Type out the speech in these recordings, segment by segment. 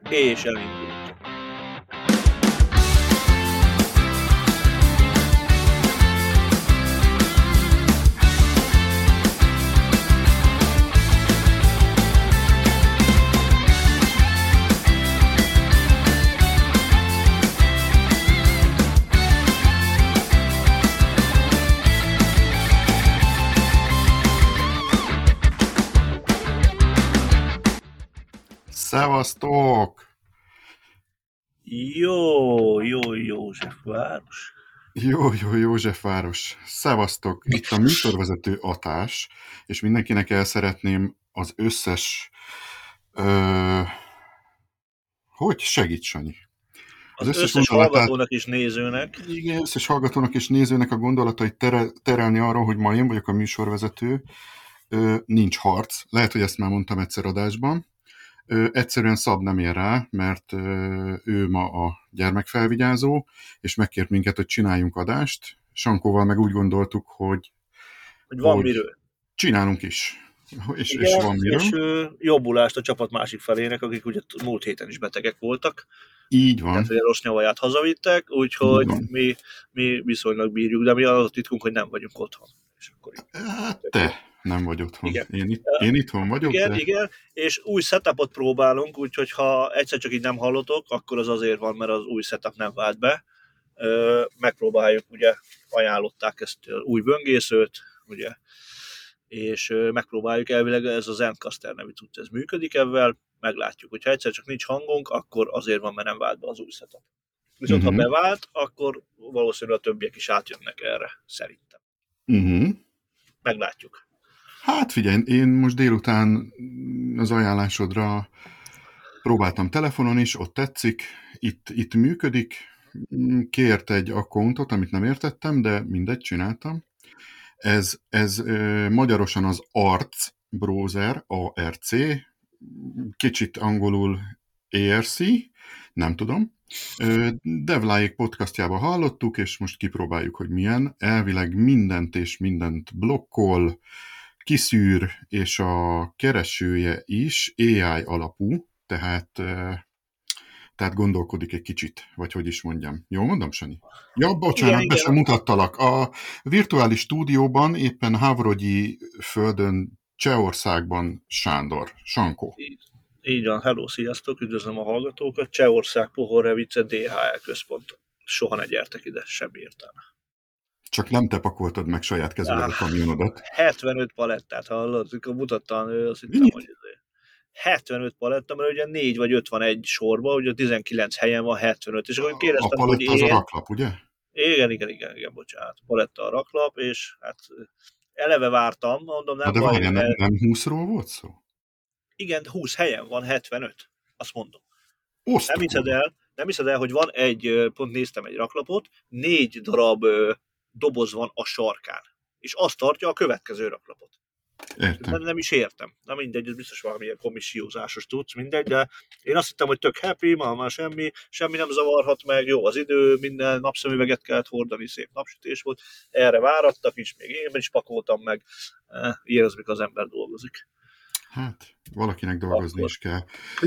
És elindultunk. Szevasztok! Jó Józsefváros. Jó Józsefváros. Szevasztok! Itt a műsorvezető Atás, és mindenkinek el szeretném az összes... Hogy segít, Sanyi? Az összes hallgatónak és nézőnek. Igen, összes hallgatónak és nézőnek a gondolatait terelni arról, hogy ma én vagyok a műsorvezető. Nincs harc. Lehet, hogy ezt már mondtam egyszer adásban. Egyszerűen Szab nem ér rá, mert ő ma a gyermekfelvigyázó, és megkért minket, hogy csináljunk adást. Sankóval meg úgy gondoltuk, hogy van miről. Csinálunk is. És van miről. És jobbulást a csapat másik felének, akik ugye múlt héten is betegek voltak. Így van. Tehát, hogy a rossz nyavaját hazavittek, úgyhogy mi viszonylag bírjuk, de mi az a titkunk, hogy nem vagyunk otthon. És akkor te nem vagy otthon. Igen. Én itthon vagyok. Igen, és új setupot próbálunk, úgyhogy ha egyszer csak így nem hallotok, akkor az azért van, mert az új setup nem vált be. Megpróbáljuk, ugye ajánlották ezt új böngészőt, ugye, és megpróbáljuk, elvileg ez a Zencaster nevű cucc, ez működik ebben, meglátjuk. Hogyha egyszer csak nincs hangunk, akkor azért van, mert nem vált be az új setup. Viszont ha bevált, akkor valószínűleg a többiek is átjönnek erre, szerintem. Meglátjuk. Hát figyelj, én most délután az ajánlásodra próbáltam telefonon is, ott tetszik, itt működik. Kért egy accountot, amit nem értettem, de mindegy, csináltam. Ez magyarosan az ARC browser, ARC, kicsit angolul ARC, nem tudom. Devláék podcastjában hallottuk, és most kipróbáljuk, hogy milyen. Elvileg mindent és mindent blokkol, kiszűr, és a keresője is AI alapú, tehát gondolkodik egy kicsit, vagy hogy is mondjam. Jól mondom, Sanyi? Ja, bocsánat, be sem mutattalak. A virtuális stúdióban éppen Havrogyi földön, Csehországban Sándor, Sankó. Így van, hello, sziasztok, üdvözlöm a hallgatókat. Csehország, Pohorrevice, DHL központ. Soha ne gyertek ide, semmi értelme. Csak nem te pakoltad meg saját kezüleg a kamionodat. 75 palettát hallod, amikor mutattam, azt hittem, hogy 75 paletta, mert ugye 4 vagy 5 van egy sorba, ugye 19 helyen van 75, és akkor kérdeztem, a paletta az a raklap, ugye? Igen, bocsánat. Paletta a raklap, és hát eleve vártam, mondom, nem de baj. Nem 20-ról volt szó? Igen, 20 helyen van 75, azt mondom. Nem hiszed el, hogy van pont néztem egy raklapot, 4 darab doboz van a sarkán, és azt tartja a következő raklapot. Értem. Nem is értem. Na mindegy, ez biztos valamilyen komissiózásos tudsz, mindegy, de én azt hittem, hogy tök happy, már semmi nem zavarhat meg, jó az idő, minden napszemüveget kellett hordani, szép napsütés volt, erre várattak is, még én is pakoltam meg, ilyen az, mikor az ember dolgozik. Hát, valakinek dolgozni is kell.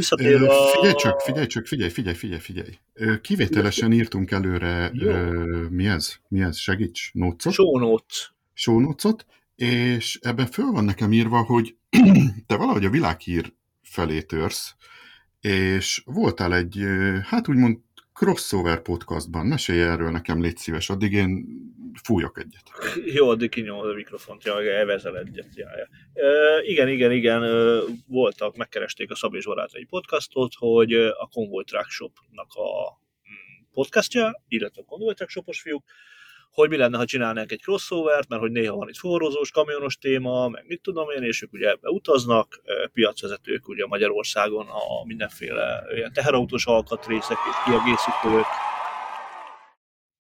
Figyelj. Kivételesen írtunk előre, mi ez? Segíts, nócot? Show notes-ot, és ebben föl van nekem írva, hogy te valahogy a világhír felé törsz, és voltál egy, hát úgymond crossover podcastban. Mesélj erről nekem, légy szíves, addig én fújok egyet. Jó, addig kinyomod a mikrofont, elvezel egyet. Igen, voltak, megkeresték a Szab és Barátai podcastot, hogy a Convoy Truck Shopnak a podcastja, illetve a Convoy Truck Shopos fiúk, hogy mi lenne, ha csinálnánk egy crossovert, mert hogy néha van itt forrózós, kamionos téma, meg mit tudom én, és ők ugye ebbe utaznak, piacvezetők ugye Magyarországon a mindenféle ilyen teherautós alkatrészek és kiegészítők.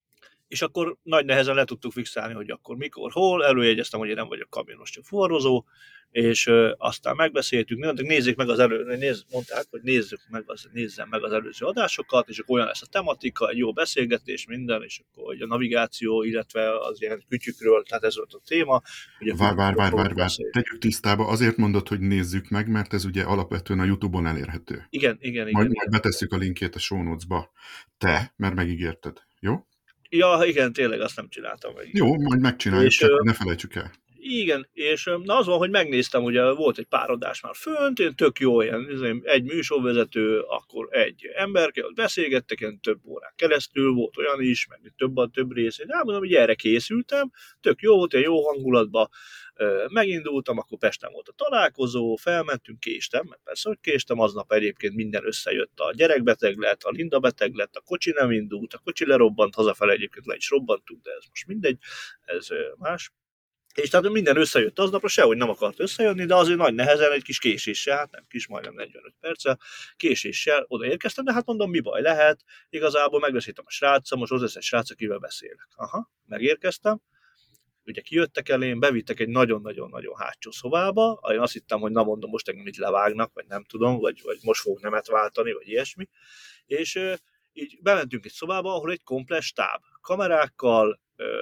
És akkor nagy nehezen le tudtuk fixálni, hogy akkor mikor, hol, előjegyeztem, hogy én nem vagyok kamionos, csak fuvarozó, és aztán megbeszéltük, nézzék meg mondták, hogy nézzem meg az előző adásokat, és akkor olyan lesz a tematika, egy jó beszélgetés, minden, és akkor hogy a navigáció, illetve az ilyen kütyükről, tehát ez volt a téma. Ugye Várj. Tegyük tisztába, azért mondod, hogy nézzük meg, mert ez ugye alapvetően a YouTube-on elérhető. Igen. Majd betesszük a linkjét a show notes-ba. Te, mert megígérted. Jó? Ja, igen, tényleg azt nem csináltam meg. Jó, majd megcsináljuk, És, csak ne felejtsük el. Igen, és na az van, hogy megnéztem, ugye volt egy pár adás már fönt, én tök jó, ilyen, egy műsorvezető, akkor egy emberkel, ott beszélgettek, ilyen több órán keresztül, volt olyan is, meg több rész, én mondom, hogy erre készültem, tök jó volt, ilyen jó hangulatban megindultam, akkor Pesten volt a találkozó, felmentünk, késtem, mert persze, hogy késtem, aznap egyébként minden összejött, a gyerek beteg lett, a Linda beteg lett, a kocsi nem indult, a kocsi lerobbant, hazafele egyébként le is robbantunk, de ez most mindegy, ez más. És tehát minden összejött aznapra, sehogy nem akart összejönni, de azért nagy nehezen egy kis késéssel, hát nem kis, majdnem 45 perccel, késéssel odaérkeztem, de hát mondom, mi baj lehet, igazából megbeszéltem a sráccal, most az összes srác, akivel beszélek. Aha, megérkeztem, ugye kijöttek elém, bevittek egy nagyon-nagyon-nagyon hátsó szobába, én azt hittem, hogy na mondom, most engem itt levágnak, vagy nem tudom, vagy most fogok nemet váltani, vagy ilyesmi, és így bementünk egy szobába, ahol egy komplet stáb, kamerákkal,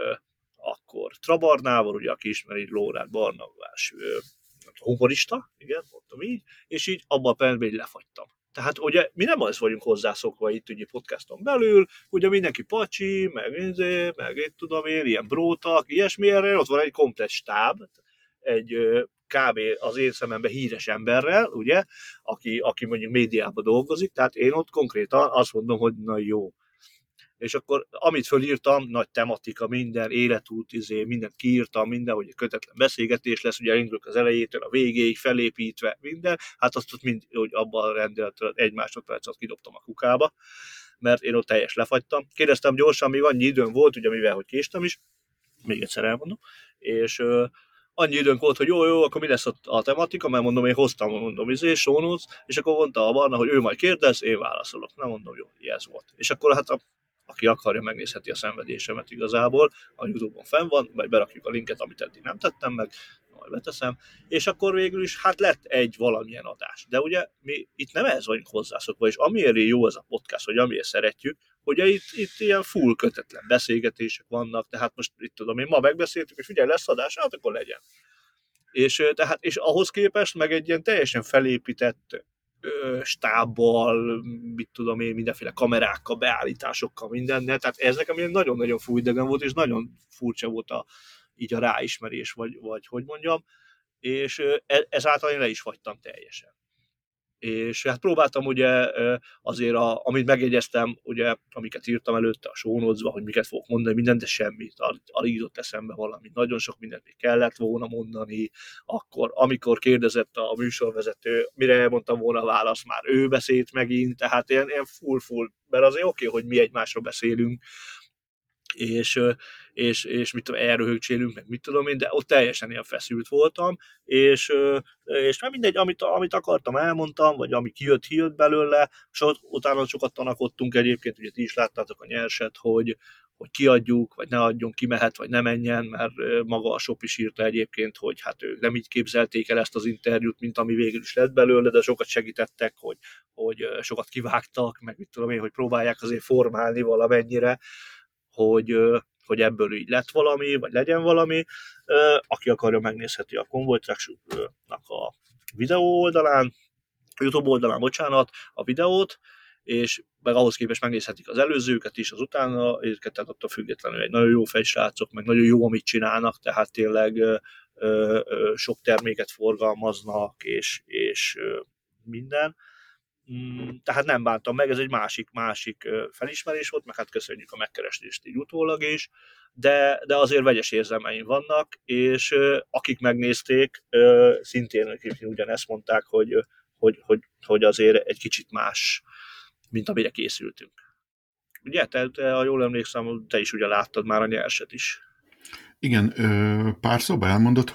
akkor Trabarnával, ugye, aki ismeri Lórát Barnabás, humorista, igen, mondtam így, és így abban a pillanatban így lefagytam. Tehát ugye mi nem az vagyunk hozzászokva itt ugye podcaston belül, ugye mindenki pacsi, meg én tudom én, ilyen brótak, ilyesmi, erre ott van egy komplet stáb, egy kb. Az én szememben híres emberrel, ugye, aki mondjuk médiában dolgozik, tehát én ott konkrétan azt mondom, hogy na jó. És akkor amit fölírtam, nagy tematika, minden, életút, mindent kiírtam, minden, hogy kötetlen beszélgetés lesz, ugye indulok az elejétől a végéig, felépítve, minden, hát azt ott mind, hogy abban a rendeletről egy másodpercet kidobtam a kukába, mert én ott teljes lefagytam. Kérdeztem gyorsan, még annyi időm volt, ugye mivel, hogy késtem is, még egyszer elmondom, és annyi időnk volt, hogy jó, akkor mi lesz a tematika, mert mondom, én hoztam, mondom, show notes, és akkor mondta a Barna, hogy ő majd kérdez, én válaszolok. Nem mondom, jó, ez volt. És akkor hát aki akarja, megnézheti a szenvedésemet igazából, a YouTube-on fenn van, vagy berakjuk a linket, amit eddig nem tettem meg, majd beteszem, és akkor végül is hát lett egy valamilyen adás. De ugye mi itt nem ez vagyunk hozzászokva, és amiért jó ez a podcast, hogy amiért szeretjük, hogy itt ilyen full kötetlen beszélgetések vannak, tehát most itt tudom, én ma megbeszéltük, és figyelj, lesz adás, hát akkor legyen. És ahhoz képest meg egy ilyen teljesen felépített stábbal, mit tudom én, mindenféle kamerákkal, beállításokkal, mindennel, tehát ez nekem ilyen nagyon-nagyon fújdegen volt, és nagyon furcsa volt így a ráismerés, vagy hogy mondjam, és ezáltal én le is fagytam teljesen. És hát próbáltam ugye azért, amit megjegyeztem, ugye, amiket írtam előtte a show notes-ba, hogy miket fogok mondani, minden, de semmit, alig jutott eszembe valami. Nagyon sok mindent még kellett volna mondani, akkor, amikor kérdezett a műsorvezető, mire elmondtam volna a választ, már ő beszélt megint, tehát ilyen full, mert azért oké, hogy mi egymásról beszélünk, és mit tudom, elröhögcsélünk, meg mit tudom én, de ott teljesen ilyen feszült voltam, és már mindegy, amit akartam, elmondtam, vagy ami kijött belőle, és utána sokat tanakodtunk egyébként, ugye ti is láttátok a nyerset, hogy kiadjuk, vagy ne adjon, ki mehet, vagy ne menjen, mert maga a shop is írta egyébként, hogy hát ők nem így képzelték el ezt az interjút, mint ami végül is lett belőle, de sokat segítettek, hogy sokat kivágtak, meg mit tudom én, hogy próbálják azért formálni valamennyire, hogy ebből így lett valami, vagy legyen valami. Aki akarja, megnézheti a Convoy Truck-nak a videó oldalán, YouTube oldalán, bocsánat, a videót, és meg ahhoz képest megnézhetik az előzőket is, az utána őket, tehát attól függetlenül egy nagyon jó fejsrácok, meg nagyon jó, amit csinálnak, tehát tényleg sok terméket forgalmaznak, és minden. Tehát nem bántam meg, ez egy másik felismerés volt, meg hát köszönjük a megkeresést így utólag is, de azért vegyes érzelmeim vannak, és akik megnézték, szintén ugyanezt mondták, hogy azért egy kicsit más, mint amire készültünk. Ugye, te ha jól emlékszem, te is ugye láttad már a nyerset is. Igen, pár szóba elmondod,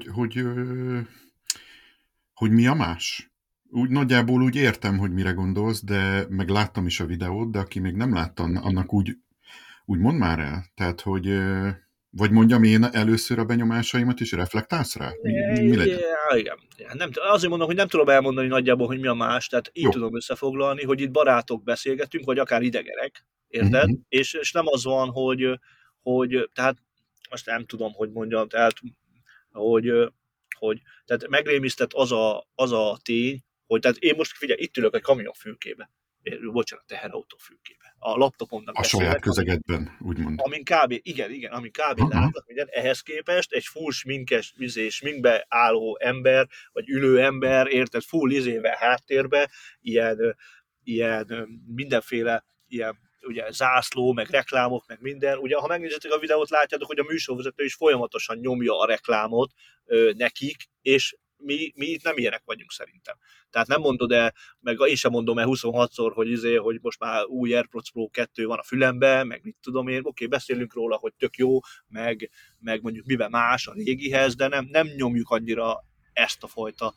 hogy mi a más? Úgy nagyjából úgy értem, hogy mire gondolsz, de meg láttam is a videót, de aki még nem látta, annak úgy úgy mondd már el. Tehát, hogy vagy mondjam én először a benyomásaimat, és reflektálsz rá? Mi legyen? Ja, igen. Nem, azért mondom, hogy nem tudom elmondani nagyjából, hogy mi a más, tehát így Jó. tudom összefoglalni, hogy itt barátok beszélgetünk, vagy akár idegenek, érted? Uh-huh. És nem az van, hogy tehát most nem tudom, hogy mondjam, tehát hogy, tehát megrémisztett az a tény, hogy tehát én most figyelj, itt ülök egy kamion fülkébe, bocsánat, teherautó fülkébe. A laptopomnak A saját beszélek, közegedben, úgymond. amin kb. Igen, amin kb. Aha. Látlak minden, ehhez képest egy full sminkes, sminkbe álló ember, vagy ülő ember, érted, full izével háttérbe, ilyen mindenféle ilyen ugye zászló, meg reklámok, meg minden. Ugye, ha megnézitek a videót, látjátok, hogy a műsorvezető is folyamatosan nyomja a reklámot nekik, és mi itt nem ilyenek vagyunk szerintem. Tehát nem mondod el, meg én sem mondom el 26-szor, hogy most már új AirPods Pro 2 van a fülembe, meg mit tudom én, oké, beszélünk róla, hogy tök jó, meg mondjuk mivel más a régihez, de nem nyomjuk annyira ezt a fajta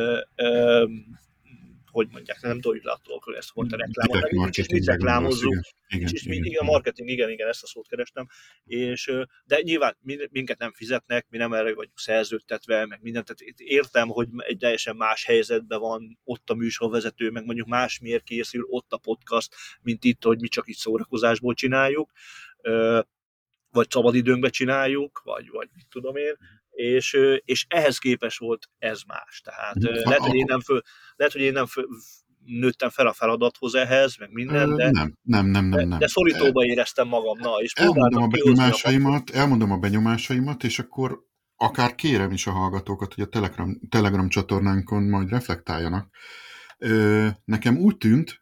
hogy mondják, nem tudjuk le attól, hogy ezt mondta reklámot, Direkt meg nincs is mit marketingre gondolsz, reklámozzuk, igen. Igen, igen, igen, marketing, igen, ezt a szót kerestem, de nyilván minket nem fizetnek, mi nem erre vagyunk szerződtetve, meg mindent, tehát értem, hogy egy teljesen más helyzetben van ott a műsorvezető, meg mondjuk más miért készül ott a podcast, mint itt, hogy mi csak itt szórakozásból csináljuk, vagy szabadidőnkben csináljuk, vagy mit tudom én, és ehhez képest volt ez más. Tehát lehet, hogy én nem nőttem fel a feladathoz ehhez, meg minden, de Nem. szorítóba éreztem magam, na, és Elmondom próbáltam a kihozni a benyomásaimat, és akkor akár kérem is a hallgatókat, hogy a Telegram csatornánkon majd reflektáljanak. Nekem úgy tűnt,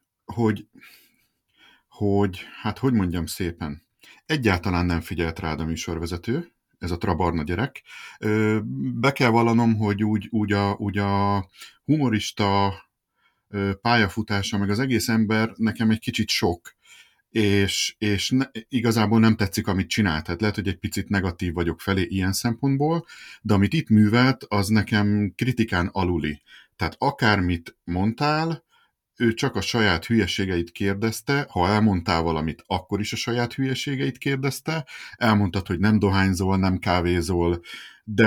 hogy hát hogy mondjam szépen, egyáltalán nem figyelt rád a műsorvezető, ez a trabarna gyerek. Be kell vallanom, hogy úgy a humorista pályafutása, meg az egész ember nekem egy kicsit sok, és igazából nem tetszik, amit csinál. Tehát lehet, hogy egy picit negatív vagyok felé ilyen szempontból, de amit itt művelt, az nekem kritikán aluli. Tehát akármit mondtál, ő csak a saját hülyeségeit kérdezte, ha elmondtál valamit, akkor is a saját hülyeségeit kérdezte, elmondtad, hogy nem dohányzol, nem kávézol, de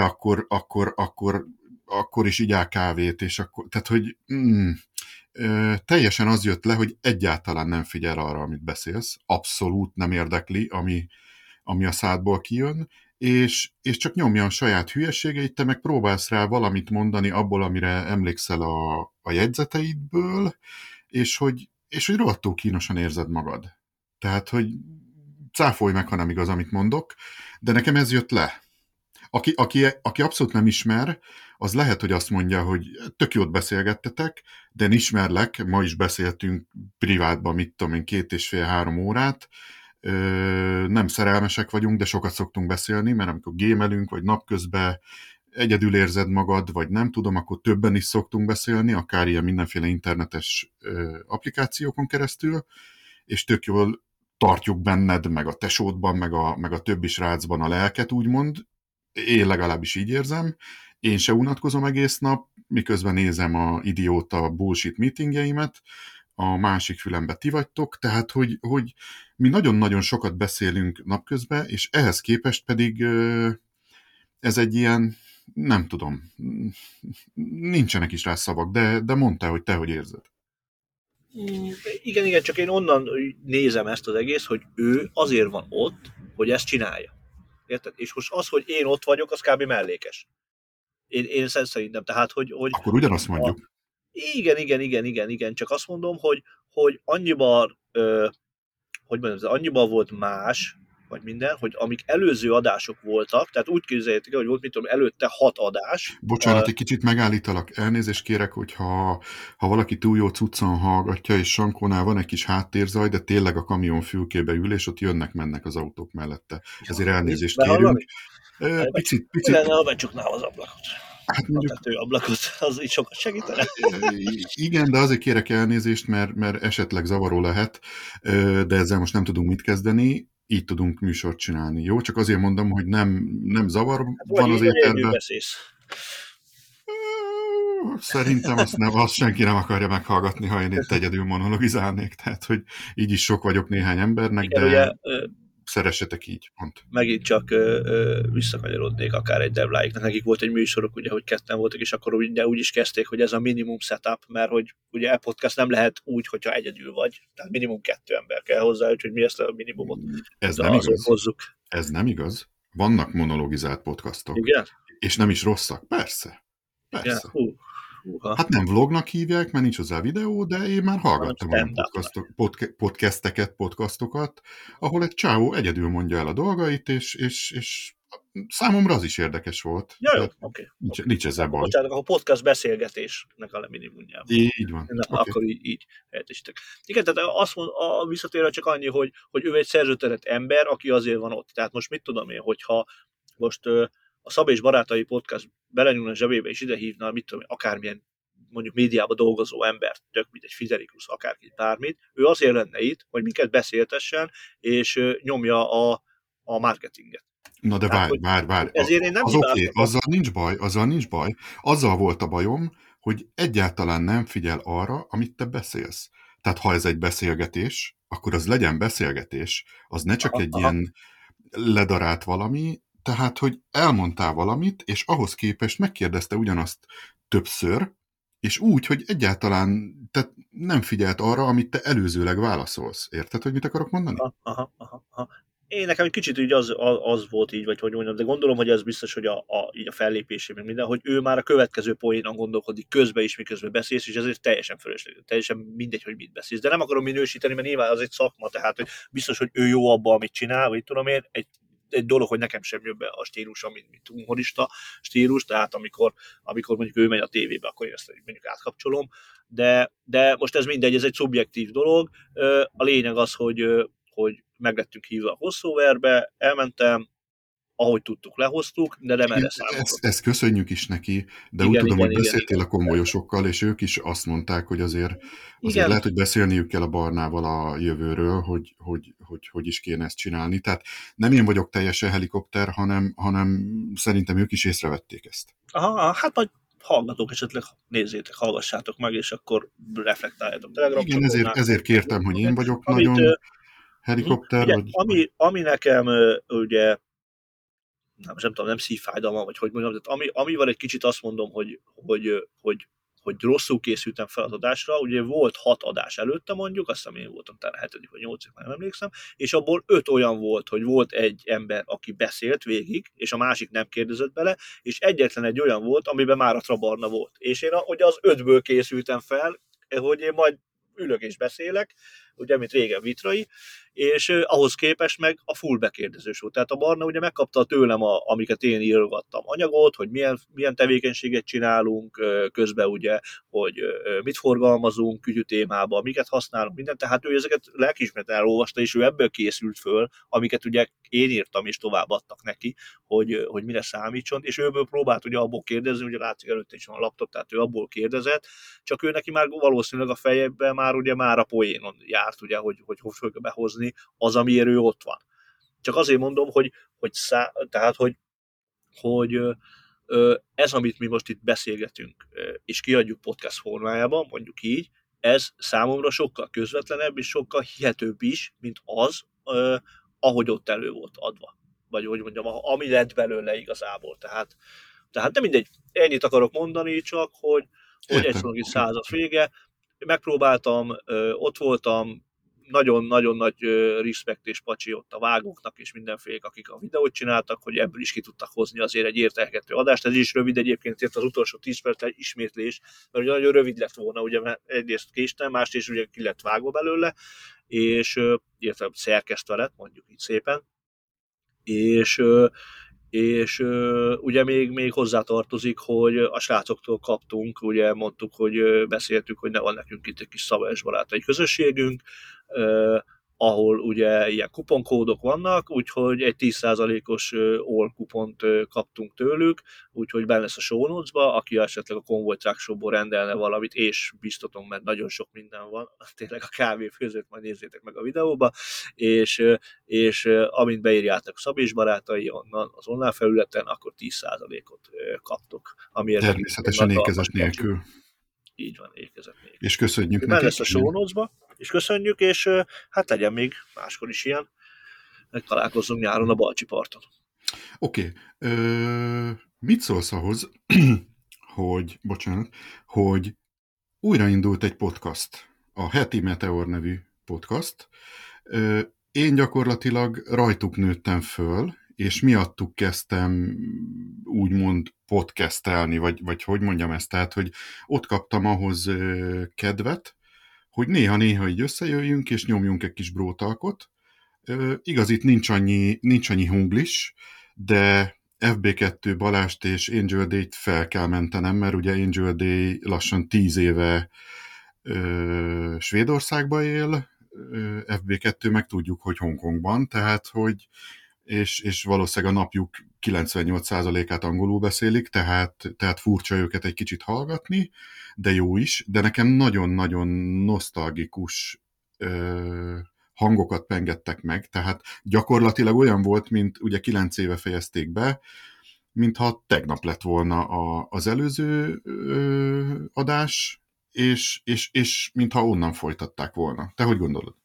akkor is igyál kávét, és akkor, tehát, hogy teljesen az jött le, hogy egyáltalán nem figyel arra, amit beszélsz, abszolút nem érdekli, ami a szádból kijön, és csak nyomja a saját hülyeségeit, te meg próbálsz rá valamit mondani abból, amire emlékszel a jegyzeteidből, és hogy rohadtul kínosan érzed magad. Tehát, hogy cáfolj meg, ha nem igaz, amit mondok, de nekem ez jött le. Aki abszolút nem ismer, az lehet, hogy azt mondja, hogy tök jót beszélgettetek, de én ismerlek, ma is beszéltünk privátban, mit tudom én, 2,5-3 órát, nem szerelmesek vagyunk, de sokat szoktunk beszélni, mert amikor gémelünk, vagy napközben egyedül érzed magad, vagy nem tudom, akkor többen is szoktunk beszélni, akár ilyen mindenféle internetes applikációkon keresztül, és tök jól tartjuk benned, meg a tesódban, meg a többi srácban a lelket, úgymond. Én legalábbis így érzem. Én se unatkozom egész nap, miközben nézem a idióta bullshit meetingjeimet, a másik fülembe ti vagytok, tehát hogy mi nagyon-nagyon sokat beszélünk napközben, és ehhez képest pedig ez egy ilyen, nem tudom, nincsenek is rá szavak, de mondtál, hogy te hogy érzed. Igen, csak én onnan nézem ezt az egész, hogy ő azért van ott, hogy ezt csinálja. Érted? És most az, hogy én ott vagyok, az kb. Mellékes. Én szerintem, tehát, hogy Akkor ugyanazt mondjuk. Igen, csak azt mondom, hogy annyiban, hogy mondjam, annyiban volt más, vagy minden, hogy amik előző adások voltak, tehát úgy képzeljétek, hogy volt, mit tudom, előtte 6 adás. Bocsánat, egy kicsit megállítalak. Elnézést kérek, hogyha valaki túl jó cuccon hallgatja, és Sankónál van egy kis háttérzaj, de tényleg a kamion fülkébe ül, és ott jönnek-mennek az autók mellette. Ezért elnézést kérünk. Picit. Lenne, ha becsuknál az ablakot. Hát mondjuk, a tetőablakot, az így sokat segítene. Igen, de azért kérek elnézést, mert esetleg zavaró lehet, de ezzel most nem tudunk mit kezdeni, így tudunk műsort csinálni, jó? Csak azért mondom, hogy nem zavar van az éterben. Szerintem azt senki nem akarja meghallgatni, ha én itt egyedül monologizálnék, tehát hogy így is sok vagyok néhány embernek, igen, de... ugye, szeressetek így, pont. Megint csak visszakanyarodnék akár egy devláiknak. Nekik volt egy műsoruk, ugye, hogy ketten voltak, és akkor ugye úgy is kezdték, hogy ez a minimum setup, mert hogy ugye a podcast nem lehet úgy, hogyha egyedül vagy. Tehát minimum 2 ember kell hozzá, úgyhogy mi ezt a minimumot Ez nem azért igaz. hozzuk. Ez nem igaz. Vannak monologizált podcastok. Igen? És nem is rosszak. Persze. Igen? Húha. Hát nem vlognak hívják, mert nincs hozzá videó, de én már hallgattam olyan podcastokat, ahol egy csávó egyedül mondja el a dolgait, és számomra az is érdekes volt. Ja, jó, Tehát oké. nincs ezzel baj. Bocsánat, a podcast beszélgetésnek a minimumjában. Így van. Akkor így helyettesítek. Igen, tehát azt mond, visszatérve csak annyi, hogy ő egy szerzőterett ember, aki azért van ott. Tehát most mit tudom én, hogyha most a Szabé és Barátai podcast belenyúlna a zsebébe, és ide hívna, mit tudom én, akármilyen mondjuk médiában dolgozó embert, tök mint egy Friderikus, akárki, bármit, ő azért lenne itt, hogy minket beszéltessen, és nyomja a marketinget. Na de várj. Ezért én nem az oké, azzal nincs baj. Azzal volt a bajom, hogy egyáltalán nem figyel arra, amit te beszélsz. Tehát ha ez egy beszélgetés, akkor az legyen beszélgetés, az ne csak egy ilyen ledarált valami, tehát, hogy elmondtál valamit, és ahhoz képest megkérdezte ugyanazt többször, és úgy, hogy egyáltalán te nem figyelt arra, amit te előzőleg válaszolsz. Érted, hogy mit akarok mondani? Aha. Én nekem egy kicsit így az volt így, vagy hogy mondjam, de gondolom, hogy ez biztos, hogy így a fellépésében minden, hogy ő már a következő poénon gondolkodik közben is, miközben beszélsz, és ezért teljesen fölösleges, teljesen mindegy, hogy mit beszélsz. De nem akarom minősíteni, mert nyilván az egy szakma, tehát hogy biztos, hogy ő jó abban, amit csinál, vagy tudom én, egy dolog, hogy nekem sem jön be a stílusa, mint humorista stílus, tehát amikor mondjuk ő megy a tévébe, akkor én ezt mondjuk átkapcsolom, de most ez mindegy, ez egy szubjektív dolog. A lényeg az, hogy meg lettünk hívva a crossoverbe, elmentem, ahogy tudtuk, lehoztuk, de nem erre számoltuk. Ezt köszönjük is neki, de úgy tudom, hogy beszéltél a konvolyosokkal, és ők is azt mondták, hogy azért lehet, hogy beszélniük kell a Barnával a jövőről, hogy is kéne ezt csinálni. Tehát nem én vagyok teljesen helikopter, hanem szerintem ők is észrevették ezt. Aha, hát majd hallgatók esetleg nézzétek, hallgassátok meg, és akkor reflektáljátok. Igen, ezért kértem, hogy én vagyok nagyon helikopter. Ugye, ami nekem ugye nem tudom, nem szívfájdalma, vagy hogy mondjam, tehát amivel egy kicsit azt mondom, hogy rosszul készültem fel az adásra, ugye volt 6 adás előtte mondjuk, azt hiszem én voltam talán 7. vagy 8. már nem emlékszem, és abból 5 olyan volt, hogy volt egy ember, aki beszélt végig, és a másik nem kérdezett bele, és egyetlen egy olyan volt, amiben már a Trabarna volt. És én ugye az 5-ből készültem fel, hogy én majd ülök és beszélek, ugye, mint régen Vitrai, és ahhoz képest meg a full bekérdezős volt. Tehát a Barna ugye megkapta tőlem, amiket én írogattam anyagot, hogy milyen tevékenységet csinálunk, közben ugye, hogy mit forgalmazunk ügyű témában, miket használunk, mindent, tehát ő ezeket lelkiismereten elolvasta, és ő ebből készült föl, amiket ugye én írtam, és továbbadtak neki, hogy mire számítson, és őből próbált ugye abból kérdezni, ugye látszik előtte is van a laptop, tehát ő abból kérdezett, csak ő neki már valószínűleg a fejében már a poénon járt, ugye, hogy fogja behozni az, amiért ő ott van. Csak azért mondom, hogy ez, amit mi most itt beszélgetünk, és kiadjuk podcast formájában, mondjuk így, ez számomra sokkal közvetlenebb, és sokkal hihetőbb is, mint az, ahogy ott elő volt adva. Vagy hogy mondjam, ami lett belőle igazából. Tehát de mindegy, ennyit akarok mondani, csak hogy egy szorgi század vége. Megpróbáltam, ott voltam, nagyon-nagyon nagy respekt és pacsi ott a vágóknak és mindenfélék, akik a videót csináltak, hogy ebből is ki tudtak hozni azért egy értelhető adást. Ez is rövid egyébként, az utolsó 10 perc ismétlés, mert ugye nagyon rövid lett volna, ugye, mert egyrészt késtem, másrészt ugye ki lett vágva belőle, és illetve szerkesztve lett, mondjuk így szépen, és ugye még hozzátartozik, hogy a srácoktól kaptunk, ugye mondtuk, hogy beszéltük, hogy ne van nekünk itt egy kis Szabás Barátai közösségünk, ahol ugye ilyen kuponkódok vannak, úgyhogy egy 10%-os all kupont kaptunk tőlük, úgyhogy benne lesz a show notes-ba, aki esetleg a Convoy Truck Shopból rendelne valamit, és biztatom, mert nagyon sok minden van, tényleg a kávéfőzőt majd nézzétek meg a videóba, és amint beírjátok Szabés Barátai onnan az online felületen, akkor 10%-ot kaptok. Természetesen ékezet nélkül. Így van, ékezet nélkül. És köszönjük nekik. Lesz a show notes-ba, és köszönjük, és hát legyen még máskor is ilyen. találkozzunk nyáron a Balcsi parton. Oké. Mit szólsz ahhoz, hogy újraindult egy podcast, a Heti Meteor nevű podcast. Én gyakorlatilag rajtuk nőttem föl, és miattuk kezdtem úgymond podcastelni, vagy hogy mondjam ezt, tehát, hogy ott kaptam ahhoz kedvet, hogy néha-néha így összejöjjünk, és nyomjunk egy kis brótalkot. Igaz, itt nincs annyi hunglis, de FB2 Balást és Angel Day-t fel kell mentenem, mert ugye Angel Day lassan 10 éve Svédországba él, FB2 meg tudjuk, hogy Hongkongban, tehát hogy és valószínűleg a napjuk 98%-át angolul beszélik, tehát furcsa őket egy kicsit hallgatni, de jó is, de nekem nagyon-nagyon nosztalgikus hangokat pengettek meg, tehát gyakorlatilag olyan volt, mint ugye 9 éve fejezték be, mintha tegnap lett volna az előző adás, és mintha onnan folytatták volna. Te hogy gondolod?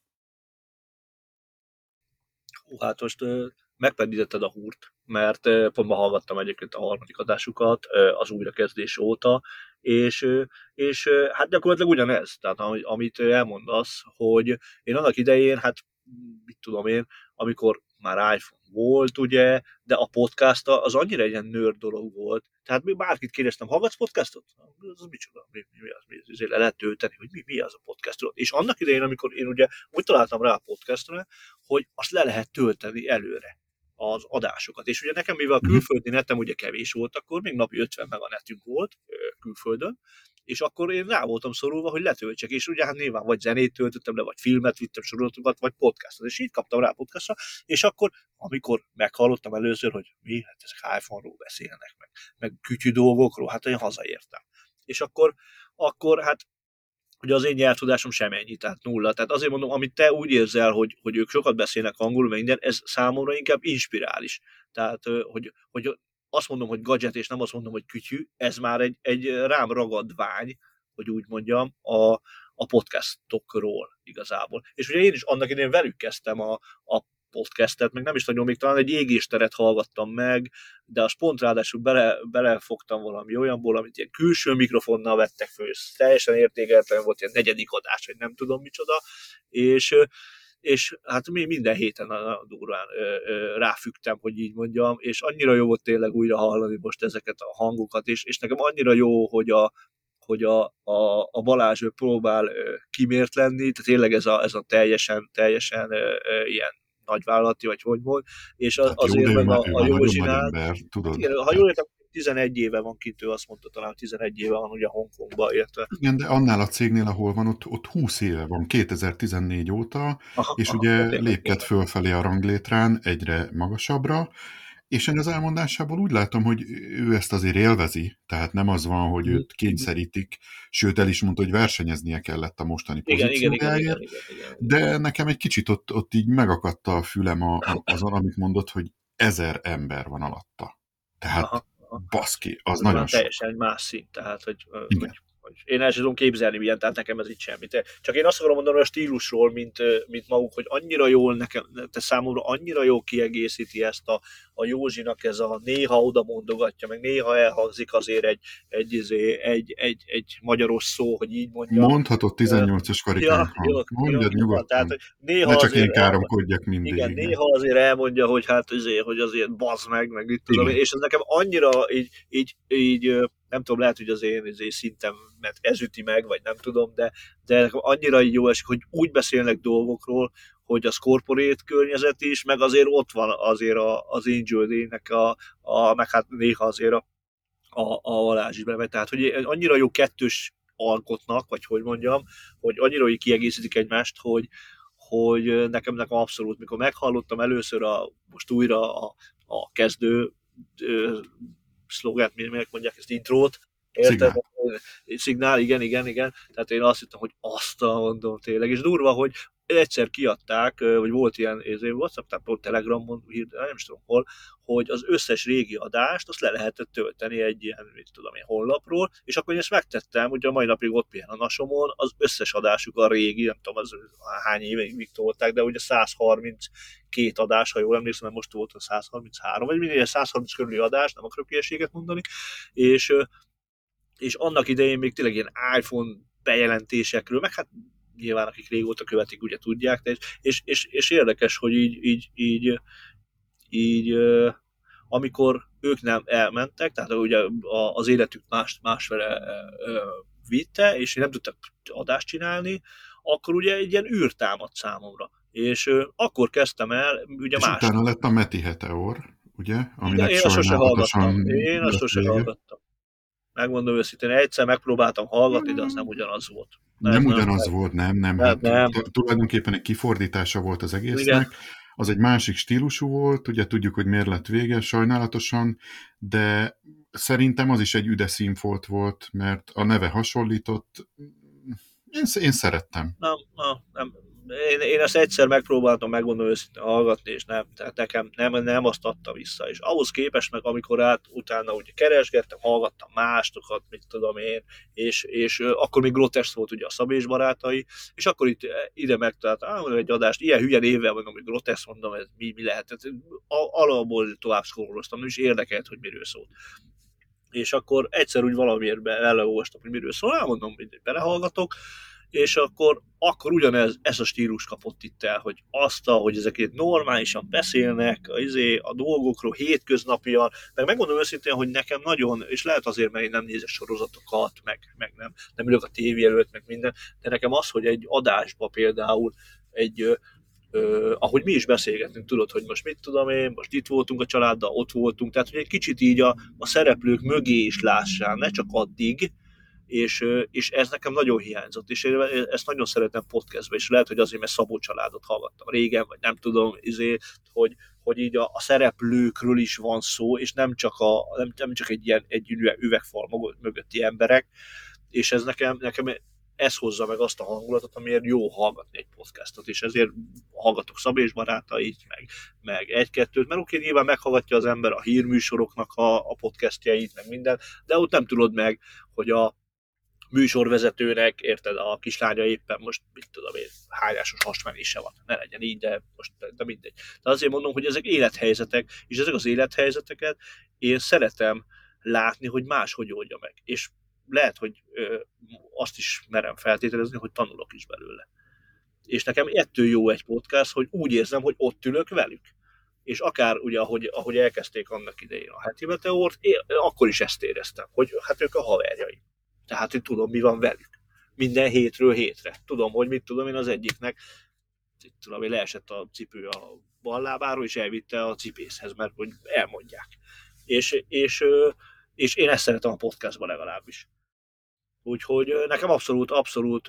Hát most megpendítetted a húrt, mert pont ma hallgattam egyébként a harmadik adásukat az újrakezdés óta, és hát gyakorlatilag ugyanez, tehát amit elmondasz, hogy én annak idején, hát mit tudom én, amikor már iPhone volt, ugye, de a podcast az annyira egy ilyen nerd dolog volt. Tehát mi bárkit kérdeztem, hallgatsz podcastot? Az micsoda? Mi az? Azért le lehet tölteni, hogy mi az a podcast? Tudod? És annak idején, amikor én ugye úgy találtam rá a podcastra, hogy azt le lehet tölteni előre az adásokat. És ugye nekem, mivel a külföldi netem ugye kevés volt, akkor még napi 50 meg a netünk volt külföldön, és akkor én rá voltam szorulva, hogy letöltsek, és ugye hát nyilván vagy zenét töltöttem le, vagy filmet vittem, sorozatokat, vagy podcastot, és így kaptam rá a podcastra, és akkor, amikor meghallottam először, hogy mi, hát ezek iPhone-ról beszélnek, meg kütyű dolgokról, hát én hazaértem. És akkor hát ugye az én nyelvtudásom sem ennyi, tehát nulla. Tehát azért mondom, amit te úgy érzel, hogy ők sokat beszélnek angolul, meg minden, ez számomra inkább inspirális. Tehát, hogy azt mondom, hogy gadget, és nem azt mondom, hogy kütyű, ez már egy rám ragadvány, hogy úgy mondjam, a podcastokról igazából. És ugye én is annak idején velük kezdtem a podcastet, meg nem is nagyon, még talán egy égésteret hallgattam meg, de azt pont ráadásul belefogtam valami olyanból, amit ilyen külső mikrofonnal vettek föl, és teljesen értékelhetően volt, ilyen negyedik adás, vagy nem tudom micsoda, és hát mi minden héten a durván ráfügtem, hogy így mondjam, és annyira jó volt tényleg újra hallani most ezeket a hangokat, és nekem annyira jó, hogy a Balázs próbál kimért lenni, tehát tényleg ez a teljesen ilyen nagyvállalati, vagy hogy volt, és Hát jó, azért de ő meg már, a nagyon nagy Józsinál, ember, tudod? igen, ha jól értem, 11 éve van kint, ő azt mondta talán, hogy 11 éve van ugye Hongkongban, illetve... Igen, de annál a cégnél, ahol van, ott 20 éve van, 2014 óta, és ugye lépked fölfelé a ranglétrán egyre magasabbra, és én az elmondásából úgy látom, hogy ő ezt azért élvezi, tehát nem az van, hogy őt kényszerítik, sőt el is mondta, hogy versenyeznie kellett a mostani pozíciójáért, igen. de nekem egy kicsit ott így megakadta a fülem azon, amit mondott, hogy 1000 ember van alatta. Tehát baszki, az nagyon sok. Teljesen más szint, tehát, hogy Igen. én el sem tudom képzelni milyen, tehát nekem ez itt semmi. Csak én azt akarom mondani a stílusról, mint maguk, hogy annyira jól nekem, te számomra annyira jól kiegészíti ezt a Józsinak ez a néha oda mondogatja, meg néha elhangzik azért egy magyaros szó, hogy így mondjam. Mondhatod 18-as karikán. Mondjad nyugodtan. Tehát, néha ne csak én káromkodjak mindig. Igen, néha azért elmondja, hogy hát hogy azért bazd meg mit tudom én, és ez nekem annyira így nem tudom, lehet, hogy az én szintemet ez üti meg, vagy nem tudom, de nekem annyira jó esik, hogy úgy beszélnek dolgokról, hogy az corporate környezet is, meg azért ott van azért az Angel Day-nek meg hát néha azért a Balázs is bemegy. Tehát, hogy annyira jó kettős alkotnak, vagy hogy mondjam, hogy annyira így kiegészítik egymást, hogy nekem abszolút, mikor meghallottam először most újra a kezdő szlogát, minek mondják ezt, intrót, érted? Szignál, igen. Tehát én azt hittem, hogy azt mondom tényleg, és durva, hogy egyszer kiadták, vagy volt ilyen WhatsApp, tehát Telegramon, nem is tudom hol, hogy az összes régi adást azt le lehetett tölteni egy ilyen, mit tudom én, honlapról, és akkor én ezt megtettem, ugye a mai napig ott pihen a nasomon, az összes adásuk a régi, nem tudom, az hány évig tolták, de ugye 132 adás, ha jól emlékszem, mert most volt a 133, vagy minél 130 körüli adás, nem akarok ilyeséget mondani, és annak idején még tényleg ilyen iPhone bejelentésekről, meg hát nyilván akik régóta követik, ugye tudják, és érdekes, hogy így amikor ők nem elmentek, tehát ugye az életük másfele vitte, és nem tudtak adást csinálni, akkor ugye egy ilyen űr támadt számomra. És akkor kezdtem el, ugye És utána lett a Meti Heteor, ugye? Aminek én azt sose hallgattam. sajnálatosan Én azt lett sose vége. hallgattam. Megmondom őszintén, egyszer megpróbáltam hallgatni, de az nem ugyanaz volt. Nem ugyanaz volt, nem. Hát nem. tulajdonképpen egy kifordítása volt az Igen. egésznek. Az egy másik stílusú volt, ugye tudjuk, hogy miért lett vége, sajnálatosan, de szerintem az is egy üde színfolt volt, mert a neve hasonlított. Én szerettem. Nem. Én ezt egyszer megpróbáltam, megmondom őszintén hallgatni, és nem, tehát nekem nem azt adta vissza. És ahhoz képest meg, amikor utána ugye keresgettem, hallgattam másokat, mit tudom én, és akkor még groteszk volt ugye a Szabé és barátai, és akkor itt ide megtaláltam egy adást, ilyen hülye névvel mondom, hogy groteszk, mondom, ez mi lehet. Alapból tovább scrolloztam, nem is érdekelt, hogy miről szólt. És akkor egyszer úgy valamiért elolvastam, hogy miről szól, elmondom, hogy belehallgatok, és akkor ugyanez a stílus kapott itt el, hogy hogy ezeket normálisan beszélnek a dolgokról hétköznapian, meg megmondom őszintén, hogy nekem nagyon, és lehet azért, mert én nem nézek sorozatokat, meg nem ülök a tévé előtt, meg minden, de nekem az, hogy egy adásba például ahogy mi is beszélgetünk, tudod, hogy most mit tudom én, most itt voltunk a családdal, ott voltunk, tehát hogy egy kicsit így a szereplők mögé is lássál, ne csak addig, és ez nekem nagyon hiányzott, és én ezt nagyon szeretem podcastban, és lehet, hogy azért, mert Szabó családot hallgattam régen, vagy nem tudom, hogy így a szereplőkről is van szó, és nem csak egy üvegfal mögötti emberek, és ez nekem ez hozza meg azt a hangulatot, amiért jó hallgatni egy podcastot, és ezért hallgatok Szabé és barátait, meg egy-kettőt, mert oké, nyilván meghallgatja az ember a hírműsoroknak a podcastjait, meg minden, de ott nem tudod meg, hogy a műsorvezetőnek, érted, a kislánya éppen most, mit tudom én, hányásos hasmenése van. Ne legyen így, de mindegy. De azért mondom, hogy ezek élethelyzetek, és ezek az élethelyzeteket én szeretem látni, hogy máshogy oldja meg. És lehet, hogy azt is merem feltételezni, hogy tanulok is belőle. És nekem ettől jó egy podcast, hogy úgy érzem, hogy ott ülök velük. És akár ugye, ahogy elkezdték annak idején a Heti Meteort, én akkor is ezt éreztem, hogy hát ők a haverjaim. Tehát én tudom, mi van velük. Minden hétről hétre. Tudom, hogy mit tudom én az egyiknek. Tudom, hogy leesett a cipő a ballábáról, és elvitte a cipészhez, mert hogy elmondják. És én ezt szeretem a podcastban legalábbis. Úgyhogy nekem abszolút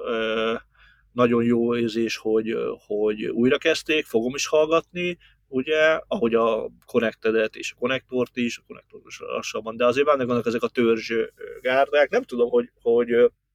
nagyon jó érzés, hogy újra kezdték, fogom is hallgatni, ugye, ahogy a Connected-et és a Connektort is, a Connector lassabban, de azért benne vannak ezek a törzs gárdák. Nem tudom, hogy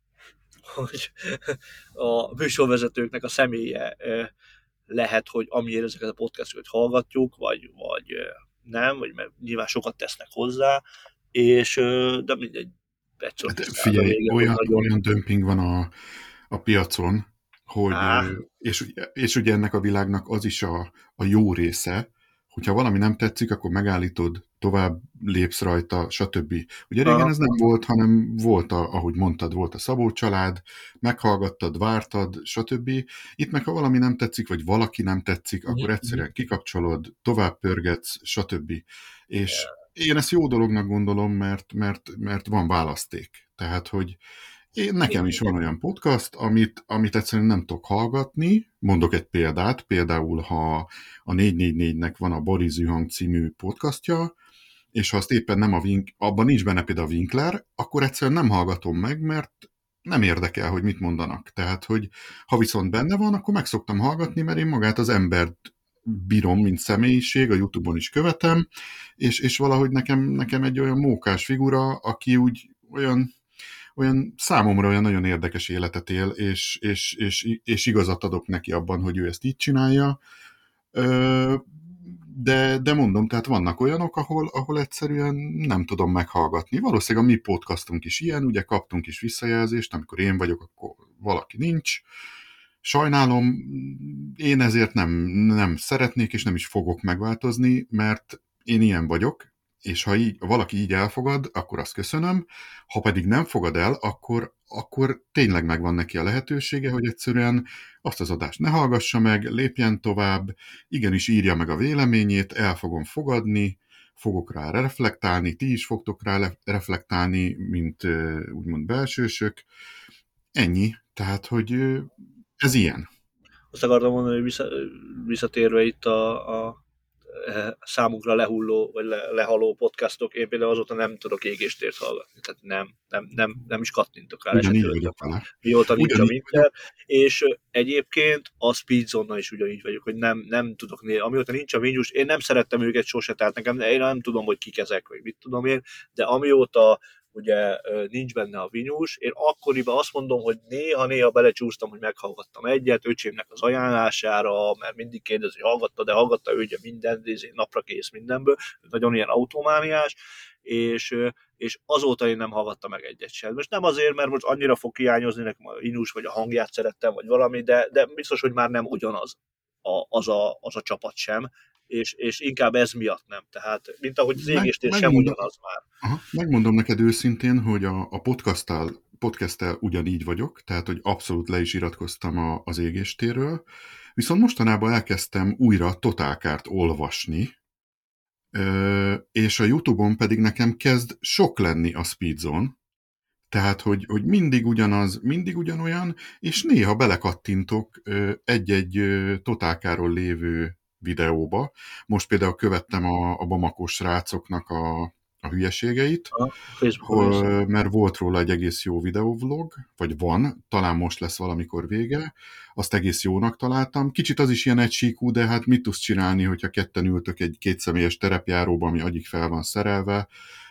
a műsorvezetőknek a személye lehet, hogy amiért ezeket a podcastokat hallgatjuk, vagy nem, vagy mert nyilván sokat tesznek hozzá, de mindegy. Hát figyelj, olyan dömping van a piacon, hogy, és ugye ennek a világnak az is a jó része, hogyha valami nem tetszik, akkor megállítod, tovább lépsz rajta, stb. Ugye régen ez nem volt, hanem volt, ahogy mondtad, volt a Szabó család, meghallgattad, vártad, stb. Itt meg ha valami nem tetszik, vagy valaki nem tetszik, akkor egyszerűen kikapcsolod, tovább pörgetsz, stb. És én ezt jó dolognak gondolom, mert van választék. Tehát, hogy nekem is van olyan podcast, amit egyszerűen nem tudok hallgatni. Mondok egy példát, például ha a 444-nek van a Boris Zühang című podcastja, és ha azt éppen nem abban nincs benne például a Winkler, akkor egyszerűen nem hallgatom meg, mert nem érdekel, hogy mit mondanak. Tehát, hogy ha viszont benne van, akkor meg szoktam hallgatni, mert én magát az embert bírom, mint személyiség, a YouTube-on is követem, és valahogy nekem egy olyan mókás figura, aki úgy olyan számomra olyan nagyon érdekes életet él, és igazat adok neki abban, hogy ő ezt így csinálja. Ö, de mondom, tehát vannak olyanok, ahol egyszerűen nem tudom meghallgatni. Valószínűleg a mi podcastunk is ilyen, ugye kaptunk is visszajelzést, amikor én vagyok, akkor valaki nincs. Sajnálom, én ezért nem szeretnék, és nem is fogok megváltozni, mert én ilyen vagyok, és ha valaki így elfogad, akkor azt köszönöm, ha pedig nem fogad el, akkor tényleg megvan neki a lehetősége, hogy egyszerűen azt az adást ne hallgassa meg, lépjen tovább, igenis írja meg a véleményét, el fogom fogadni, fogok rá reflektálni, ti is fogtok rá reflektálni, mint úgymond belsősök. Ennyi. Tehát, hogy ez ilyen. Azt akartam mondani, hogy visszatérve itt a számunkra lehulló, vagy lehaló podcastok, én például azóta nem tudok égéstért hallgatni, tehát nem is kattintok rá, le se Ugyanígy töltöm vagyok fel. vele. Mióta nincs a Ugyanígy Winter, és egyébként a Speedzone-nal is ugyanígy vagyok, hogy nem tudok nézni. Amióta nincs a Winjus, én nem szerettem őket sose, tehát én nem tudom, hogy kik ezek, vagy mit tudom én, de amióta ugye nincs benne a Vinyus. Én akkoriban azt mondom, hogy néha belecsúsztam, hogy meghallgattam egyet, öcsémnek az ajánlására, mert mindig kérdezi, hogy hallgatta ő ugye minden, napra kész mindenből, nagyon ilyen automániás, és azóta én nem hallgattam meg egyet sem. Most nem azért, mert most annyira fog hiányozni nekem a Vinus, vagy a hangját szerettem, vagy valami, de biztos, hogy már nem ugyanaz az a csapat sem, és inkább ez miatt nem. Tehát, mint ahogy az égéstér sem Megmondom, ugyanaz már. megmondom neked őszintén, hogy a podcasttel ugyanígy vagyok, tehát hogy abszolút le is iratkoztam az égéstérről, viszont mostanában elkezdtem újra Totálkárt olvasni, és a YouTube-on pedig nekem kezd sok lenni a Speedzone, tehát, hogy mindig ugyanaz, mindig ugyanolyan, és néha belekattintok egy-egy Totálkáról lévő videóba. Most például követtem a Bamakos srácoknak a hülyeségeit, A Facebookon nézem. mert volt róla egy egész jó videóvlog, vagy van, talán most lesz valamikor vége, azt egész jónak találtam. Kicsit az is ilyen egysíkú, de hát mit tudsz csinálni, hogyha ketten ültök egy kétszemélyes terepjáróba, ami agyig fel van szerelve,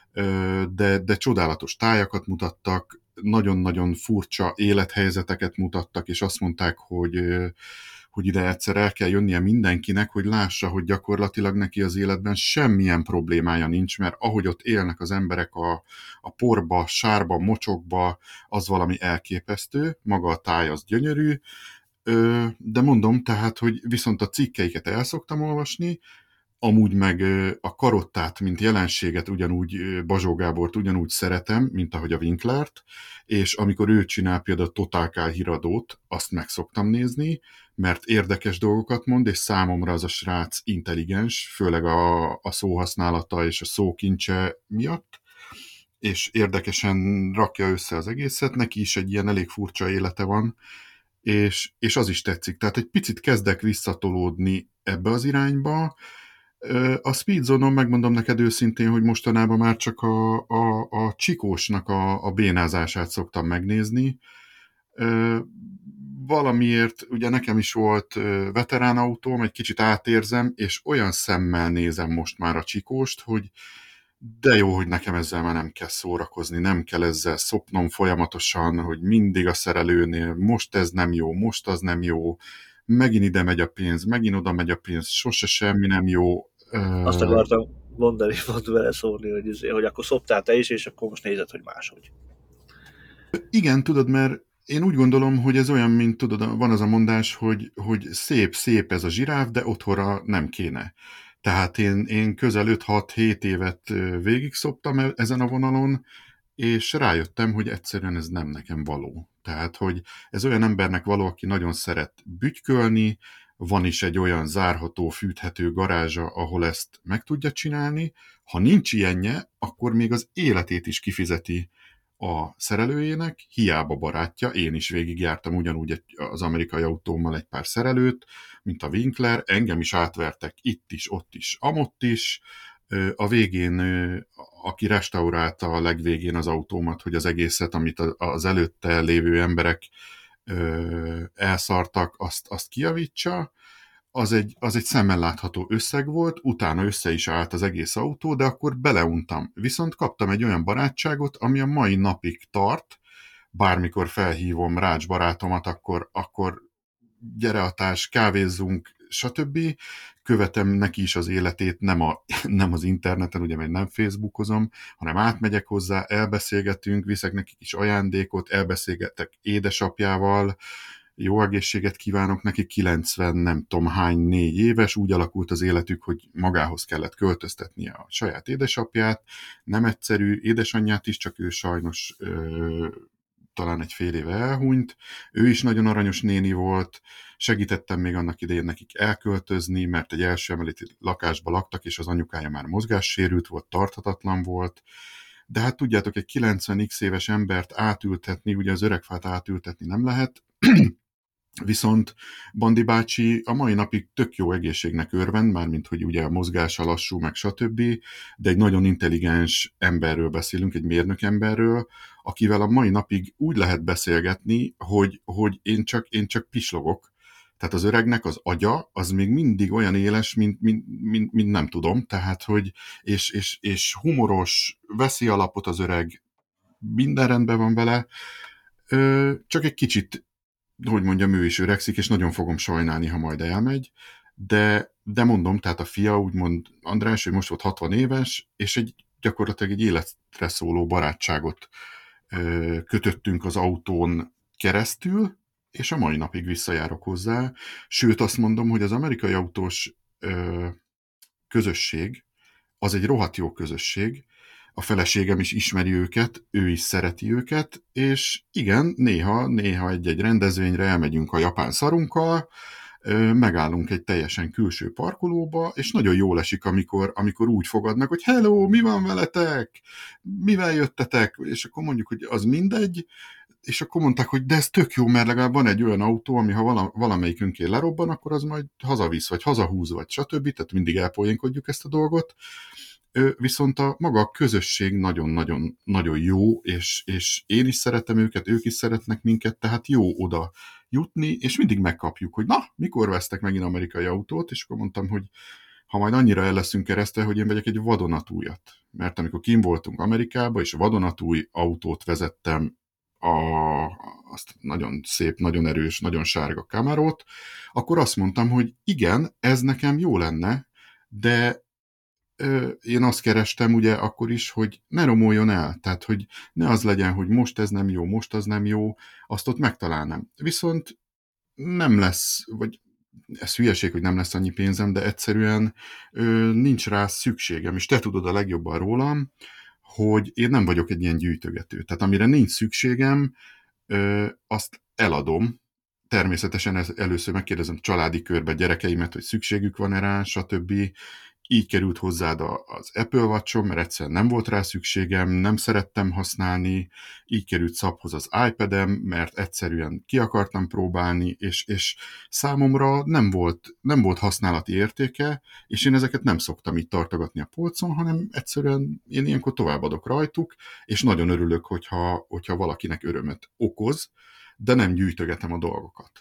de csodálatos tájakat mutattak, nagyon-nagyon furcsa élethelyzeteket mutattak, és azt mondták, hogy ide egyszer el kell jönnie mindenkinek, hogy lássa, hogy gyakorlatilag neki az életben semmilyen problémája nincs, mert ahogy ott élnek az emberek a porba, sárba, mocsokba, az valami elképesztő, maga a táj az gyönyörű, de mondom tehát, hogy viszont a cikkeiket el szoktam olvasni, amúgy meg a Karottát, mint jelenséget ugyanúgy, Bazsó Gábort ugyanúgy szeretem, mint ahogy a Winklert, és amikor ő csinál például Total Kál híradót, azt meg szoktam nézni, mert érdekes dolgokat mond, és számomra az a srác intelligens, főleg a szóhasználata és a szókincse miatt, és érdekesen rakja össze az egészet, neki is egy ilyen elég furcsa élete van, és az is tetszik. Tehát egy picit kezdek visszatolódni ebbe az irányba. A Speedzonon megmondom neked őszintén, hogy mostanában már csak a Csikósnak a bénázását szoktam megnézni. Valamiért, ugye nekem is volt veterán autóm, egy kicsit átérzem, és olyan szemmel nézem most már a Csikóst, hogy de jó, hogy nekem ezzel már nem kell szórakozni, nem kell ezzel szopnom folyamatosan, hogy mindig a szerelőnél, most ez nem jó, most az nem jó, megint ide megy a pénz, megint oda megy a pénz, sose semmi nem jó. Azt akartam mondani, pont vele szólni, hogy akkor szoptál te is, és akkor most nézed, hogy máshogy. Igen, tudod, mert én úgy gondolom, hogy ez olyan, mint tudod, van az a mondás, hogy szép ez a zsiráf, de otthonra nem kéne. Tehát én közel 5-6-7 évet végig szoptam ezen a vonalon, és rájöttem, hogy egyszerűen ez nem nekem való. Tehát, hogy ez olyan embernek való, aki nagyon szeret bütykölni, van is egy olyan zárható, fűthető garázsa, ahol ezt meg tudja csinálni. Ha nincs ilyenje, akkor még az életét is kifizeti a szerelőjének, hiába barátja, én is végigjártam ugyanúgy az amerikai autómmal egy pár szerelőt, mint a Winkler, engem is átvertek itt is, ott is, amott is, a végén, aki restaurálta a legvégén az autómat, hogy az egészet, amit az előtte lévő emberek elszartak, azt kijavítsa, az egy szemmel látható összeg volt, utána össze is állt az egész autó, de akkor beleuntam. Viszont kaptam egy olyan barátságot, ami a mai napig tart, bármikor felhívom Rács barátomat, akkor gyere a társ, kávézzunk, stb. Követem neki is az életét, nem az interneten, ugye, mert nem Facebookozom, hanem átmegyek hozzá, elbeszélgetünk, viszek nekik is ajándékot, elbeszélgetek édesapjával, jó egészséget kívánok neki, 90 nem tudom hány 4 éves, úgy alakult az életük, hogy magához kellett költöztetnie a saját édesapját, nem egyszerű, édesanyját is, csak ő sajnos talán egy fél éve elhunyt, ő is nagyon aranyos néni volt, segítettem még annak idején nekik elköltözni, mert egy első emeleti lakásba laktak, és az anyukája már mozgássérült volt, tarthatatlan volt, de hát tudjátok, egy 90x éves embert átültetni, ugye az öregfát átültetni nem lehet, viszont Bandi bácsi a mai napig tök jó egészségnek örvend, mármint hogy ugye a mozgása lassú, meg stb., de egy nagyon intelligens emberről beszélünk, egy mérnök emberről, akivel a mai napig úgy lehet beszélgetni, hogy én csak pislogok. Tehát az öregnek az agya, az még mindig olyan éles, mint nem tudom, tehát hogy, és humoros, veszi alapot az öreg, minden rendben van vele, csak egy kicsit, hogy mondjam, ő is öregszik, és nagyon fogom sajnálni, ha majd elmegy, de mondom, tehát a fia, úgymond András, ő most volt 60 éves, és gyakorlatilag egy életre szóló barátságot kötöttünk az autón keresztül, és a mai napig visszajárok hozzá. Sőt, azt mondom, hogy az amerikai autós közösség, az egy rohadt jó közösség, a feleségem is ismeri őket, ő is szereti őket, és igen, néha egy-egy rendezvényre elmegyünk a japán szarunkkal, megállunk egy teljesen külső parkolóba, és nagyon jól esik, amikor úgy fogadnak, hogy hello, mi van veletek? Mivel jöttetek? És akkor mondjuk, hogy az mindegy, és akkor mondták, hogy de ez tök jó, mert legalább van egy olyan autó, ami ha valamelyikünké lerobban, akkor az majd hazavisz, vagy hazahúz, vagy stb. Tehát mindig elpoénkodjuk ezt a dolgot. Viszont maga a közösség nagyon-nagyon nagyon jó, és én is szeretem őket, ők is szeretnek minket, tehát jó oda jutni, és mindig megkapjuk, hogy na, mikor vesztek megint amerikai autót, és akkor mondtam, hogy ha majd annyira el leszünk keresztve, hogy én vegyek egy vadonatújat. Mert amikor kim voltunk Amerikába, és vadonatúj autót vezettem, azt nagyon szép, nagyon erős, nagyon sárga Camarót, akkor azt mondtam, hogy igen, ez nekem jó lenne, de én azt kerestem ugye akkor is, hogy ne romoljon el, tehát hogy ne az legyen, hogy most ez nem jó, most az nem jó, azt ott megtalálnám. Viszont nem lesz, vagy ez hülyeség, hogy nem lesz annyi pénzem, de egyszerűen nincs rá szükségem, és te tudod a legjobban rólam, hogy én nem vagyok egy ilyen gyűjtögető. Tehát amire nincs szükségem, azt eladom. Természetesen először megkérdezem családi körbe gyerekeimet, hogy szükségük van-e rá, stb. Így került hozzád az Apple Watch-om, mert egyszerűen nem volt rá szükségem, nem szerettem használni, így került Szabhoz az iPad-em, mert egyszerűen ki akartam próbálni, és számomra nem volt használati értéke, és én ezeket nem szoktam itt tartogatni a polcon, hanem egyszerűen én ilyenkor továbbadok rajtuk, és nagyon örülök, hogyha valakinek örömet okoz, de nem gyűjtögetem a dolgokat.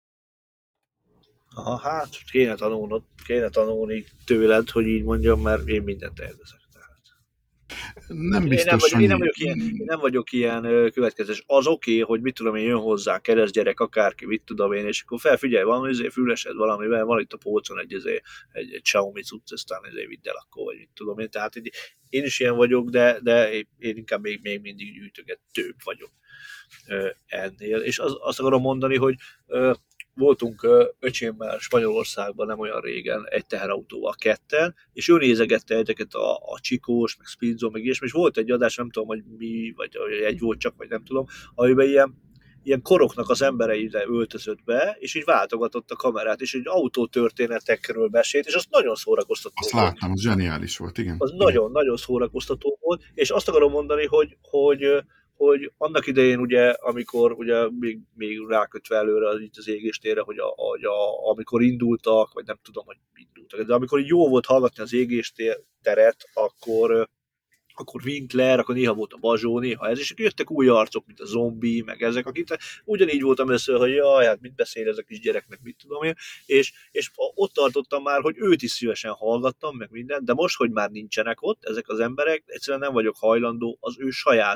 Aha, hát kéne tanulni tőled, hogy így mondjam, mert én mindent elveszek. Nem Én nem, biztos, vagyok, én nem Sanyi. vagyok ilyen, én nem vagyok ilyen következetes. Az oké, hogy mit tudom én, jön hozzá keresztgyerek, akárki, mit tudom én, és akkor felfigyelj, valami fülesed valamivel, van itt a polcon egy Xiaomi cucc, aztán vidd el akkor, vagy mit tudom én. Tehát én is ilyen vagyok, de én inkább még mindig gyűjtögetőbb vagyok ennél. És azt akarom mondani, hogy voltunk öcsémmel Spanyolországban nem olyan régen egy teherautóval ketten, és ő nézegette ezeket a Csikós, meg Spinzo, meg ilyesmi, és volt egy adás, nem tudom, hogy mi, vagy egy volt csak, vagy nem tudom, amiben ilyen koroknak az embereire öltözött be, és így váltogatott a kamerát, és egy autótörténetekről mesélt, és az nagyon szórakoztató Azt volt. láttam, az zseniális volt, igen. Az Igen. nagyon-nagyon szórakoztató volt, és azt akarom mondani, hogy annak idején ugye, amikor ugye még rákötve előre az égéstérre, amikor indultak, vagy nem tudom, hogy indultak, de amikor jó volt hallgatni az égésteret, akkor Winkler, akkor néha volt a Bazsó, néha ez, és jöttek új arcok, mint a Zombi, meg ezek, akik ugyanígy voltam először, hogy jaj, hát mit beszél ez a kis gyereknek, mit tudom én, és ott tartottam már, hogy őt is szívesen hallgattam, meg minden, de most, hogy már nincsenek ott ezek az emberek, egyszerűen nem vagyok hajlandó az ő saját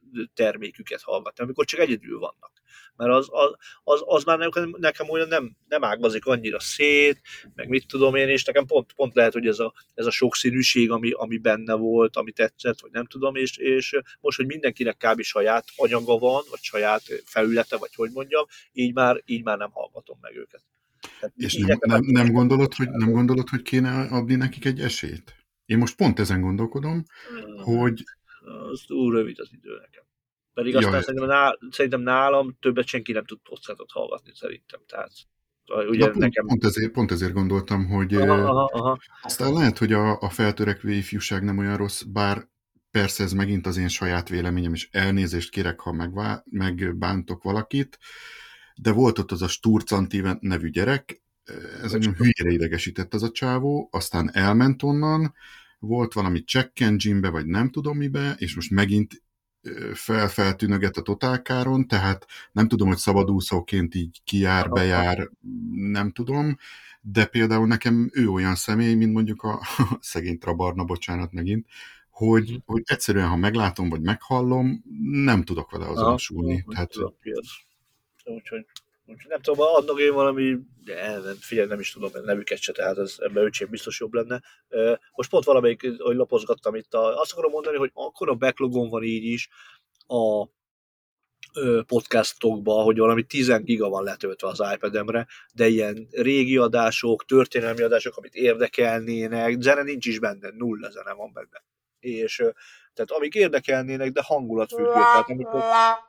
terméküket hallgatni, amikor csak egyedül vannak. Mert az már nekem olyan nem ágazik annyira szét, meg mit tudom én, és nekem pont lehet, hogy ez a sokszínűség, ami benne volt, ami tetszett, vagy nem tudom, és most, hogy mindenkinek kb. Saját anyaga van, vagy saját felülete, vagy hogy mondjam, így már nem hallgatom meg őket. Tehát És így nekem nem gondolod, hogy kéne adni nekik egy esélyt? Én most pont ezen gondolkodom, hogy az túl rövid az idő nekem. Pedig aztán jaj, szerintem nálam többet senki nem tud podcastot hallgatni, szerintem. Tehát ugye nekem... pont ezért gondoltam, hogy Aha. aztán lehet, hogy a feltörekvő ifjúság nem olyan rossz, bár persze ez megint az én saját véleményem, és elnézést kérek, ha megbántok valakit, de volt ott az a Sturcanti nevű gyerek, ez engem hülyére idegesített az a csávó, aztán elment onnan, volt valami check engine-be, vagy nem tudom mibe, és most megint feltűnöget a totálkáron, tehát nem tudom, hogy szabadúszóként így kijár, bejár, nem tudom, de például nekem ő olyan személy, mint mondjuk a szegény Trabarna, bocsánat megint, hogy egyszerűen, ha meglátom, vagy meghallom, nem tudok vele azonosulni. Tehát... Úgyhogy nem tudom, adnak én valami, de figyelj, nem is tudom a nevüket se, tehát ebben öcsém biztos jobb lenne. Most pont valamelyik, hogy lapozgattam itt, azt akarom mondani, hogy akkor a backlogon van így is a podcastokba, hogy valami 10 giga van letöltve az iPad-emre, de ilyen régi adások, történelmi adások, amit érdekelnének, zene nincs is benne, nulla zene van benne. És tehát amik érdekelnének, de hangulatfüggő. Tehát amikor...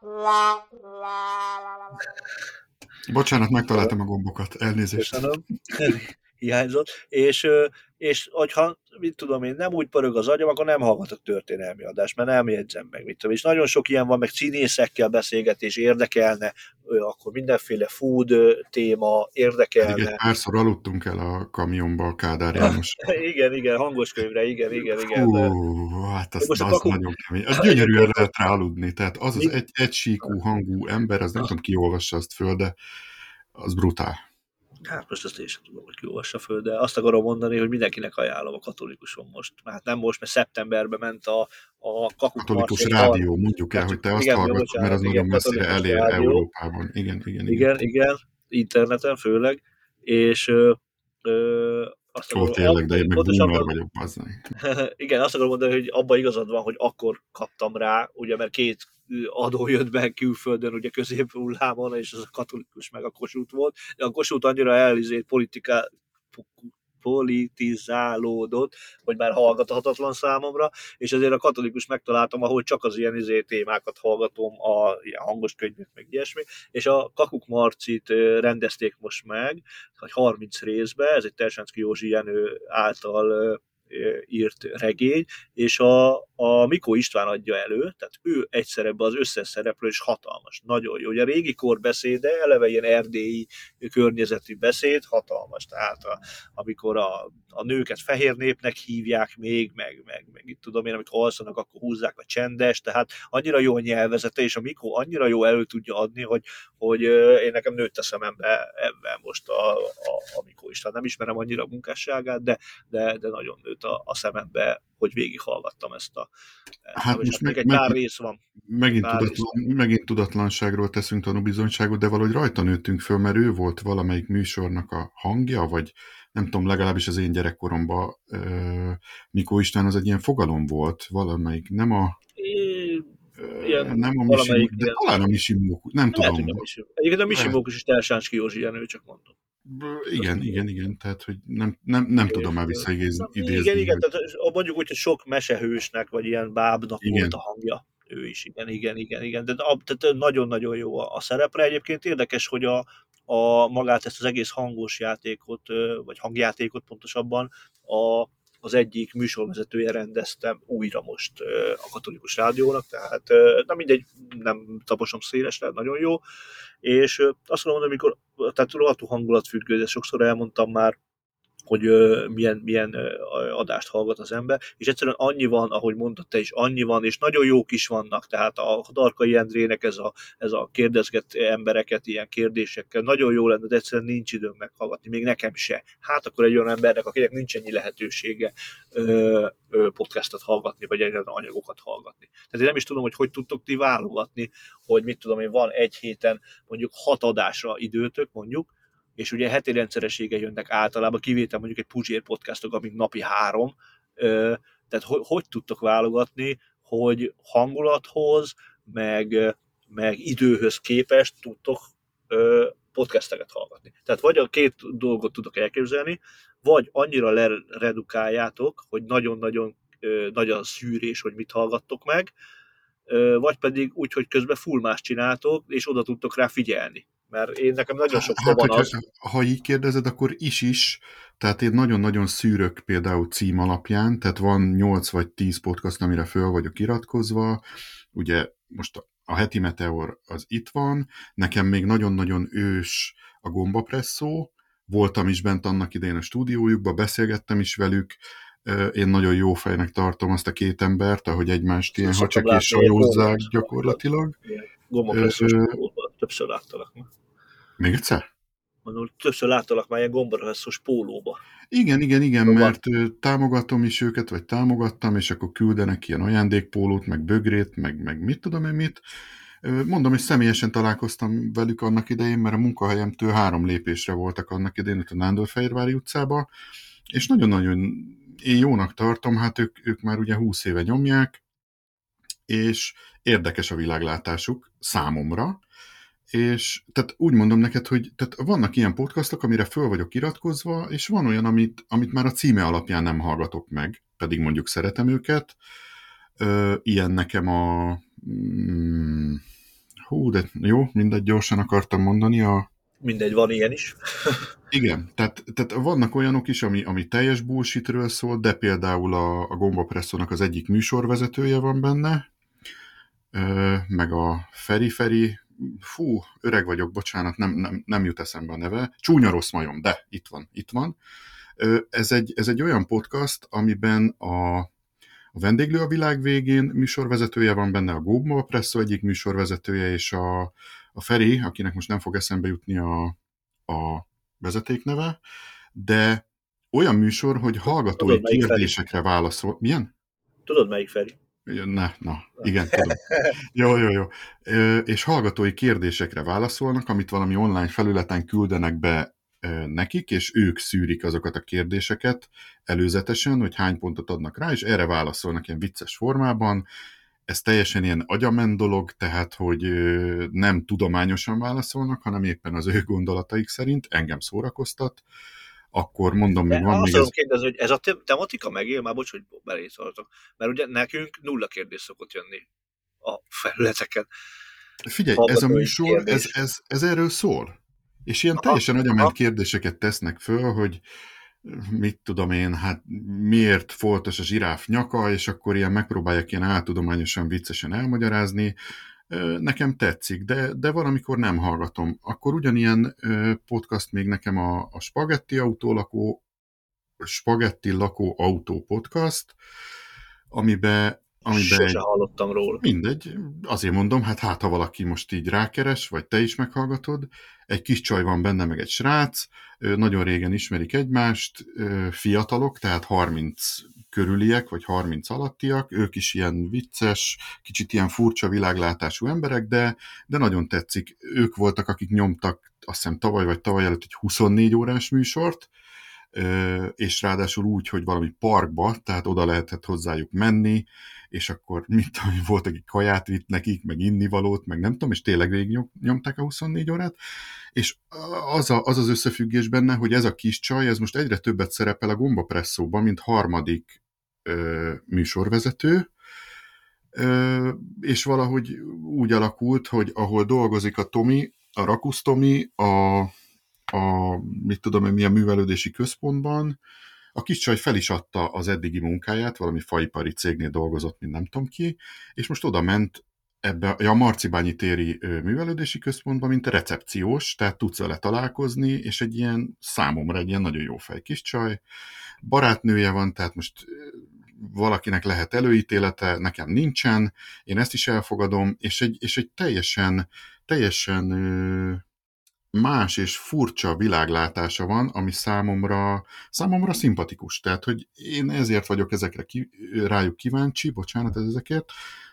Bocsánat, megtaláltam a gombokat, elnézést. Köszönöm. Hiányzott. És hogyha, mit tudom én, nem úgy pörög az agyam, akkor nem hallgatok történelmi adást, mert nem jegyzem meg, mit tudom. És nagyon sok ilyen van, meg színészekkel beszélgetés érdekelne, akkor mindenféle food téma érdekelne. Pedig egy párszor aludtunk el a kamionba a Kádár János. igen, hangos könyvre, igen. Hú, hát az nagyon kemény. Az gyönyörűen lehet rá aludni, tehát az egysíkú hangú ember, az nem tudom, ki olvassa azt föl, de az brutál. Hát most ezt én sem tudom, hogy ki olvassa föl, de azt akarom mondani, hogy mindenkinek ajánlom a Katolikuson most. Hát nem most, mert szeptemberben ment a Katolikus rádió, mondjuk el, hogy te azt hallgatod, mert az nagyon messzire elér Európában. Igen, interneten főleg, és azt akarom, tényleg, de én meg boomer vagyok, bazdmeg. Igen, azt akarom mondani, hogy abban igazad van, hogy akkor kaptam rá, ugye, mert 2 adó jött be külföldön, ugye középhullámon, és az a Katolikus meg a Kossuth volt, de a Kossuth annyira politizálódott, hogy már hallgathatatlan számomra, és ezért a Katolikus megtaláltam, ahol csak az ilyen témákat hallgatom, ilyen hangos könyvek, meg ilyesmi, és a Kakuk Marcit rendezték most meg, hogy 30 részbe, ez egy Tersánszky Józsi Jenő által írt regény, és a Mikó István adja elő, tehát ő egyszerre az összes szereplő, és hatalmas, nagyon jó. Ugye a régi kor beszéde, eleve ilyen erdélyi környezetű beszéd, hatalmas, tehát amikor a nőket fehér népnek hívják még, meg itt tudom én, amikor alszanak, akkor húzzák a csendes, tehát annyira jó a nyelvezete, és a Mikó annyira jó elő tudja adni, hogy én nekem nőtt a szemembe ebben most a Mikó István. Nem ismerem annyira a munkásságát, de nagyon nőtt a szemembe, hogy végighallgattam ezt Hát most még egy pár rész van. Megint tudatlanságról teszünk tanúbizonyságot, de valahogy rajta nőttünk föl, mert ő volt valamelyik műsornak a hangja, vagy nem tudom, legalábbis az én gyerekkoromban Mikó István az egy ilyen fogalom volt, valamelyik, nem a Misimókus, de talán a Misimókus, nem tudom. Egyébként a Misimókus is Tersánszky Józsi Jenő, csak mondom. Igen, tehát hogy nem tudom már visszaidézni. Igen, tehát mondjuk úgy, hogy sok mesehősnek, vagy ilyen bábnak volt a hangja. Ő is, igen. Tehát nagyon-nagyon jó a szerepre. Egyébként érdekes, hogy magát ezt az egész hangos játékot, vagy hangjátékot pontosabban az egyik műsorvezetője rendeztem újra most a Katolikus Rádiónak, tehát na mindegy, nem taposom szélesre, nagyon jó. És azt mondom, amikor, tehát rohadtul hangulatfüggő, de sokszor elmondtam már, hogy milyen adást hallgat az ember, és egyszerűen annyi van, ahogy mondtad te is, annyi van, és nagyon jók is vannak, tehát a Darkai Endrének ez a kérdezget embereket ilyen kérdésekkel, nagyon jó lenne, de egyszerűen nincs időm meghallgatni, még nekem se. Hát akkor egy olyan embernek, akinek nincs ennyi lehetősége podcastot hallgatni, vagy egy anyagokat hallgatni. Tehát én nem is tudom, hogy tudtok ti válogatni, hogy mit tudom én, van egy héten mondjuk 6 adásra időtök, mondjuk, és ugye heti rendszeressége jönnek általában, kivétel mondjuk egy Puzsér podcastok, amik napi 3, tehát hogy tudtok válogatni, hogy hangulathoz, meg időhöz képest tudtok podcasteket hallgatni. Tehát vagy a két dolgot tudok elképzelni, vagy annyira leredukáljátok, hogy nagyon-nagyon nagy a szűrés, hogy mit hallgattok meg, vagy pedig úgy, hogy közben full más csináltok, és oda tudtok rá figyelni. Mert én nekem nagyon sokszor van az. Ha így kérdezed, akkor is, tehát én nagyon-nagyon szűrök például cím alapján, tehát van 8 vagy 10 podcast, amire föl vagyok iratkozva, ugye most a heti Meteor az itt van, nekem még nagyon-nagyon ős a Gombapresszó, voltam is bent annak idején a stúdiójukba, beszélgettem is velük, én nagyon jó fejnek tartom azt a két embert, ahogy egymást ilyen hacsek és sajózzák gyakorlatilag. Gombapresszós pólóban, többször láttalak. Még egyszer? Mondom, többször láttalak már ilyen gombapresszós pólóba. Igen, mert támogatom is őket, vagy támogattam, és akkor küldenek ilyen ajándékpólót, meg bögrét, meg mit tudom én mit. Mondom, hogy személyesen találkoztam velük annak idején, mert a munkahelyemtől 3 lépésre voltak annak idején, ott a Nándorfehérvári utcába, és nagyon-nagyon én jónak tartom, hát ők már ugye 20 éve nyomják, és érdekes a világlátásuk számomra, és tehát úgy mondom neked, hogy tehát vannak ilyen podcastok, amire föl vagyok iratkozva, és van olyan, amit már a címe alapján nem hallgatok meg, pedig mondjuk szeretem őket. Ilyen nekem de jó, mindegy, gyorsan akartam mondani Mindegy, van ilyen is. Igen, tehát vannak olyanok is, ami teljes bullshitről szól, de például a Gombapresszónak az egyik műsorvezetője van benne, meg a Feri, öreg vagyok, bocsánat, nem jut eszembe a neve, Csúnya rossz majom, de itt van. Ez egy olyan podcast, amiben a Vendéglő a világ végén műsorvezetője van benne, a Gombapresszó egyik műsorvezetője, és a Feri, akinek most nem fog eszembe jutni a vezetékneve, de olyan műsor, hogy hallgatói kérdésekre válaszol. Milyen? Tudod, melyik Feri? Igen, tudom. Jó. És hallgatói kérdésekre válaszolnak, amit valami online felületen küldenek be nekik, és ők szűrik azokat a kérdéseket előzetesen, hogy hány pontot adnak rá, és erre válaszolnak ilyen vicces formában. Ez teljesen ilyen agyament dolog, tehát, hogy nem tudományosan válaszolnak, hanem éppen az ő gondolataik szerint, engem szórakoztat. Akkor mondom, még van még ez... kérdezni, hogy ez a tematika megél, már bocs, hogy belészoltok, mert ugye nekünk 0 kérdés szokott jönni a felületeken. Figyelj, ez a műsor, ez erről szól. És ilyen teljesen agyament kérdéseket tesznek föl, hogy mit tudom én, hát miért foltos a zsiráf nyaka, és akkor ilyen megpróbálják ilyen áltudományosan, viccesen elmagyarázni. Nekem tetszik, de valamikor nem hallgatom. Akkor ugyanilyen podcast még nekem a Spagetti lakó autó podcast, amiben sose hallottam róla. Mindegy, azért mondom, hát ha valaki most így rákeres, vagy te is meghallgatod, egy kis csaj van benne, meg egy srác, nagyon régen ismerik egymást, fiatalok, tehát 30 körüliek, vagy 30 alattiak, ők is ilyen vicces, kicsit ilyen furcsa világlátású emberek, de nagyon tetszik. Ők voltak, akik nyomtak, azt hiszem tavaly előtt egy 24 órás műsort, és ráadásul úgy, hogy valami parkba, tehát oda lehetett hozzájuk menni, és akkor volt, aki kaját vitt nekik, meg innivalót, meg nem tudom, és tényleg végig nyomták a 24 órát, és az összefüggés benne, hogy ez a kis csaj, ez most egyre többet szerepel a Gombapresszóban, mint harmadik műsorvezető, és valahogy úgy alakult, hogy ahol dolgozik a Tomi, a Rakusz Tomi, mit tudom én, milyen művelődési központban, a kis csaj fel is adta az eddigi munkáját, valami faipari cégnél dolgozott, mint nem tudom ki, és most oda ment ebbe a Marcibányi téri művelődési központban, mint a recepciós, tehát tudsz vele találkozni, és egy ilyen, számomra egy ilyen nagyon jó fej kis csaj. Barátnője van, tehát most valakinek lehet előítélete, nekem nincsen, én ezt is elfogadom, és egy teljesen más és furcsa világlátása van, ami számomra szimpatikus. Tehát, hogy én ezért vagyok rájuk kíváncsi, bocsánat ezekért,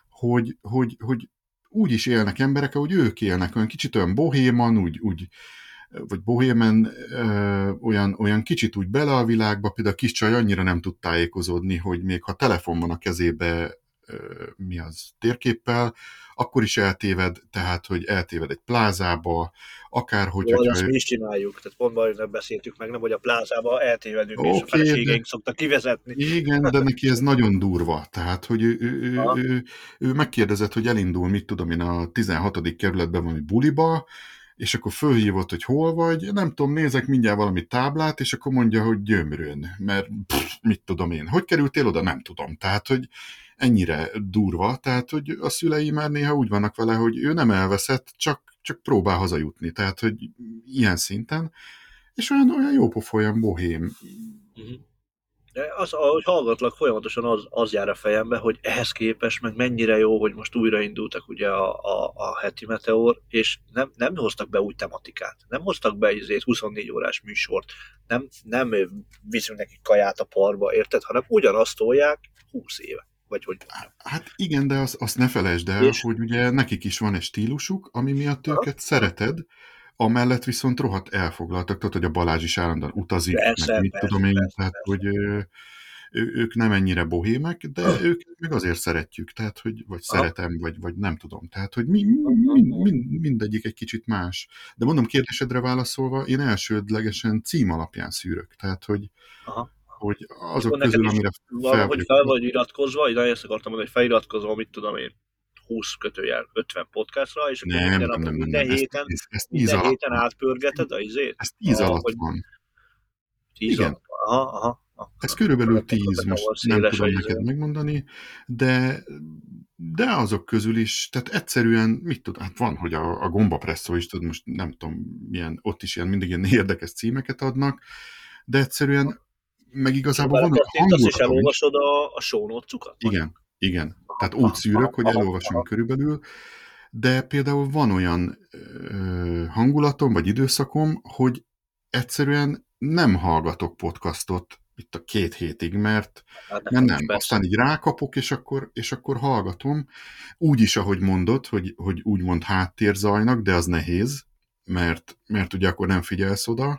hogy úgy is élnek emberek, ahogy ők élnek, olyan kicsit olyan bohéman, vagy bohémen, olyan kicsit úgy bele a világba, például a kis csaj annyira nem tud tájékozódni, hogy még ha telefon van a kezébe, mi az, térképpel, akkor is eltéved, tehát, hogy eltéved egy plázába, akárhogy, Jó, hogyha azt mi is csináljuk, tehát pont majd beszéltük meg, nem, hogy a plázába eltévedünk, és a oké, de feleségeink szoktak kivezetni. igen, de neki ez nagyon durva. Tehát, hogy Aha. ő megkérdezett, hogy elindul, mit tudom én, a 16. kerületben valami buliba, és akkor fölhívott, hogy hol vagy, nem tudom, nézek mindjárt valami táblát, és akkor mondja, hogy Gyömrőn, mert mit tudom én. Hogy kerültél oda? Nem tudom. Tehát, hogy ennyire durva, tehát, hogy a szülei már néha úgy vannak vele, hogy ő nem elveszett, csak próbál hazajutni. Tehát, hogy ilyen szinten, és olyan jópofa, olyan bohém. Uh-huh. De az, ahogy hallgatlak, folyamatosan az jár a fejembe, hogy ehhez képest meg mennyire jó, hogy most újraindultak ugye a heti Meteor, és nem hoztak be új tematikát, nem hoztak be egy 24 órás műsort, nem viszünk nekik kaját a parba, érted, hanem ugyanazt tolják 20 éve, vagy hogy mondjam. Hát igen, de azt ne felejtsd el, És hogy ugye nekik is van egy stílusuk, ami miatt aha, őket szereted, amellett viszont rohadt elfoglaltak, tudod, hogy a Balázs is állandóan utazik, meg persze, mit tudom persze, én, persze, tehát, hogy persze. ők nem ennyire bohémek, de őket meg azért szeretjük, tehát, hogy vagy Aha, szeretem, vagy nem tudom, tehát, hogy aha, mindegyik egy kicsit más. De mondom, kérdésedre válaszolva, én elsődlegesen cím alapján szűrök, tehát, aha. hogy És azok akkor neked közül, is amire fel valahogy vagyok. fel vagy iratkozva, én ezt akartam mondani, hogy feliratkozva, mit tudom én, 20 kötőjel 50 podcastra, és akkor Nem, minden nem, nap, nem, nem, nem. Ez 10 minden alatt héten van. átpörgeted a izét? Ez 10 alatt Vagy van. 10 Igen. alatt? Aha, aha. Ez Akkor körülbelül nekem 10, most van nem széles a tudom neked izé. megmondani, de azok közül is, tehát egyszerűen, mit tud, hát van, hogy a gombapresszó is tud, most nem tudom, ott is mindig ilyen érdekes címeket adnak, de egyszerűen, meg És akkor igazából van olyan belekattintasz, és hangulatom is. elolvasod a show notes-ukat, mondjuk? Igen, igen. Aha, Tehát úgy aha, szűrök, aha, hogy aha, elolvasom aha. körülbelül, de például van olyan hangulatom, vagy időszakom, hogy egyszerűen nem hallgatok podcastot itt a 2 hétig, mert Hát nem, nekem is nem. persze. Aztán így rákapok, és akkor hallgatom. Úgy is, ahogy mondod, hogy úgymond háttérzajnak, de az nehéz, mert ugye akkor nem figyelsz oda,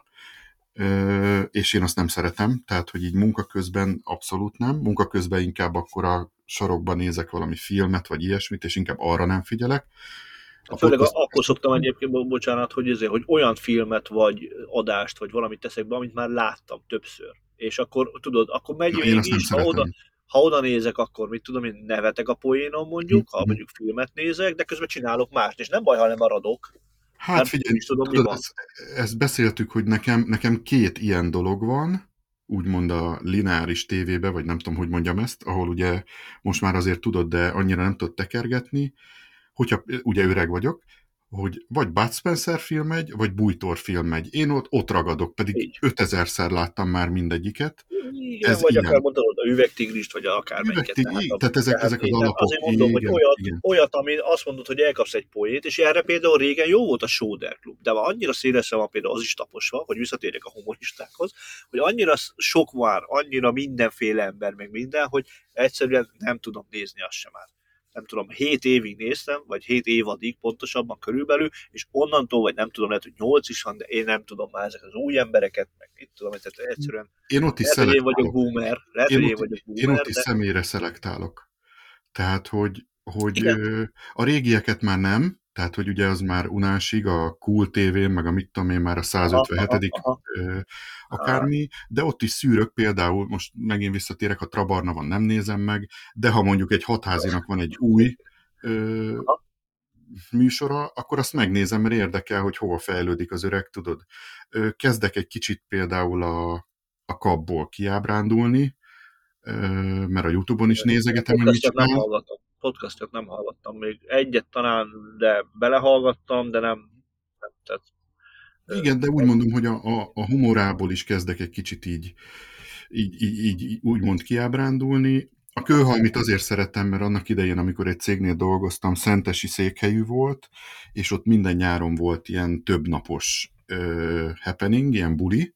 és én azt nem szeretem, tehát, hogy így munka közben abszolút nem. Munka közben inkább akkor a sarokban nézek valami filmet, vagy ilyesmit, és inkább arra nem figyelek. A Főleg podcast akkor szoktam egyébként, bocsánat, hogy olyan filmet, vagy adást, vagy valamit teszek be, amit már láttam többször. És akkor tudod, akkor megy na, én azt nem mégis, szeretem. ha oda nézek, akkor mit tudom én, nevetek a poénon mondjuk, ha mondjuk filmet nézek, de közben csinálok mást, és nem baj, ha nem maradok, Hát mert nem figyelj, is tudom, mi tudod, van. ezt beszéltük, hogy nekem 2 ilyen dolog van, úgymond a lineáris tévébe, vagy nem tudom, hogy mondjam ezt, ahol ugye most már azért tudod, de annyira nem tudod tekergetni, hogyha ugye öreg vagyok, hogy vagy Bud Spencer film megy, vagy Bújtor film megy. Én ott ragadok, pedig Így. 5000-szer láttam már mindegyiket. Igen, Ez vagy akár ilyen. mondod a üvegtigrist, vagy akármelyiket. Tehát ezek az Tehát alapok. azért mondom, hogy Igen, igen. olyat, ami azt mondod, hogy elkapsz egy poént, és erre például régen jó volt a Soder Klub, de már annyira szélesre van például az is taposva, hogy visszatérjek a humoristákhoz, hogy annyira sok van, annyira mindenféle ember, meg minden, hogy egyszerűen nem tudom nézni azt sem már. Nem tudom, 7 évig néztem, vagy 7 évadig pontosabban körülbelül, és onnantól, vagy nem tudom, lehet, hogy 8 is van, de én nem tudom már ezeket az új embereket, meg mit tudom, tehát egyszerűen Én ott is lehet, hogy én vagyok szelektálok. boomer, lehet, Én hogy én ott, vagyok én ott boomer, is de személyre szelektálok. Tehát, hogy igen. a régieket már nem, tehát, hogy ugye az már unásig, a Cool TV-n, meg a mit tudom én, már a Aha, aha, 157. aha. Á, akármi, de ott is szűrök például, most megint visszatérek, ha Trabarna van, nem nézem meg, de ha mondjuk egy hatházinak van egy új ö, aha. műsora, akkor azt megnézem, mert érdekel, hogy hova fejlődik az öreg, tudod. Kezdek egy kicsit például a kapból kiábrándulni, mert a YouTube-on is A nézegetem, hogy mit podcastot nem csinál. hallgatom. Podcastot nem hallgattam még. Egyet talán, de belehallgattam, de nem tehát, Igen, de úgy mondom, hogy a humorából is kezdek egy kicsit így úgymond kiábrándulni. A Kőhalmit azért szerettem, mert annak idején, amikor egy cégnél dolgoztam, szentesi székhelyű volt, és ott minden nyáron volt ilyen többnapos happening, ilyen buli,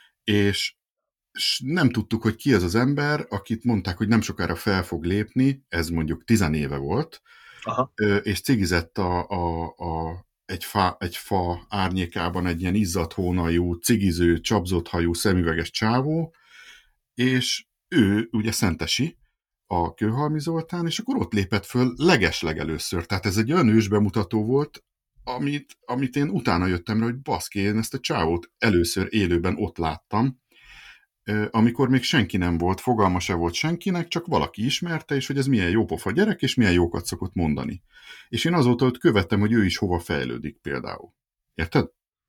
és nem tudtuk, hogy ki az az ember, akit mondták, hogy nem sokára fel fog lépni, ez mondjuk 10 éve volt, aha. és cigizett egy fa árnyékában egy ilyen izzadt hónajú, cigiző, csapzott hajú, szemüveges csávó, és ő ugye szentesi, a Kőhalmi Zoltán, és akkor ott lépett föl legeslegelőször. Tehát ez egy olyan ősbemutató volt, amit én utána jöttem rá, hogy baszki, én ezt a csávót először élőben ott láttam, amikor még senki nem volt, fogalma se volt senkinek, csak valaki ismerte, és hogy ez milyen jópofa gyerek, és milyen jókat szokott mondani. És én azóta ott követtem, hogy ő is hova fejlődik például. Érted?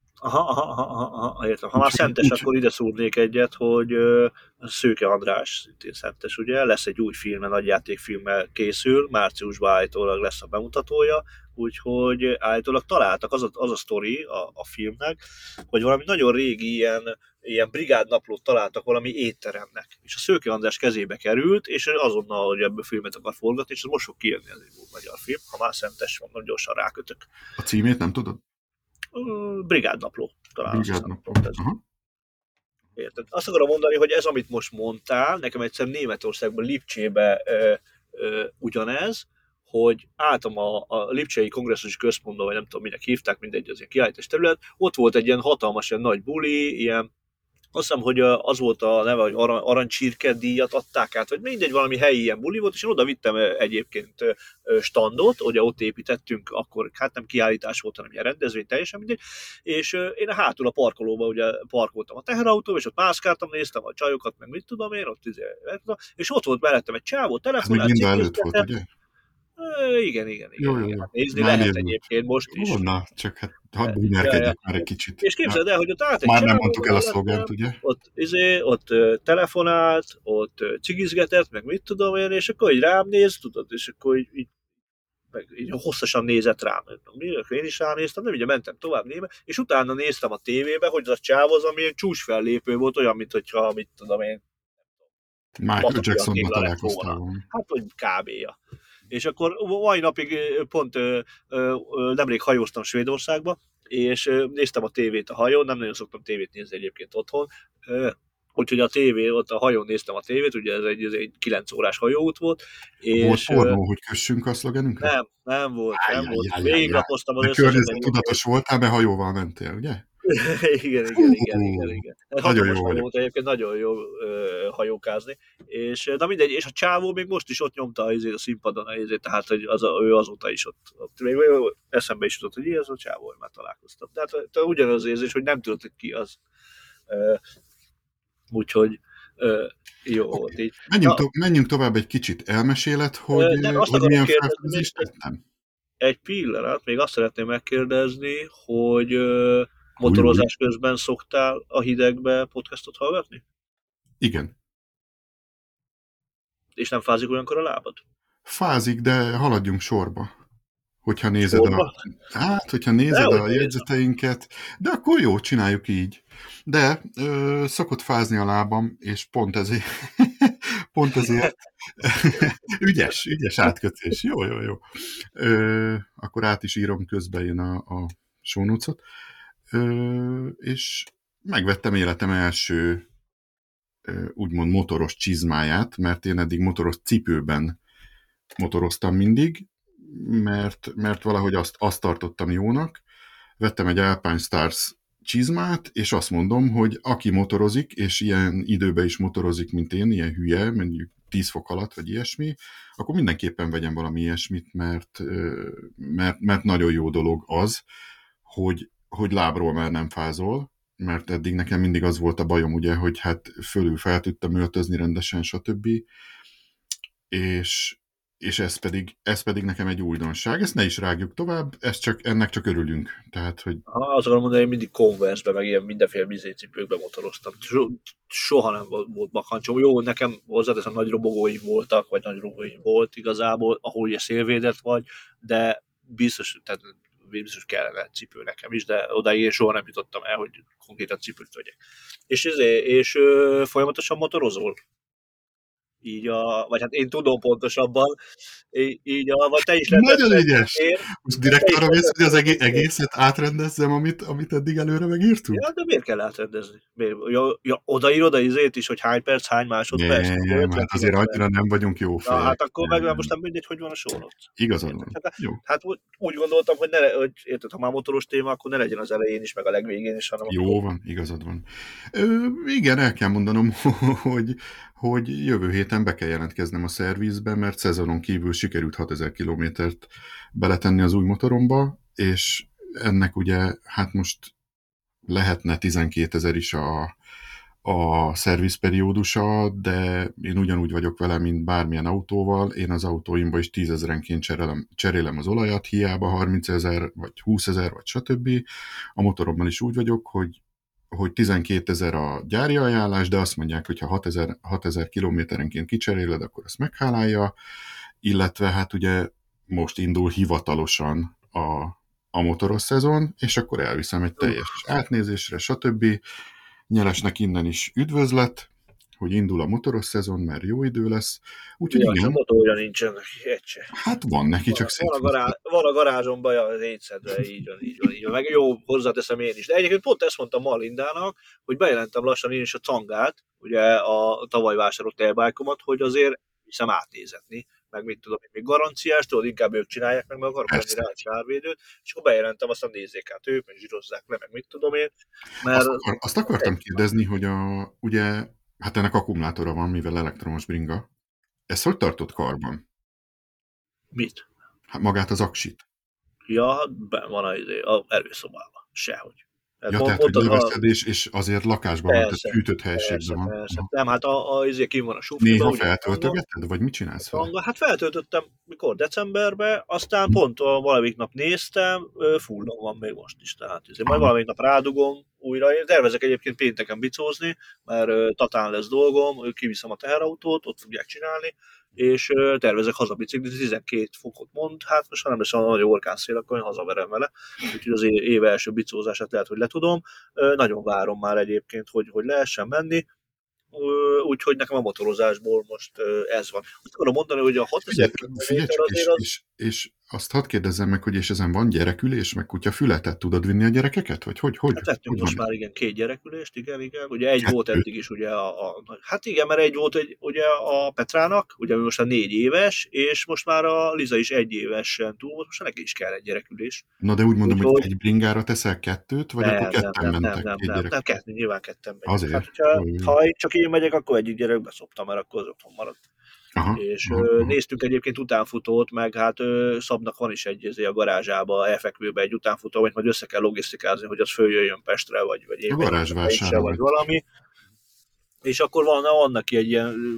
Aha, értem. Ha már szentes, Úgy, akkor ide szúrnék egyet, hogy Szőke András szintén szentes, ugye? Lesz egy új filme, nagyjátékfilmmel készül, márciusban állítólag lesz a bemutatója, úgyhogy állítólag találtak az a sztori a filmnek, hogy valami nagyon régi ilyen brigádnaplót találtak valami étteremnek. És a Szőke András kezébe került, és azonnal, hogy ebből filmet akar forgatni, és ez most fog kijönni, ez egy magyar film. Ha már szentes van, nagyon gyorsan rákötök. a címét nem tudod? Brigádnapló, talán azt hiszem. Brigádnap. Pont ez. Aha. Érted? Azt akarom mondani, hogy ez, amit most mondtál, nekem egyszer Németországban, Lipcsébe ugyanez, hogy álltam a Lipcsei kongresszusi központban, vagy nem tudom, minek hívták, mindegy, az ilyen kiállítás terület, ott volt egy ilyen hatalmas, ilyen nagy buli, ilyen azt hiszem, hogy az volt a neve, hogy aranycsirke díjat adták át, vagy mindegy, valami helyi ilyen buli volt, és én oda vittem egyébként standot, ugye ott építettünk, akkor hát nem kiállítás volt, hanem ilyen rendezvény, teljesen mindegy, és én a hátul a parkolóba ugye parkoltam a teherautó, és ott mászkáltam, néztem a csajokat, meg mit tudom én, ott és ott volt mellettem egy csávó, Ez még telefonált, Linda előtt volt, ugye? Igen. Jó. Hát nézni Már lehet érült. egyébként most is. Jó, na, csak hát hadd Ja, ja. búnyerkedjek már egy kicsit. És képzeld el, hogy ott állt egy Már nem csávó mondtuk el a szlogent, mellettem, ugye? ott telefonált, ott cigizgetett, meg mit tudom én, és akkor így rám néz, tudod, és akkor így hosszasan nézett rám. Én is ránéztem, nem, ugye mentem tovább néve, és utána néztem a tévébe, hogy az a csáv az, amilyen csúcsfellépő volt, olyan, mint hogyha, mit tudom én, Michael Pataki Jacksonnal Attila lett találkoztál volna. volna. Hát, vagy kb-ja. És akkor mai napig pont nemrég hajóztam Svédországba, és néztem a tévét a hajón, nem nagyon szoktam tévét nézni egyébként otthon, úgyhogy a tévé, ott a hajón néztem a tévét, ugye ez egy 9 órás hajóút volt, Volt és pornó, hogy kössünk a szlogenünkre? nem volt. Ájjájjájjájá. Végiglapoztam az De összeset környezettudatos voltál, mert hajóval mentél, ugye? igen. Nagyon Hatalmas jó hajó vagyok. volt egyébként, nagyon jó hajókázni. És na mindegy, és a csávó még most is ott nyomta a színpadon, tehát hogy ő azóta is ott még eszembe is jutott, hogy ez a csávó, hogy már találkoztam. Tehát ugyanaz érzés, hogy nem tudod, hogy ki az. Úgyhogy jó volt így. Menjünk tovább egy kicsit. Elmeséled, Nem, azt hogy akarom milyen kérdezni, felfedezést tettem? egy pillanat, még azt szeretném megkérdezni, hogy Új. motorozás közben szoktál a hidegbe podcastot hallgatni? Igen. És nem fázik olyankor a lábad? Fázik, de haladjunk sorba. Hogyha Sorba? hogyha nézed Dehogy a nézem. jegyzeteinket, de akkor jó, csináljuk így. De szokott fázni a lábam, és pont ezért ügyes átkötés. Jó. Akkor át is írom közben én a show notes-ot. És megvettem életem első úgymond motoros csizmáját, mert én eddig motoros cipőben motoroztam mindig, mert valahogy azt tartottam jónak. Vettem egy Alpine Stars csizmát, és azt mondom, hogy aki motorozik, és ilyen időben is motorozik, mint én, ilyen hülye, mondjuk 10 fok alatt, vagy ilyesmi, akkor mindenképpen vegyen valami ilyesmit, mert nagyon jó dolog az, hogy lábról már nem fázol, mert eddig nekem mindig az volt a bajom, ugye, hogy hát fölül fel tudtam öltözni rendesen, stb. És, és ez pedig nekem egy újdonság. Ezt ne is rágjuk tovább, ennek csak örülünk. Tehát, hogy Ha, azt akarom mondani, hogy mindig Converse-be, meg ilyen mindenféle bizécipőkbe motoroztam. Soha nem volt bakancsom. Jó, nekem hozzáteszem, nagy robogóim voltak, vagy nagy robogóim volt igazából, ahol ugye szélvédett vagy, de biztos kellene cipő nekem is, de odáig én soha nem jutottam el, hogy konkrétan cipőt vegyek. És folyamatosan motorozol? Vagy hát én tudom pontosabban, vagy te is nagyon letetted ügyes! ér, Most te direkt is arra mész, hogy az letetted egészet átrendezzem, amit eddig előre megírtunk? Ja, de miért kell átrendezni? Miért? Ja, odaírod a izét is, hogy hány perc, hány másodperc, akkor Nem, hát azért 50-90. annyira nem vagyunk jó Na, fejek. hát akkor meg Nem. most nem mindegy, hogy van a sorot. Igazad Érted? van. Jó. Hát úgy gondoltam, hogy érted, ha már motoros téma, akkor ne legyen az elején is, meg a legvégén is, hanem akkor... Jó van, igazad van. Igen, el kell mondanom, hogy jövő héten be kell jelentkeznem a szervizbe, mert szezonon kívül sikerült 6000 kilométert beletenni az új motoromba, és ennek ugye, hát most lehetne 12 000 is a szervizperiódusa, de én ugyanúgy vagyok vele, mint bármilyen autóval. Én az autóimba is 10 000-enként cserélem az olajat, hiába 30 000, vagy 20 000, vagy stb. A motorommal is úgy vagyok, hogy 12 000 a gyári ajánlás, de azt mondják, hogy ha 6000 kilométerenként kicseréled, akkor azt meghálálja, illetve hát ugye most indul hivatalosan a motoros szezon, és akkor elviszem egy teljes átnézésre, stb. Nyelesnek innen is üdvözlet, hogy indul a motoros szezon, mert jó idő lesz. Úgyhogy Ja, csak igen, motorja nincsen neki, egy se. hát van neki, csak Van a garázsomban, ja, szétszedve, így van. Meg jó, hozzáteszem én is. De egyébként pont ezt mondtam ma Lindának, hogy bejelentem lassan én is a cangát, ugye a tavaly vásárolt airbike-omat, hogy azért hiszem átnézetni, meg mit tudom, még garanciás, tudod, inkább ők csinálják meg akarok venni rá egy sárvédőt, és akkor bejelentem, aztán nézzék át ők, meg zsírozzák le, meg mit tudom én, mert... Azt akartam kérdezni, hogy ugye, hát ennek akkumulátora van, mivel elektromos bringa. Ez hogy tartott karban? Mit? Hát magát az aksit. Ja, ben van az előszobában. Sehogy. Ja, tehát, hogy leveszed, és azért lakásban van, tehát fűtött helyiségben van. Persze. Nem, hát azért kim van a sufniba. Néha feltöltögeted, vagy mit csinálsz vele? Hát feltöltöttem, mikor decemberben, aztán pont valamelyik nap néztem, fullon van még most is, tehát majd valamelyik nap rádugom újra. Én tervezek egyébként pénteken bicózni, mert Tatán lesz dolgom, kiviszem a teherautót, ott fogják csinálni, és tervezek hazabiciklizni, 12 fokot mond, hát most ha nem lesz a nagy orkánszél, akkor én hazaverem vele, úgyhogy az év első bicózását lehet, hogy letudom. Nagyon várom már egyébként, hogy lehessen menni, úgyhogy nekem a motorozásból most ez van. Azt akarom mondani, hogy a 6000 Figyelj km csak, azért az... és azt hadd kérdezzem meg, hogy és ezen van gyerekülés, meg kutyafületet, tudod vinni a gyerekeket? Vagy hogy Hát vettünk most már igen 2 gyerekülést, igen. Ugye egy 2? volt eddig is ugye hát igen, mert egy volt ugye a Petrának, ugye most a 4 éves, és most már a Liza is 1 évesen túl, most neki is kell egy gyerekülés. Na de úgy mondom, hogy egy bringára teszel 2, vagy akkor ketten mentek? Nem, nyilván ketten megyek. Azért? Hát, ha csak én megyek, akkor egyik gyerek beszoptam, mert akkor az otthon marad. És néztünk egyébként utánfutót, meg hát Szabnak van is egy a garázsába, elfekvőbe egy utánfutó, vagy majd össze kell logisztikázni, hogy az följöjjön Pestre, vagy a garázsvásárra, vagy valami. És akkor van neki egy ilyen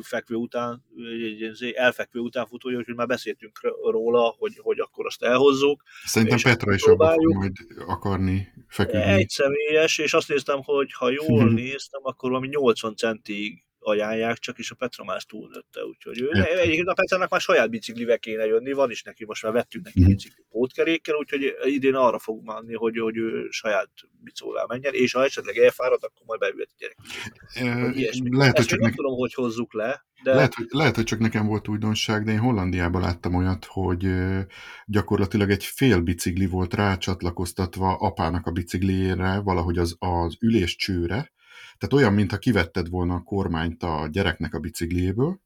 elfekvő utánfutója, úgyhogy már beszéltünk róla, hogy akkor azt elhozzuk. Szerintem Petra is abba fog majd akarni feküdni. Egy személyes, és azt néztem, hogy ha jól néztem, akkor valami 80 centig ajánlják csak, és a Petra már túlnőtte, úgyhogy egyébként a Petrának már saját biciklivel kéne jönni, van is neki, most már vettünk neki bicikli pótkerékkel, úgyhogy idén arra fog menni, hogy ő saját bicóval menjen, és ha esetleg elfárad, akkor majd beülhet a gyerek. Lehet, hogy csak nem tudom, hogy hozzuk le, de... Lehet, hogy csak nekem volt újdonság, de én Hollandiában láttam olyat, hogy gyakorlatilag egy fél bicikli volt rácsatlakoztatva apának a bicikliére, valahogy az üléscsőre, tehát olyan, mintha kivetted volna a kormányt a gyereknek a bicikliéből,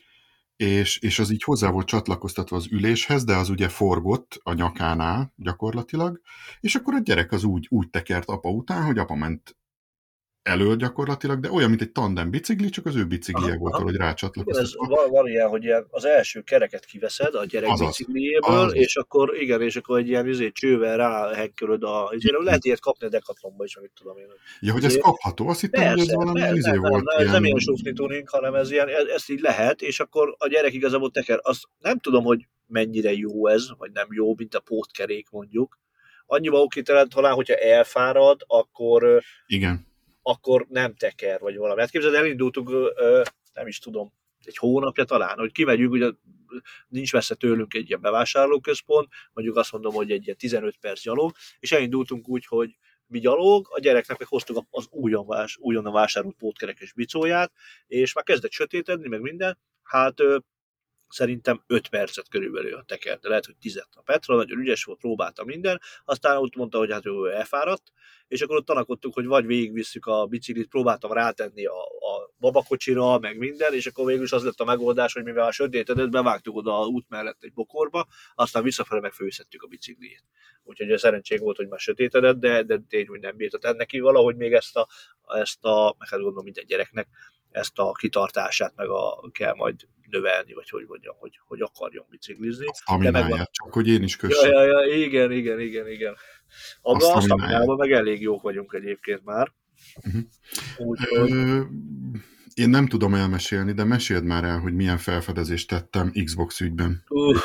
és az így hozzá volt csatlakoztatva az üléshez, de az ugye forgott a nyakánál gyakorlatilag, és akkor a gyerek az úgy tekert apa után, hogy apa ment elől gyakorlatilag, de olyan, mint egy tandem bicikli, csak az ő biciklije Aha, volt, aha. hogy Igen, ez rácsatlakoztatva. van ilyen, hogy ilyen az első kereket kiveszed a gyerek Azaz. bicikliéből, Azaz. és akkor igen, és akkor egy ilyen csővel ráhenkölöd lehet ilyet kapni a Decathlonba is, amit tudom én. Ja, hogy ez Izé. kapható. Azt hittem, hogy ez Persze, valamilyen volt, ez nem ilyen... ilyen sufni tuning, hanem ez ilyen, ezt így lehet, és akkor a gyerek igazából teker. Azt nem tudom, hogy mennyire jó ez, vagy nem jó, mint a pótkerék mondjuk. Annyiba oké talán, hogyha elfárad, Igen. akkor nem teker, vagy valami. Hát képzeld, elindultunk, nem is tudom, egy hónapja talán, hogy kimegyünk, ugye nincs messze tőlünk egy ilyen bevásárlóközpont, mondjuk azt mondom, hogy egy ilyen 15 perc gyalog, és elindultunk úgy, hogy mi gyalog, a gyereknek meg hoztuk az újonnan vásárolt pótkerekes bicóját, és már kezdett sötétedni, meg minden, hát szerintem 5 percet körülbelül a teker, de lehet, hogy 10. A Petra nagyon ügyes volt, próbálta minden, aztán úgy mondta, hogy hát ő elfáradt, és akkor ott tanakodtuk, hogy vagy végigvisszük a biciklit, próbáltam rátenni a babakocsira, meg minden, és akkor végül is az lett a megoldás, hogy mivel a sötétedett, bevágtuk oda a út mellett egy bokorba, aztán visszafele meg főszettük a bicikliét. Úgyhogy szerencség volt, hogy már sötétedett, de tény, hogy nem bírta. Tehát neki valahogy még ezt meg hát gondolom minden gyereknek, ezt a kitartását kell majd növelni, vagy hogy mondjam, hogy akarjon biciklizni. A sztamináját, csak hogy én is kössem. Igen. Abban a sztaminában meg elég jók vagyunk egyébként már. Úgyhogy... Én nem tudom elmesélni, de meséld már el, hogy milyen felfedezést tettem Xbox ügyben.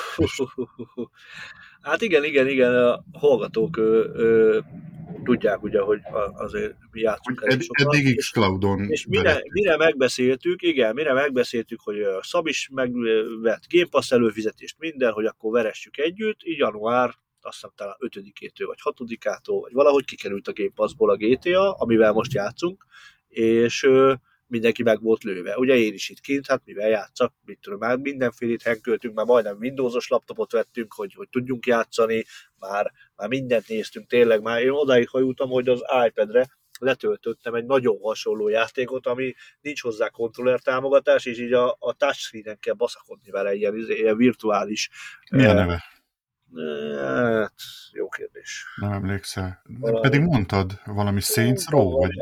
Hát igen, a hallgatók tudják ugye, hogy azért mi játszunk elég sokat. Eddig Xcloudon és mire megbeszéltük, hogy Szab is megvett Game Pass előfizetést, minden, hogy akkor veressük együtt, így január, azt hiszem talán 5-től vagy 6-ától, vagy valahogy kikerült a Game Passból a GTA, amivel most játszunk, és mindenki meg volt lőve. Ugye én is itt kint, hát mivel játszak, mit tudom, már mindenfélét henköltünk, már majdnem Windowsos laptopot vettünk, hogy tudjunk játszani, már mindent néztünk, tényleg már én odáig hajultam, hogy az iPad-re letöltöttem egy nagyon hasonló játékot, ami nincs hozzá kontroller támogatás, és így a touchscreen-en kell baszakodni vele, ilyen virtuális. Mi a neve? Hát, jó kérdés. Nem emlékszel. Pedig mondtad valami Saints Row? Vagy...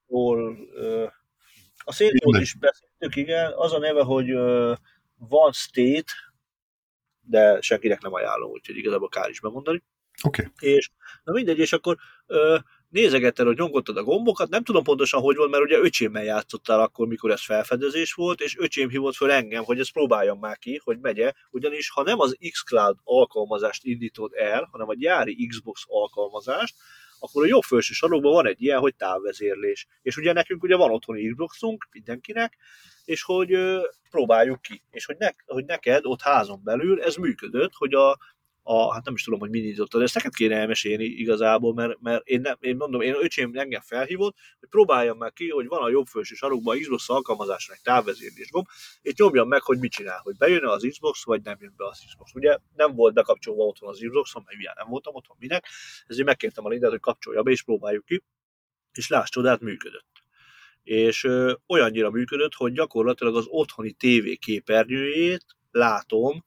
A Saints Row-t is beszéltük, igen. Az a neve, hogy One State, de senkinek nem ajánlom, úgyhogy igazából kár is bemondani. Oké. És na mindegy, és akkor nézegetted, hogy nyomkodtad a gombokat, nem tudom pontosan, hogy volt, mert ugye öcsémmel játszottál akkor, mikor ez felfedezés volt, és öcsém hívott föl engem, hogy ezt próbáljam már ki, hogy megye, ugyanis ha nem az xCloud alkalmazást indítod el, hanem a gyári Xbox alkalmazást, akkor a jobb felső sarokban van egy ilyen, hogy távvezérlés. És ugye nekünk ugye van otthoni Xboxunk, mindenkinek, és hogy próbáljuk ki. És hogy neked ott házon belül ez működött, hogy hát nem is tudom, hogy mi nyitottad, de ezt neked kéne elmesélni igazából, mert én mondom, én öcsém engem felhívott, hogy próbáljam már ki, hogy van a jobb felső sarokban Xbox alkalmazásra egy távvezérlés gomb, és nyomjam meg, hogy mit csinál, hogy bejön az Xbox, vagy nem jön be az Xbox. Ugye nem volt bekapcsolva otthon az Xboxon, mert ilyen nem voltam otthon, minek, ezért megkértem a Lindát, hogy kapcsolja be, és próbáljuk ki, és láss csodát, működött. És olyannyira működött, hogy gyakorlatilag az otthoni TV képernyőjét látom,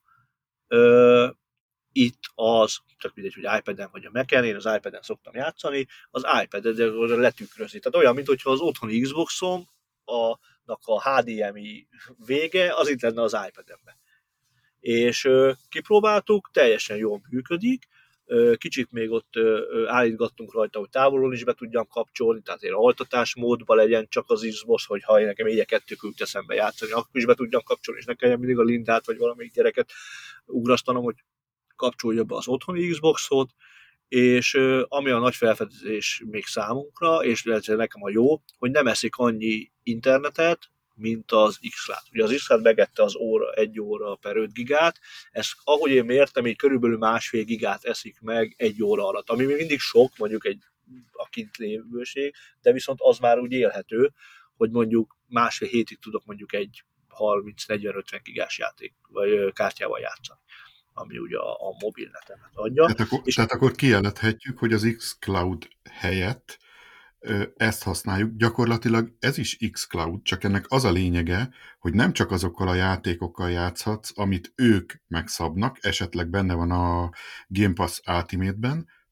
itt az, csak mindegy, hogy iPad-en vagy a Mac-en, én az iPad-en szoktam játszani, az iPad-en letükrözi. Tehát olyan, mintha az otthoni Xboxom, a HDMI vége, az itt lenne az iPad-emben. És kipróbáltuk, teljesen jól működik, kicsit még ott állítgattunk rajta, hogy távolról is be tudjam kapcsolni, tehát én altatás módban legyen csak az Xbox, hogy ha én nekem így kettő jut eszembe játszani, akkor is be tudjam kapcsolni, és ne kelljen mindig a Lindát, vagy valamelyik gyereket ugrasztanom, hogy kapcsolja be az otthoni Xboxot, és ami a nagy felfedezés még számunkra, és nekem a jó, hogy nem eszik annyi internetet, mint az xCloud. Ugye az xCloud megette az 1 óra per 5 gigát, ezt ahogy én mértem, így körülbelül 1,5 gigát eszik meg 1 óra alatt, ami még mindig sok, mondjuk a kint lévőség, de viszont az már úgy élhető, hogy mondjuk 1,5 hétig tudok mondjuk egy 30-40-50 gigás játék, vagy kártyával játszani, ami ugye a mobilnetemet adja. Tehát akkor kijelenthetjük, hogy az xCloud helyett ezt használjuk. Gyakorlatilag ez is xCloud, csak ennek az a lényege, hogy nem csak azokkal a játékokkal játszhatsz, amit ők megszabnak, esetleg benne van a Game Pass Ultimate-ben,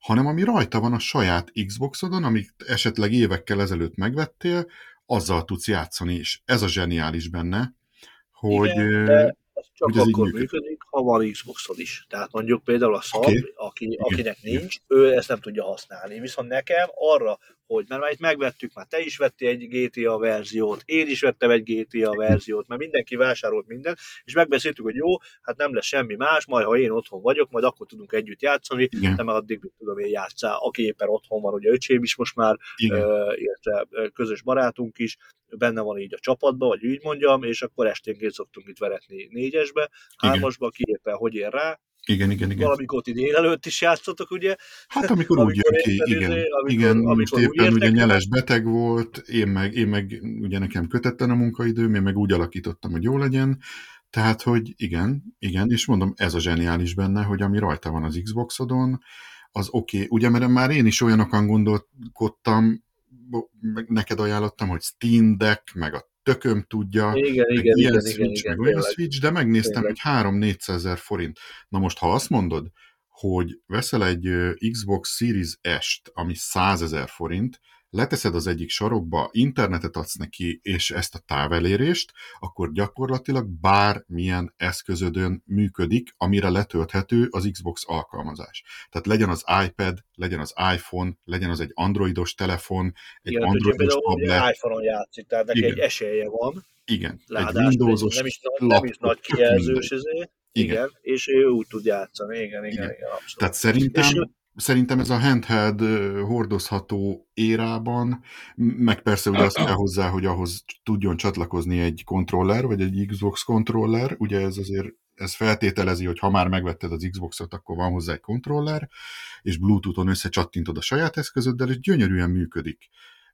hanem ami rajta van a saját Xboxodon, amit esetleg évekkel ezelőtt megvettél, azzal tudsz játszani, és ez a zseniális benne, hogy, Igen, de ez csak hogy ez így akkor működik. működik, ha van Xboxod is. Tehát mondjuk például a Oké, Szab, igen, akinek igen, nincs, ő ezt nem tudja használni. Viszont nekem arra, hogy mert már itt megvettük, már te is vettél egy GTA verziót, én is vettem egy GTA verziót, mert mindenki vásárolt mindent, és megbeszéltük, hogy jó, hát nem lesz semmi más, majd ha én otthon vagyok, majd akkor tudunk együtt játszani, te igen, meg addig mit tudom én játszál, aki éppen otthon van, ugye öcsém is most már, igen, illetve közös barátunk is, benne van így a csapatba, vagy úgy mondjam, és akkor esténként szoktunk itt veretni négyesbe, igen, hármasba, ki éppen hogy ér rá. igen, igen, igen. Valamikor ti délelőtt is játszotok, ugye? Hát amikor úgy Amikor jön ki, éppen, igen. Igen, most amikor úgy éppen ugye értek rá. nyeles beteg volt, én meg ugye nekem kötetten a munkaidőm, én meg úgy alakítottam, hogy jó legyen. Tehát, hogy igen, igen, és mondom, ez a zseniális benne, hogy ami rajta van az Xboxodon, az oké. Ugye, mert már én is olyanokon gondolkodtam, meg neked ajánlottam, hogy Steam Deck, meg a tököm tudja, Igen, meg igen, ilyen igen, igen, Switch, igen, meg olyan tényleg, Switch, de megnéztem, tényleg. hogy 3-400 ezer forint. Na most, ha azt mondod, hogy veszel egy Xbox Series S-t, ami 100 ezer forint, leteszed az egyik sarokba, internetet adsz neki, és ezt a távelérést, akkor gyakorlatilag bármilyen eszközödön működik, amire letölthető az Xbox alkalmazás. Tehát legyen az iPad, legyen az iPhone, legyen az egy androidos telefon, egy Igen, a öcsém androidos például ugye tablet, iPhone-on játszik, tehát neki egy igen, esélye van, igen, egy ráadásul egy Windowsos nem is nagy laptop, tök kijelzős, mindegy. ezért, Igen, igen, és ő úgy tud játszani, igen, igen, igen. igen, abszolút. Tehát És szerintem ez a handheld hordozható érában, meg persze ugye az kell hozzá, hogy ahhoz tudjon csatlakozni egy kontroller, vagy egy Xbox kontroller, ugye ez azért ez feltételezi, hogy ha már megvetted az Xboxot, akkor van hozzá egy kontroller, és Bluetooth-on összecsattintod a saját eszközöddel, és gyönyörűen működik.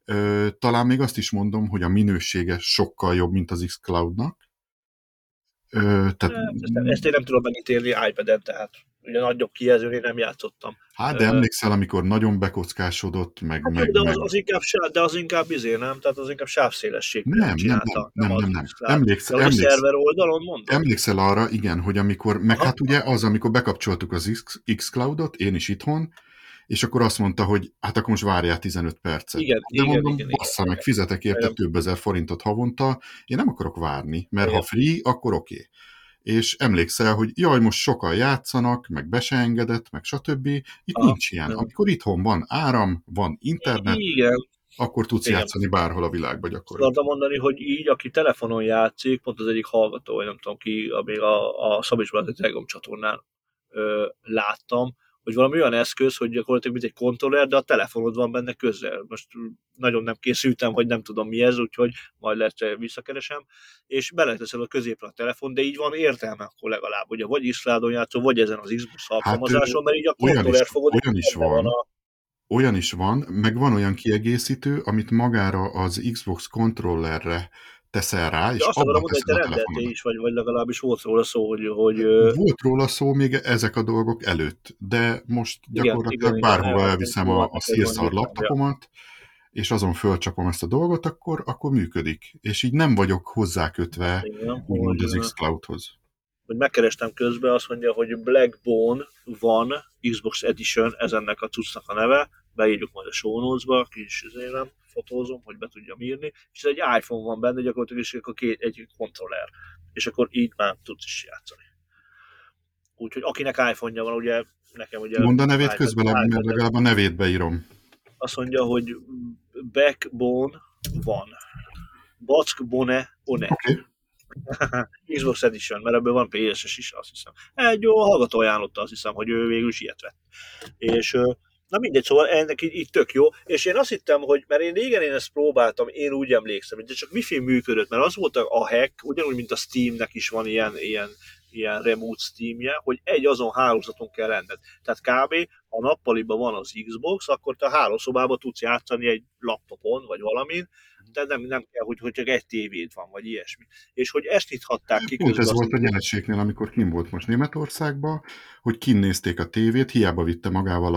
Talán még azt is mondom, hogy a minősége sokkal jobb, mint az xCloud-nak. Tehát hát ezt én nem tudom megítélni iPad-en, tehát ugye nagyobb kijelzőnél nem játszottam. hát, de emlékszel, amikor nagyon bekockásodott, meg, Hát jó, meg, de meg. az inkább nem? Tehát az inkább sávszélesség miatt Nem, nem, nem, csinálta, nem nem, az nem, nem. Xcloud. De hogy a szerver oldalon mondod? Emlékszel arra, igen, hogy amikor, meg Aha, hát ugye az, amikor bekapcsoltuk az xCloud-ot, én is itthon, és akkor azt mondta, hogy hát akkor most várjál 15 percet. igen, De igen, mondom, igen, igen, bassza meg, igen. fizetek érte Igen, több ezer forintot havonta, én nem akarok várni, mert ha igen. free, akkor oké. És emlékszel, hogy jaj, most sokan játszanak, meg be se engedett, meg stb. Itt Aha, nincs ilyen. nem. Amikor itthon van áram, van internet, Igen, akkor tudsz igen. játszani bárhol a világban Azt gyakorlatilag. akartam mondani, hogy így, aki telefonon játszik, pont az egyik hallgató, vagy nem tudom ki, még a Szabis Baráti Telegram csatornán láttam, hogy valami olyan eszköz, hogy gyakorlatilag mint egy kontroller, de a telefonod van benne közel. Most nagyon nem készültem, hogy nem tudom mi ez, úgyhogy majd lehet visszakeresem, és beleteszed a középre a telefon, de így van értelme akkor legalább, ugye vagy Xcloudon játszol, vagy ezen az Xbox Hát alkalmazáson, mert így a olyan is, kontroller fogod, és olyan is benne van van, olyan is van, meg van olyan kiegészítő, amit magára az Xbox kontrollerre teszel rá, de és azt akarom abba mondani, teszed hogy a te rendeltél telefonodat. is, vagy legalábbis volt róla szó, hogy Volt róla szó még ezek a dolgok előtt, de most igen, igen, gyakorlatilag igen, bárhova elvettem elviszem róla a neked szírszar mondjuk. Ja. laptopomat, és azon fölcsapom ezt a dolgot, akkor működik. És így nem vagyok hozzákötve Igen, úgymond az xCloudhoz. hogy megkerestem közben, azt mondja, hogy Blackbone van Xbox Edition, ez ennek a cuccnak a neve, beírjuk majd a show notes-ba, kis nem fotózom, hogy be tudjam írni, és ez egy iPhone van benne, gyakorlatilag is akkor egy kontroller, és akkor így már tudsz is játszani. Úgyhogy akinek iPhone-ja van, ugye nekem ugye Mondd a nevét iPad, közben, mert iPad legalább a nevét beírom. azt mondja, hogy Backbone van. Backbone One. Oké. Xbox Edition, mert ebből van PS-es is, azt hiszem. Egy jó hallgató ajánlotta, azt hiszem, hogy ő végül is ilyet vett. És na mindegy, szóval ennek így tök jó, és én azt hittem, hogy, mert én ezt próbáltam, én úgy emlékszem, de csak Wi-Fi működött, mert az volt a hack, ugyanúgy, mint a Steamnek is van ilyen remote Steamje, hogy egy azon hálózaton kell rended. Tehát kb. Ha nappaliban van az Xbox, akkor te a hálószobában tudsz játszani egy laptopon, vagy valamin, de nem kell, hogy csak egy tévéd van, vagy ilyesmi. És hogy ezt nyithatták ki Pont ez közben volt a nyereségnél, amikor kim volt most Németországban, hogy kinnézték a tévét, hiába vitte magával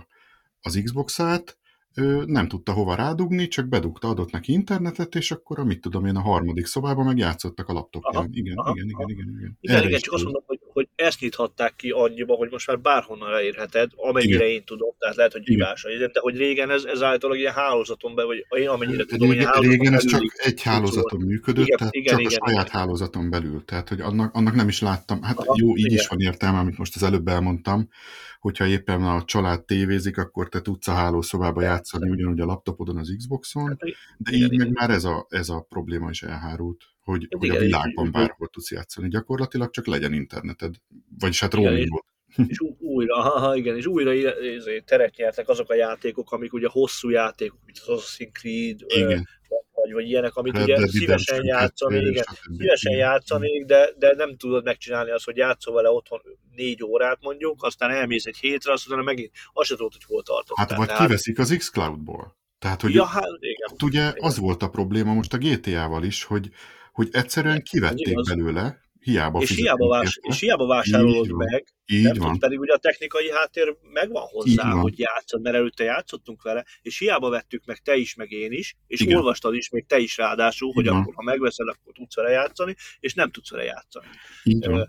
az Xbox-át, nem tudta hova rádugni, csak bedugta, adott neki internetet, és akkor mit tudom én, a harmadik szobában meg játszottak a Aha, laptopján. Igen, aha, igen, igen, aha. igen, igen. Igen, Erre igen, is csak azt jó. mondom, hogy ezt nyithatták ki annyiba, hogy most már bárhonnan elérheted, amennyire Igen, én tudom, tehát lehet, hogy igen. hibás, de hogy régen ez általában ilyen hálózaton belül, vagy én amennyire tudom, hogy ilyen hálózaton Régen ez csak belüli egy cucc volt. hálózaton működött, Igen, tehát igen, csak a igen, saját igen. hálózaton belül. Tehát, hogy annak nem is láttam. Hát Aha, jó, így igen. is van értelme, amit most az előbb elmondtam, hogyha éppen a család tévézik, akkor te tudsz a hálószobába játszani ugyanúgy a laptopodon, az Xboxon, Hát, de igen, így meg igen. már ez a probléma is elhárult, Hát hogy a igen, világban bárhol tudsz játszani. Gyakorlatilag csak legyen interneted, vagyis hát igen, roamingot. és újra, aha, igen, és újra teret nyertek azok a játékok, amik ugye hosszú játékok, mint az Assassin's Creed, Igen. vagy ilyenek, amit Red ugye Dead szívesen Redemption 2, játszani, igen, stb. szívesen Igen. játszanék, de nem tudod megcsinálni azt, hogy játszol vele otthon 4 órát mondjuk, aztán elmész egy hétre, aztán megint azt sem tudod, hogy hol Hát tartottál. vagy Tehát, kiveszik az Xcloud-ból. Tehát, hogy ja, hát igen, ott ugye igen, az volt a probléma most a GTA-val is, hogy igen, egyszerűen az kivették igaz. belőle, hiába fizetünk És érte. hiába Így vásárolod van. meg, nem Így tudsz, van. pedig ugye a technikai háttér megvan Így hozzá, van. hogy játszod, mert előtte játszottunk vele, és hiába vettük meg te is, meg én is, és Igen. olvastad is, még te is ráadásul, hogy Így van. akkor, ha megveszed, akkor tudsz vele játszani, és nem tudsz vele játszani. Így van.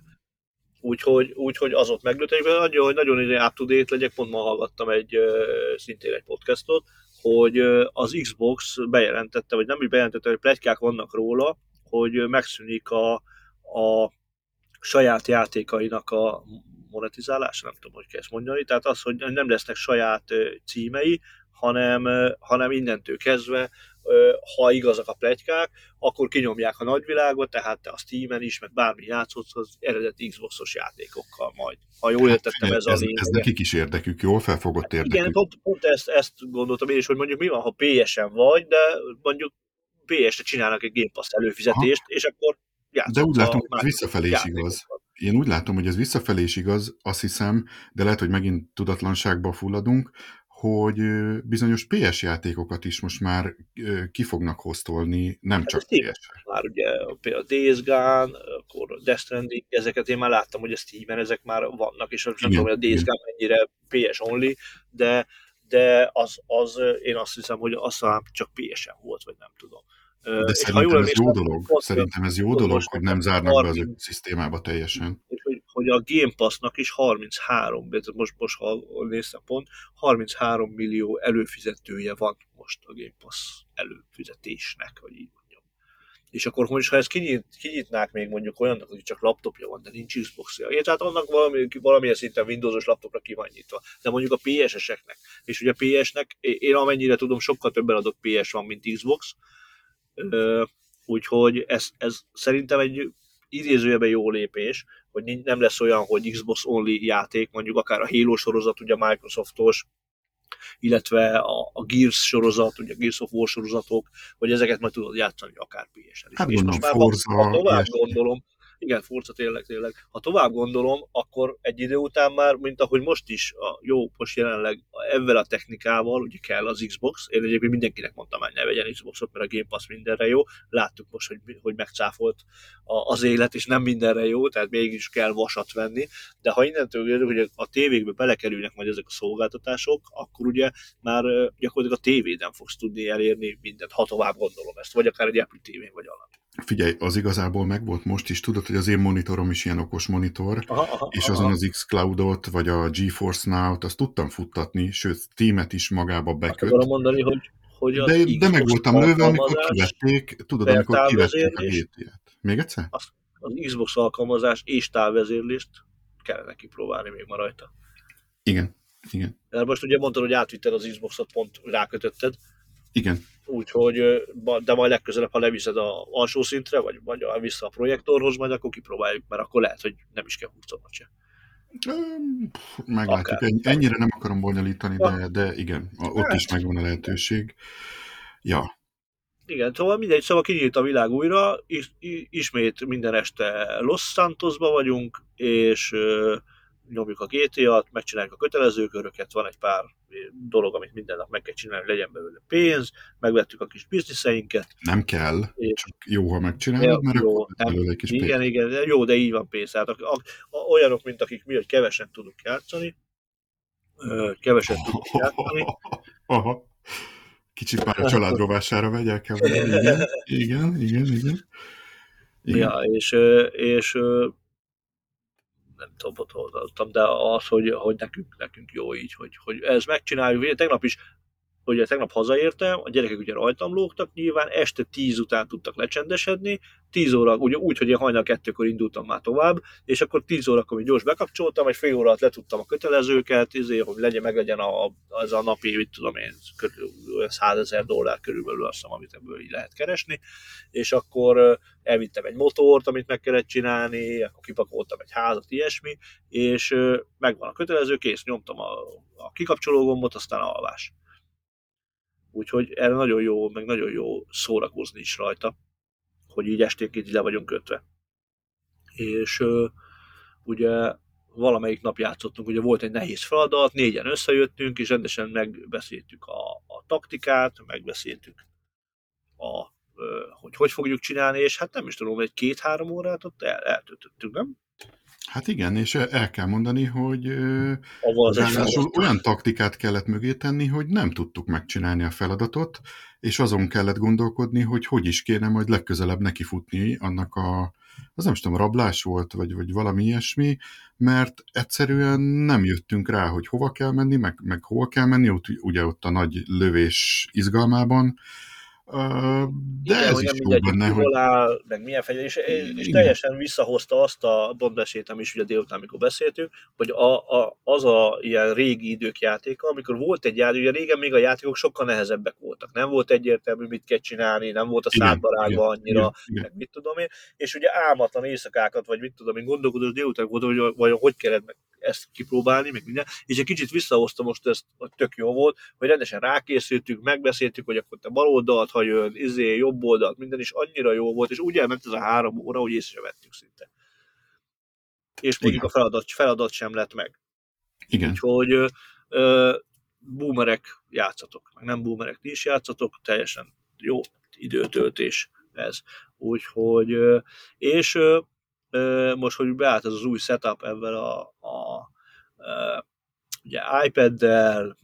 Úgyhogy az ott meglőtt, hogy nagyon up-to-date legyek, pont ma hallgattam szintén egy podcastot, hogy az Xbox bejelentette, vagy nem úgy bejelentette, hogy pletykák vannak róla, hogy megszűnik a saját játékainak a monetizálása, nem tudom, hogy kell ezt mondani, tehát az, hogy nem lesznek saját címei, hanem innentől kezdve, ha igazak a pletykák, akkor kinyomják a nagyvilágot, tehát te a Steamen is, meg bármi játszhatsz az eredeti Xboxos játékokkal majd. Ha jól Hát értettem, figyelj, ez a ez lényege. nekik is érdekük, jól felfogott Igen, érdekük. pont ezt gondoltam én is, hogy mondjuk mi van, ha PS-en vagy, de mondjuk PS-re csinálnak egy Game Pass Aha. előfizetést, és akkor De úgy játszhatsz látom, a hogy ez Microsoft visszafelé is igaz. játékokkal. Én úgy látom, hogy ez visszafelé is igaz, azt hiszem, de lehet, hogy megint tudatlanságba fulladunk, hogy bizonyos PS játékokat is most már ki fognak hoztolni, nem Hát csak ez Steam PS-re. már ugye, például a Days Gone, akkor a Death Stranding, ezeket én már láttam, hogy a Steam-en ezek már vannak, és nem tudom, hogy Igen, a Days igen. Gone mennyire PS only, de az én azt hiszem, hogy azt talán csak PS-en volt, vagy nem tudom. De És ha jól szerintem ez jó emlékszem, dolog. pont, Szerintem ez jó pont dolog, most hogy nem mondtam, zárnak be az ökoszisztémába teljesen. és hogy a Game Pass-nak is 33, most ha néztem pont, 33 millió előfizetője van most a Game Pass előfizetésnek, vagy így mondjam. És akkor most, ha ezt kinyitnák még mondjuk olyannak, hogy csak laptopja van, de nincs Xbox-ja, tehát annak valamilyen szinten Windows-os laptopra ki van nyitva, de mondjuk a PS-eseknek, és ugye a PS-nek, én amennyire tudom, sokkal többen adott PS van, mint Xbox, úgyhogy ez szerintem egy idézőjelben jó lépés, hogy nem lesz olyan, hogy Xbox only játék, mondjuk akár a Halo sorozat, ugye a Microsoftos, illetve a Gears sorozat, ugye a Gears of War sorozatok, hogy ezeket majd tudod játszani akár PS-en is. Hát És most gondolom, már, ha Forza, tovább ilyesmi. gondolom, igen, Forza tényleg, ha tovább gondolom, akkor egy idő után már, mint ahogy most is, most jelenleg ezzel a technikával, ugye kell az Xbox, én egyébként mindenkinek mondtam, hogy ne vegyen Xboxot, mert a Game Pass mindenre jó, láttuk most, hogy megcáfolt az élet, és nem mindenre jó, tehát mégis kell vasat venni, de ha innentől jövő, hogy a tévékbe belekerülnek majd ezek a szolgáltatások, akkor ugye már gyakorlatilag a tévéden fogsz tudni elérni mindent, ha tovább gondolom ezt, vagy akár egy Apple tévén, vagy alatt. Figyelj, az igazából megvolt most is, tudod, hogy az én monitorom is ilyen okos monitor, és azon az Xcloud-ot, vagy a GeForce Now-t, azt tudtam futtatni, sőt, Steam-et is magába Azt beköt. akarom mondani, hogy az De meg Xbox voltam lőve, amikor alkalmazás kivették, tudod, per amikor kivették a távvezérlés, GTA-t. Még egyszer? az Xbox alkalmazás és távvezérlést kellene kipróbálni még ma rajta. Igen, igen. De most ugye mondtad, hogy átvitted az Xboxot, pont rákötötted, Igen. úgyhogy, de majd legközelebb, ha leviszed a alsó szintre, vagy vissza a projektorhoz, majd akkor kipróbáljuk, mert akkor lehet, hogy nem is kell hurcolnod se. Meglátjuk. Akár. Ennyire nem akarom bonyolítani, de igen, ott is megvan a lehetőség. Ja. Igen, szóval mindegy, szóval kinyílt a világ újra, ismét minden este Los Santosba vagyunk, és nyomjuk a GTA-t, megcsináljuk a kötelező köröket, van egy pár dolog, amit minden nap meg kell csinálni, legyen belőle pénz, megvettük a kis bizniszeinket. Nem kell, és csak jó, ha megcsinálod, mert jó, akkor belőle egy kis igen, pénz. igen, jó, de így van pénz. Hát olyanok, mint akik mi, hogy kevesen tudunk játszani, keveset tudunk játszani. Aha. Kicsit már a család rovására megy, el kell mondani. Igen. Ja, és nem tudom, ott hallottam, de az, hogy nekünk jó így, hogy ezt megcsináljuk. Tegnap hazaértem, a gyerekek ugye rajtam lógtak, nyilván este 10 után tudtak lecsendesedni, 10 óra, ugye úgy, hogy én hajnal 2-kor indultam már tovább, és akkor 10 órakor még gyors bekapcsoltam, egy fél órát letudtam a kötelezőket, hogy meglegyen az a napi, mit tudom én, $100,000 körülbelül, azt hiszem, amit ebből így lehet keresni, és akkor elvittem egy motort, amit meg kellett csinálni, akkor kipakoltam egy házat, ilyesmi, és megvan a kötelező, kész, nyomtam a kikapcsoló gombot, aztán alvás. Úgyhogy erre nagyon jó, meg nagyon jó szórakozni is rajta, hogy így esténként így le vagyunk kötve. És ugye valamelyik nap játszottunk, ugye volt egy nehéz feladat, 4-en összejöttünk, és rendesen megbeszéltük a taktikát, megbeszéltük hogy fogjuk csinálni, és hát nem is tudom, egy 2-3 órát ott eltöltöttünk, nem? Hát igen, és el kell mondani, hogy Avval az ráadásul olyan taktikát kellett mögé tenni, hogy nem tudtuk megcsinálni a feladatot, és azon kellett gondolkodni, hogy is kéne majd legközelebb nekifutni annak az nem is tudom, rablás volt, vagy valami ilyesmi, mert egyszerűen nem jöttünk rá, hogy hova kell menni, meg hol kell menni, ugye ott a nagy lövés izgalmában, de igen, ez hogy is nem jó mindegy, hogy benne, hogy hol áll, meg milyen fegyver, és igen, teljesen visszahozta azt a pont beszéltem is ugye délután, amikor beszéltünk, hogy az a ilyen régi idők játéka, amikor volt egy játék, ugye régen még a játékok sokkal nehezebbek voltak, nem volt egyértelmű, mit kell csinálni, nem volt a igen, szádba igen, rágva annyira, igen, igen, meg mit tudom én, és ugye álmatlan éjszakákat, vagy mit tudom én, gondolkodós délután volt, hogy vajon hogy kellett meg ezt kipróbálni, meg minden, és egy kicsit visszahozta most ezt, hogy tök jó volt, hogy rendesen rákészültünk, megbeszéltük, hogy akkor te bal oldalt, ha jön, jobb oldalt, minden is annyira jó volt, és úgy elment ez a 3 óra, hogy észre vettük szinte. És mondjuk igen, a feladat sem lett meg. igen. Úgyhogy boomerek játszatok, meg nem boomerek ti is játszatok, teljesen jó időtöltés ez. Úgyhogy, és most, hogy beállt ez az új setup ebben ugye iPad-del,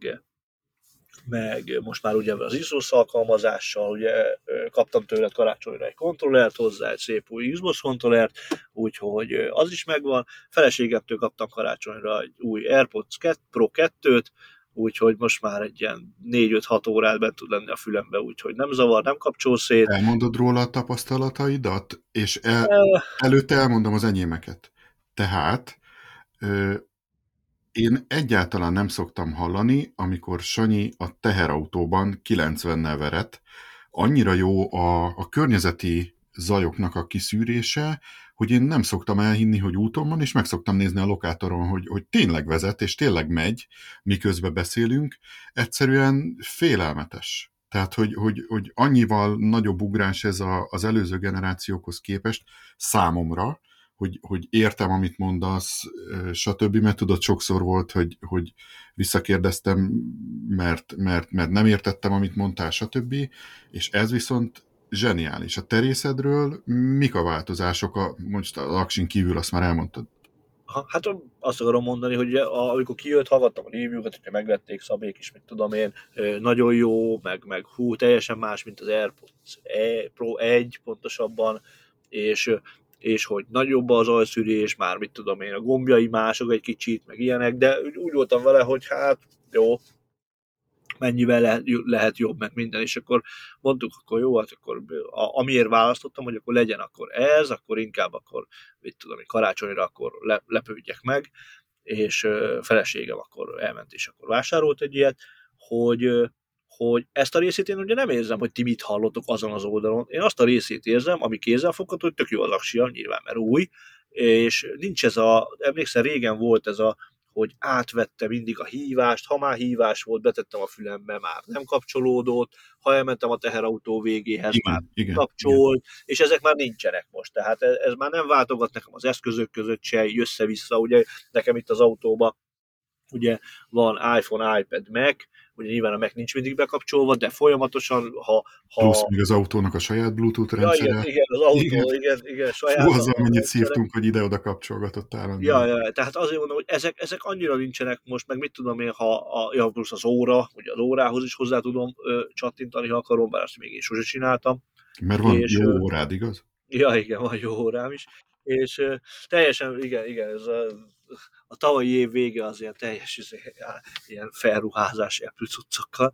meg most már ugye az Xbox alkalmazással, ugye kaptam tőled karácsonyra egy kontrollert hozzá, egy szép új Xbox kontrollert, úgyhogy az is megvan. Feleségemtől kaptam karácsonyra egy új AirPods Pro 2-t, úgyhogy most már egy ilyen 4-5-6 órát bent tud lenni a fülembe, úgyhogy nem zavar, nem kapcsol szét. Elmondod róla a tapasztalataidat, és Uh, előtte elmondom az enyémeket. Tehát én egyáltalán nem szoktam hallani, amikor Sanyi a teherautóban 90-nel verett. Annyira jó a környezeti zajoknak a kiszűrése, hogy én nem szoktam elhinni, hogy úton van, és meg szoktam nézni a lokátoron, hogy tényleg vezet, és tényleg megy, miközben beszélünk. Egyszerűen félelmetes. Tehát, hogy annyival nagyobb ugrás ez az előző generációkhoz képest számomra, hogy értem, amit mondasz, stb., mert tudod, sokszor volt, hogy visszakérdeztem, mert nem értettem, amit mondtál, stb., és ez viszont zseniális. A te részedről mik a változások, most az Aksin kívül azt már elmondtad? Hát azt akarom mondani, hogy amikor kijött, hallgattam a review-kat, hogyha megvették Szabék is, mit tudom én, nagyon jó, meg teljesen más, mint az AirPods Pro 1 pontosabban, és hogy nagyobb az ajszűrés, már mit tudom én, a gombjai mások egy kicsit, meg ilyenek, de úgy voltam vele, hogy hát jó, mennyivel lehet jobb, meg minden, és akkor mondtuk, akkor jó, hát akkor amiért választottam, hogy akkor legyen akkor ez, akkor inkább akkor, mit tudom, karácsonyra akkor lepődjek meg, és feleségem akkor elment, és akkor vásárolt egy ilyet, hogy ezt a részét én ugye nem érzem, hogy ti mit hallotok azon az oldalon. Én azt a részét érzem, ami kézzelfogható, hogy tök jó az Axia, nyilván, mert új, és nincs ez emlékszel, régen volt ez hogy átvette mindig a hívást, ha már hívás volt, betettem a fülembe, már nem kapcsolódott, ha elmentem a teherautó végéhez, már Igen, igen, igen. kapcsolt, és ezek már nincsenek most. Tehát ez már nem váltogat nekem az eszközök között se, össze-vissza, ugye nekem itt az autóban ugye van iPhone, iPad, Mac, ugye nyilván a Mac nincs mindig bekapcsolva, de folyamatosan, Plusz ha még az autónak a saját Bluetooth ja, rendszere. igen, az Igen. autó, igen, Fú, saját azzal a mennyit rendszere. szívtunk, hogy ide-oda kapcsolgatott Ja, állandóan. ja, tehát azért mondom, hogy ezek annyira nincsenek most, meg mit tudom én, ha plusz az óra, ugye az órához is hozzá tudom csattintani, ha akarom, bár azt még én sose csináltam, Mert van és jó órád, igaz? ja, igen, van jó órám is, És teljesen, igen, ez a tavalyi év vége az ilyen teljes ilyen felruházás Apple cuccokkal,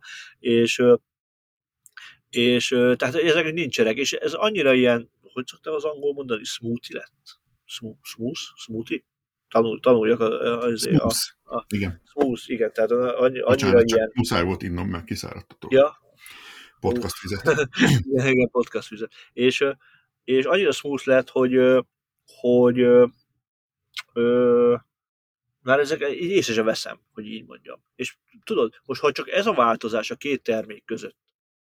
és tehát ezek nincsenek, és ez annyira ilyen, hogy szoktam az angol mondani, smoothie lett. Smoothie? Tanuljak Smooth. Igen. smooth, igen, tehát annyira Bocsánat, csak ilyen. muszáj volt innom, mert kiszáradt a torkom. Ja, Podcast vizet. igen, podcast vizet. És annyira smooth lett, hogy már ezek így észre sem veszem, hogy így mondjam. És tudod, most ha csak ez a változás a két termék között,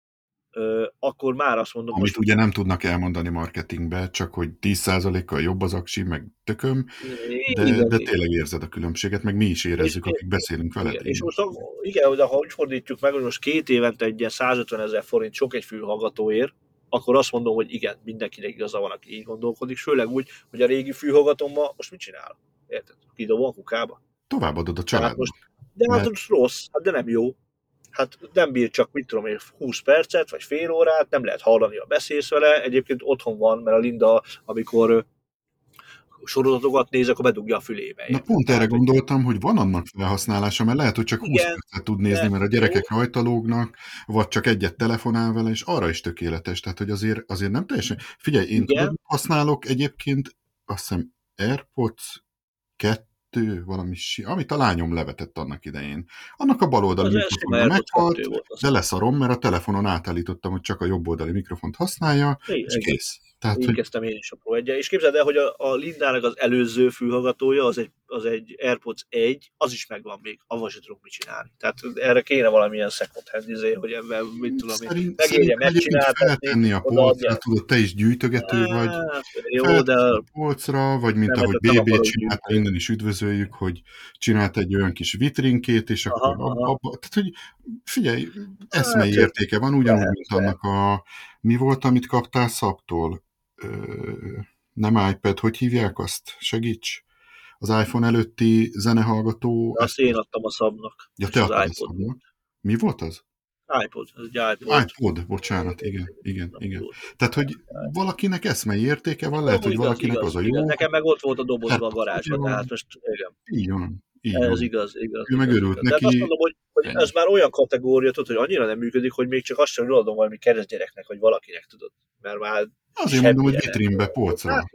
akkor már azt mondom, Amit most ugye nem tudnak elmondani marketingbe, csak hogy 10%-kal jobb az aksi, meg tököm, de tényleg érzed a különbséget, meg mi is érezzük, akik beszélünk veled. Igen, és most igen, de ha úgy fordítjuk meg, hogy most 2 évente egy ilyen 150 000 forint sok egy fülhallgatóért, akkor azt mondom, hogy igen, mindenkinek igaza van, aki így gondolkodik, főleg úgy, hogy a régi fülhallgatómmal most mit csinál? Érted? Kidobom a kukába? Továbbadod a családba. Hát rossz, de nem jó. Hát nem bír csak, mit tudom én, 20 percet, vagy fél órát, nem lehet hallani, a beszélsz vele. Egyébként otthon van, mert a Linda, amikor sorozatokat néz, akkor bedugja a fülébe. Na pont erre gondoltam, hogy van annak felhasználása, mert lehet, hogy csak 20 percet tud nézni, mert a gyerekek rajta lógnak, vagy csak egyet telefonál vele, és arra is tökéletes. Tehát, hogy azért nem teljesen... Figyelj, én tudod, használok egyébként, azt hiszem AirPods 2, valami, amit a lányom levetett annak idején. Annak a bal oldali mikrofonja meghalt, de leszarom, mert a telefonon átállítottam, hogy csak a jobb oldali mikrofont használja, és kész. Tehát, így kezdtem én is a Pro 1-el. És képzeld el, hogy a Lindának az előző fülhallgatója, az egy AirPods 1, az is megvan még, avval sem tudok mit csinálni. Tehát erre kéne valamilyen second hand hogy ebben, mit tudom én, megérje megcsináltatni. Feltenni a polcra, tudod, te is gyűjtögető vagy. Jó, de a polcra, vagy mint ahogy BB csinálta, innen is üdvözöljük, hogy csinált egy olyan kis vitrinkét, és akkor abba, tehát, hogy figyelj, eszmei értéke van, ugyanúgy, mint annak mi volt, amit kaptál Szabtól? Nem iPad, hogy hívják azt? Segíts! Az iPhone előtti zenehallgató... Azt én adtam a Szabnak. Ja, te adtad a Szabnak. Mi volt az? iPod, ez egy iPod. iPod, bocsánat, igen. Tehát, hogy valakinek eszmei értéke van, lehet, hogy valakinek az a jó. Nekem meg ott volt a dobozban a garázsban, tehát most igen. Így van. Ez igaz. Ő meg örült neki. De azt mondom, hogy ez már olyan kategória, tudod, hogy annyira nem működik, hogy még csak azt sem adom valami keresztgyereknek, vagy valakinek, tudod. Mert már azért mondom, hogy vitrínbe, polcra. Hát,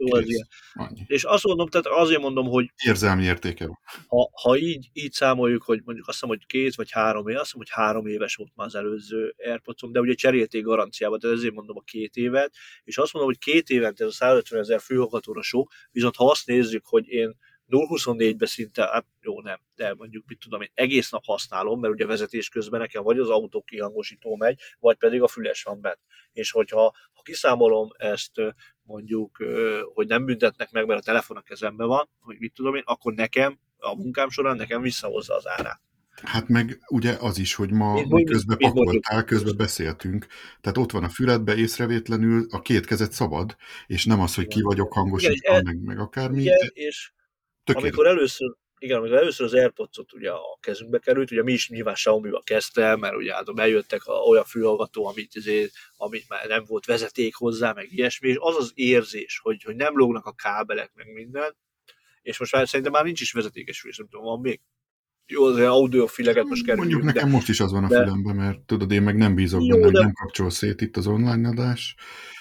és azt mondom, tehát azért mondom, hogy érzelmi értéke van. Ha így számoljuk, hogy mondjuk azt mondom, hogy 2 vagy 3 év, azt mondom, hogy 3 éves volt már az előző AirPods-om, de ugye cserélték garanciába, tehát ezért mondom a 2 évet, és azt mondom, hogy 2 évente ez a 150 000 fülhallgatóra sok, viszont ha azt nézzük, hogy én 0-24-ben szinte, hát jó nem, de mondjuk mit tudom én, egész nap használom, mert ugye vezetés közben nekem vagy az autó kihangosító megy, vagy pedig a füles van bent. És hogyha kiszámolom ezt mondjuk, hogy nem büntetnek meg, mert a telefon a kezemben van, hogy mit tudom én, akkor nekem, a munkám során nekem visszahozza az árát. Hát meg ugye az is, hogy ma közben pakoltál, közben beszéltünk, tehát ott van a füledbe észrevétlenül a 2 kezed szabad, és nem az, hogy ki vagyok hangosítva, meg akármi. Igen, és amikor először az AirPods-ot ugye a kezünkbe került, ugye mi is nyilván Xiaomi-val kezdtem, mert ugye hát bejöttek olyan fülhallgató, amit már nem volt vezeték hozzá, meg ilyesmi, és az érzés, hogy nem lógnak a kábelek, meg minden, és most már szerintem már nincs is vezetékes fül, és nem tudom, van még. Jó, az audiofileket most kerüljük. Mondjuk nekem most is az van a fülemben, mert tudod, én meg nem bízok benne, hogy nem kapcsol szét itt az online adás.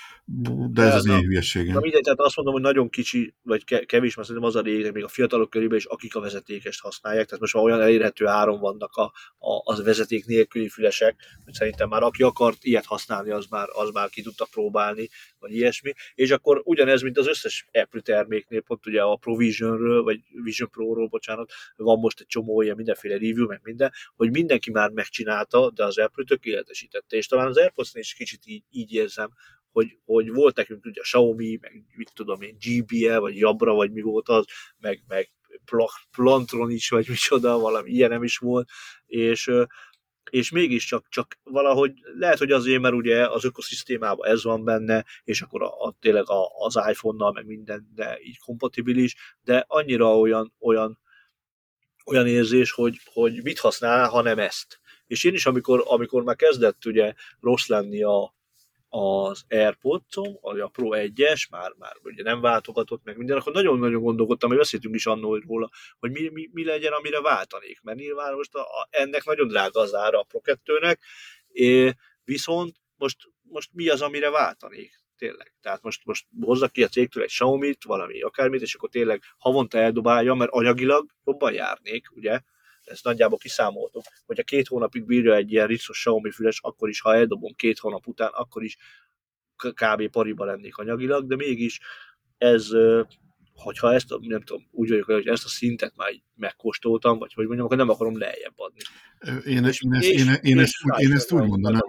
De ez az én hülyeségem. Na mindegy, tehát azt mondom, hogy nagyon kicsi, vagy kevés, mert szerintem az a lényeg, még a fiatalok körében is, akik a vezetékest használják, tehát most már olyan elérhető áron vannak az vezeték nélküli fülesek, hogy szerintem már aki akart ilyet használni, az már ki tudta próbálni, vagy ilyesmi, és akkor ugyanez, mint az összes Apple terméknél, pont ugye a Provisionről, vagy Vision Pro-ról, bocsánat, van most egy csomó ilyen mindenféle review, meg minden, hogy mindenki már megcsinálta, de az Apple tökéletesítette, és talán az AirPods-nél is kicsit így érzem, hogy volt nekünk ugye a Xiaomi, meg mit tudom én, GBL, vagy Jabra, vagy mi volt az, meg Plantron is, vagy micsoda, valami ilyenem is volt, és mégiscsak valahogy, lehet, hogy azért, mert ugye az ökoszisztémában ez van benne, és akkor tényleg az iPhone-nal, meg minden, de így kompatibilis, de annyira olyan érzés, hogy mit használ, ha nem ezt. És én is, amikor már kezdett ugye rossz lenni az AirPods-om, a Pro 1-es, már ugye nem váltogatott meg minden, akkor nagyon-nagyon gondolkodtam, hogy beszéltünk is annól róla, hogy mi legyen, amire váltanék, mert nyilván most ennek nagyon drága az ára a Pro 2-nek, viszont most mi az, amire váltanék? Tényleg. Tehát most hozzak ki a cégtől egy Xiaomi-t, valami akármit, és akkor tényleg havonta eldobálja, mert anyagilag jobban járnék, ugye? Ezt nagyjából kiszámoltuk, hogyha 2 hónapig bírja egy ilyen ricsos Xiaomi füles, akkor is, ha eldobom 2 hónap után, akkor is kb. Pariba lennék anyagilag, de mégis ez, hogyha ezt, nem tudom, úgy vagyok, hogy ezt a szintet már megkóstoltam, vagy hogy mondjam, akkor nem akarom lejjebb adni. Én ezt úgy mondanám,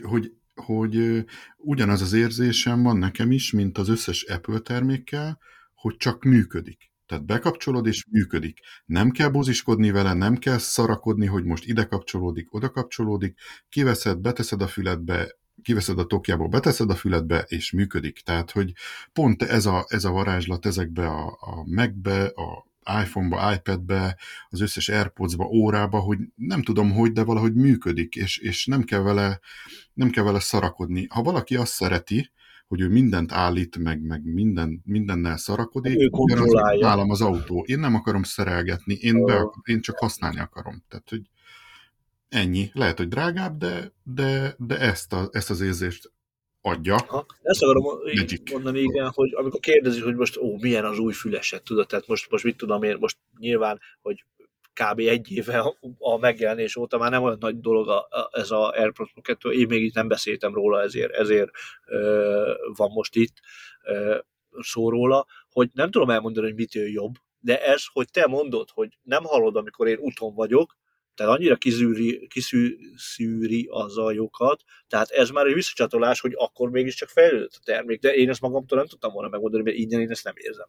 hogy ugyanaz az érzésem van nekem is, mint az összes Apple termékkel, hogy csak működik. Tehát bekapcsolod és működik. Nem kell buziskodni vele, nem kell szarakodni, hogy most ide kapcsolódik, oda kapcsolódik, kiveszed, beteszed a füledbe, kiveszed a tokjából, beteszed a füledbe, és működik. Tehát, hogy pont ez a varázslat ezekbe a Mac-be, a iPhone-ba, iPad-be, az összes AirPods-ba, órába, hogy nem tudom hogy, de valahogy működik, és nem kell vele szarakodni. Ha valaki azt szereti, hogy ő mindent állít, meg mindennel szarakodik, Ő ugyanaz, mint kontrollálja. nálam az autó. Én nem akarom szerelgetni, én csak használni akarom. Tehát, hogy ennyi. Lehet, hogy drágább, de ezt az érzést adja. Ezt akarom Magic. mondani, igen, hogy amikor kérdezik, hogy most milyen az új füleset, tudod, tehát most mit tudom én, most nyilván, hogy kb. Egy éve a megjelenés óta már nem olyan nagy dolog ez a AirPods Pro 2, én még itt nem beszéltem róla, ezért van most itt szó róla, hogy nem tudom elmondani, hogy mitől jobb, de ez, hogy te mondod, hogy nem hallod, amikor én úton vagyok, tehát annyira kiszűri a zajokat, tehát ez már egy visszacsatolás, hogy akkor mégiscsak fejlődött a termék, de én ezt magamtól nem tudtam volna megmondani, mert ingyen én ezt nem érzem.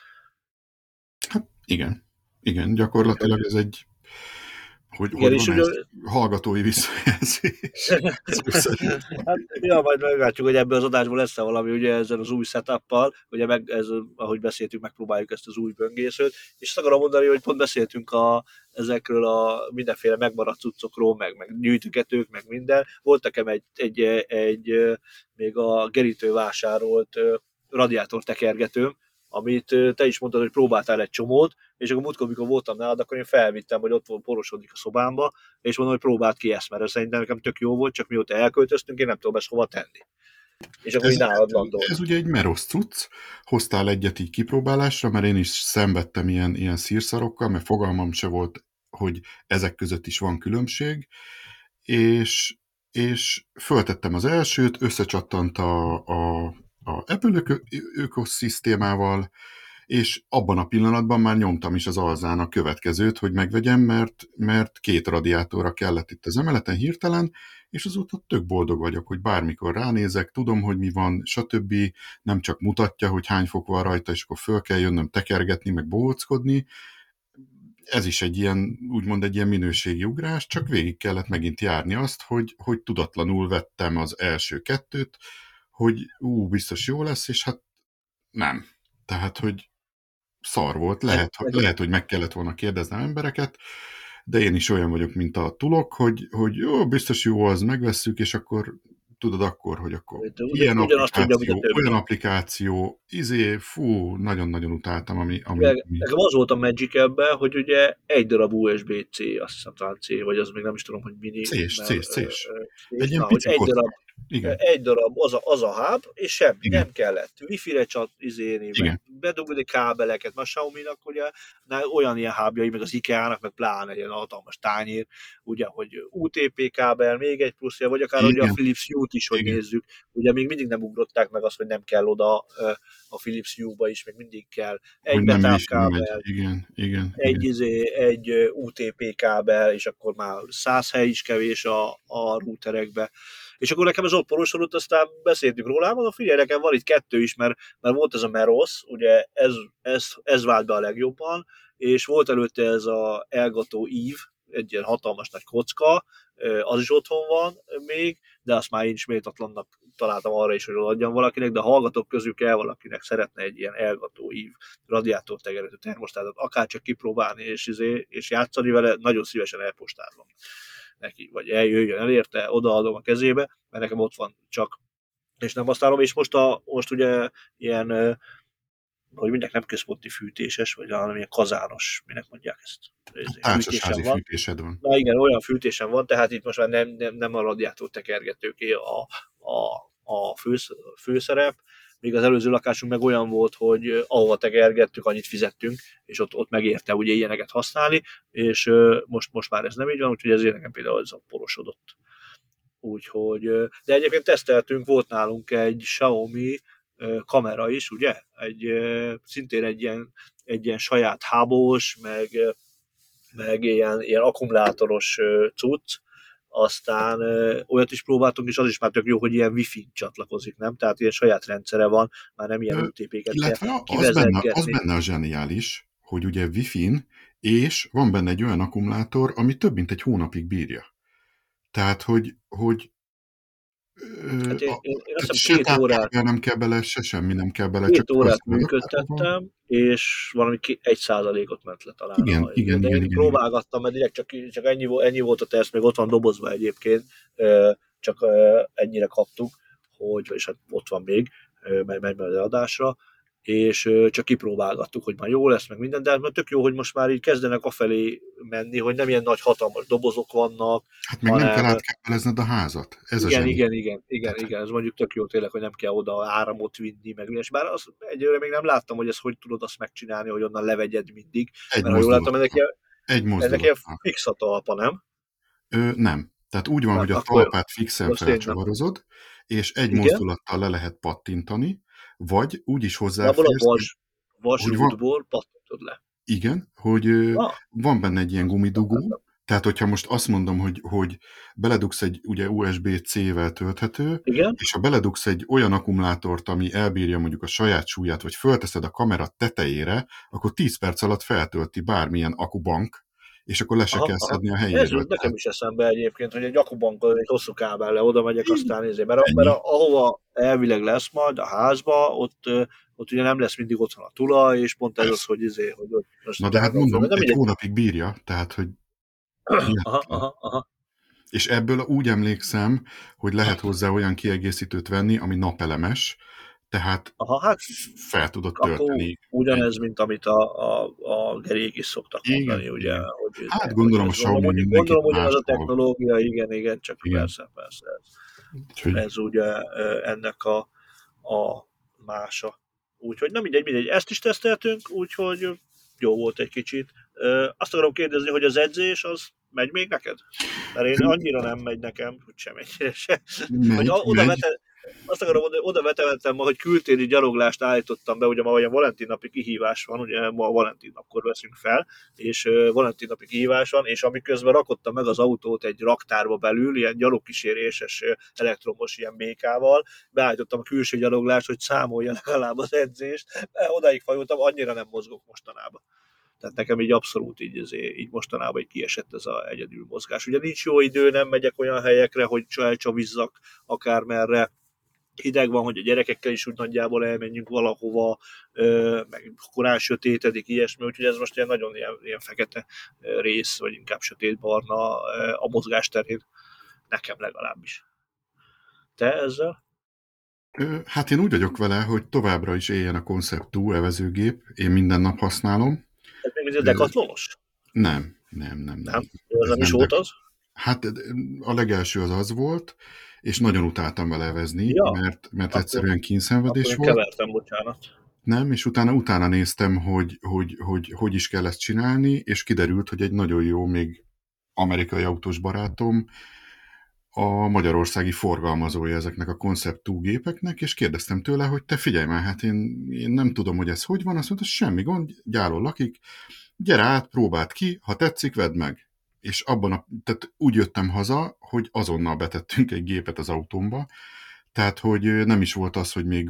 Hát igen, gyakorlatilag ez egy Igen, és ugye... hallgatói visszajelzés. Hát, majd meglátjuk, hogy ebből az adásból lesz-e valami, ugye ezzel az új setuppal, ugye ahogy beszéltünk, megpróbáljuk ezt az új böngészőt, és azt akarom mondani, hogy pont beszéltünk ezekről a mindenféle megmaradt cuccokról, meg gyűjtögetők, meg minden. Volt nekem egy még a Geritől vásárolt radiátortekergetőm, amit te is mondtad, hogy próbáltál egy csomót, és akkor múltkor, amikor voltam nálad, akkor én felvittem, hogy ott volt porosodik a szobámba, és mondom, hogy próbáld ki ezt, mert szerintem nekem tök jó volt, csak mióta elköltöztünk, én nem tudom ezt hova tenni. És akkor így nálad landol. Ez ugye egy merosz cucc, hoztál egyet így kipróbálásra, mert én is szenvedtem ilyen szírszarokkal, mert fogalmam se volt, hogy ezek között is van különbség, és föltettem az elsőt, összecsattant a Apple ökoszisztémával, és abban a pillanatban már nyomtam is az alzán a következőt, hogy megvegyem, mert 2 radiátorra kellett itt az emeleten hirtelen, és azóta tök boldog vagyok, hogy bármikor ránézek, tudom, hogy mi van, stb. Nem csak mutatja, hogy hány fok van rajta, és akkor föl kell jönnöm tekergetni, meg bohóckodni. Ez is egy ilyen, úgymond egy ilyen minőségi ugrás, csak végig kellett megint járni azt, hogy tudatlanul vettem az első 2, hogy biztos jó lesz, és hát nem. Tehát, hogy szar volt, lehet, hogy meg kellett volna kérdeznem embereket, de én is olyan vagyok, mint a tulok, hogy jó, biztos jó az, megvesszük, és akkor tudod akkor, hogy akkor ilyen applikáció, olyan applikáció, nagyon-nagyon utáltam, ami... Nekem az volt a Magic ebben, hogy ugye egy darab USB-C, azt hiszem talán C, vagy az még nem is tudom, hogy mini. C-s. Egy ilyen pici egy darab az a hub, és semmi, nem kellett. Wi-Fi-re bedugni kábeleket, mert a Xiaomi-nak ugye olyan ilyen hubjai, meg az IKEA-nak, meg pláne ilyen hatalmas tányér, ugye, hogy UTP kábel, még egy pluszja, vagy akár ugye a Philips Hue-t is, hogy nézzük, ugye még mindig nem ugrották meg azt, hogy nem kell oda a Philips Hue-ba is, meg mindig kell egy betávkábel, egy UTP kábel, és akkor már 100 hely is kevés a routerekbe. És akkor nekem ez ott porosodott, aztán beszéltünk róla, mondom, figyelj, nekem van itt 2 is, mert volt ez a Merosz, ugye ez vált be a legjobban, és volt előtte ez a Elgato Eve, egy ilyen hatalmas nagy kocka, az is otthon van még, de azt már én is méltatlannak találtam arra is, hogy adjam valakinek, de a hallgatók közül kell valakinek szeretne egy ilyen Elgato Eve radiátortekergető termosztátot, akárcsak kipróbálni és játszani vele, nagyon szívesen elpostázom neki, vagy eljöjjön elérte, odaadom a kezébe, mert nekem ott van csak és nem használom, és most ugye ilyen, hogy mindjárt nem központi fűtéses, vagy hanem ilyen kazános, minek mondják ezt, fűtésem Társasházi van. fűtésed van. Na igen, olyan fűtésem van, tehát itt most már nem a radiátor tekergetőké a főszerep, még az előző lakásunk meg olyan volt, hogy ahova tekergettük, annyit fizettünk, és ott megérte ugye ilyeneket használni, és most már ez nem így van, úgyhogy ezért nekem például ez a porosodott. Úgyhogy, de egyébként teszteltünk, volt nálunk egy Xiaomi kamera is, ugye? Szintén egy ilyen saját hábós, meg ilyen akkumulátoros cucc, aztán olyat is próbáltunk, és az is már tök jó, hogy ilyen wifi csatlakozik, nem? Tehát ilyen saját rendszere van, már nem ilyen OTP-ket kell Illetve az kivezetgetni. benne a zseniális, hogy ugye Wi-Fi-n, és van benne egy olyan akkumulátor, ami több mint egy hónapig bírja. Tehát, hogy Hát én azt tehát hiszem se táplálékba nem kell bele, se semmi nem kell bele, csak 2 órát felszed a raktárba. működtettem, és valami 1%-ot ment le talán Igen, igen, de igen, én igen, igen. próbálgattam, mert direkt csak ennyi volt a teszt, még ott van dobozva egyébként, csak ennyire kaptuk, és hát ott van még, megy az adásra, és csak kipróbálgattuk, hogy már jó lesz, meg minden, de hát tök jó, hogy most már így kezdenek afelé menni, hogy nem ilyen nagy hatalmas dobozok vannak, Hát még nem kell hanem átkábelezned a házat. Ez a zseni. Tehát, igen, ez mondjuk tök jó tényleg, hogy nem kell oda áramot vinni, meg és bár az egyelőre még nem láttam, hogy ezt hogy tudod azt megcsinálni, hogy onnan levegyed mindig, egy mert ha jól láttam, mozdulattal. Egy ennek ilyen mozdulattal. fix a talpa, nem? Nem. Tehát úgy van, Nem, hogy a akkor jó. talpát fixen Azt én nem. felcsavarozod, és egy Igen, mozdulattal le lehet pattintani, vagy úgy is de abból a hozzáférsz, hogy van, vasrútból pattintod le. igen, hogy Ah, van benne egy ilyen nem gumidugó, láttam. tehát hogyha most azt mondom, hogy beledugsz egy ugye USB-C-vel tölthető, Igen? és ha beledugsz egy olyan akkumulátort, ami elbírja mondjuk a saját súlyát, vagy fölteszed a kamera tetejére, akkor 10 perc alatt feltölti bármilyen akubank, és akkor le se kell Aha. szedni a Ez helyéről. jut nekem Tehát is eszembe egyébként, hogy egy akubankon egy hosszú kábellel oda megyek, aztán mert ennyi. ahova elvileg lesz majd a házba, ott ugye nem lesz mindig otthon a tulaj, és pont ez az, Persze. hogy ott most Na ugye de hát nem föl, mondom, de egy mindegy. hónapig bírja, tehát hogy hihetetlen. Aha. És ebből úgy emlékszem, hogy lehet hozzá olyan kiegészítőt venni, ami napelemes, tehát Aha, hát fel tudod akkor tölteni ugyanez, egy... mint amit a gerék is szoktak mondani, Igen, ugye, igen. Hát hogy gondolom a ez Xiaomi mindenkit gondolom ugyanaz a máshol. technológia, igen, csak Igen. persze, Úgyhogy ez ugye ennek a mása. Úgyhogy nem mindegy, ezt is teszteltünk, úgyhogy jó volt egy kicsit. Azt akarom kérdezni, hogy az edzés az megy még neked? Mert én annyira nem megy nekem, hogy sem ennyire se. Hogy megy. azt akarom mondani, oda vetemettem ma, hogy kültéri gyaloglást állítottam be, ugye ma olyan Valentin napi kihívás van, ugye ma a Valentin napkor veszünk fel, és Valentin napi kihívás van, és amiközben rakottam meg az autót egy raktárba belül, ilyen gyalogkíséréses elektromos ilyen békával, beállítottam a külső gyaloglást, hogy számolja legalább az edzést, odáig fajultam, annyira nem mozgok mostanában. Tehát nekem így abszolút így mostanában így kiesett ez az egyedül mozgás. Ugye nincs jó idő, nem megyek olyan helyekre, hogy elcsavizzak akármerre, hideg van, hogy a gyerekekkel is úgy nagyjából elmenjünk valahova, meg korán sötétedik, ilyesmi, úgyhogy ez most ilyen nagyon ilyen fekete rész, vagy inkább sötétbarna a mozgásterén, nekem legalábbis. Te ezzel? Hát én úgy vagyok vele, hogy továbbra is éljen a Concept 2 evezőgép, én minden nap használom. Ez még a Decathlonos? Nem. Nem? Ez Ez nem is nem volt az? Hát a legelső az volt, és nagyon utáltam vele evezni, Ja, mert akkor, egyszerűen akkor kínszenvedés én volt. kevertem, bocsánat. Nem, és utána néztem, hogy is kell ezt csinálni, és kiderült, hogy egy nagyon jó, még amerikai autós barátom a magyarországi forgalmazója ezeknek a Concept 2 gépeknek, és kérdeztem tőle, hogy te figyelj már, hát én nem tudom, hogy ez hogy van, azt mondta, semmi gond, gyáron lakik, gyere át, próbáld ki, ha tetszik, vedd meg. És tehát úgy jöttem haza, hogy azonnal betettünk egy gépet az autómba, tehát, hogy nem is volt az, hogy még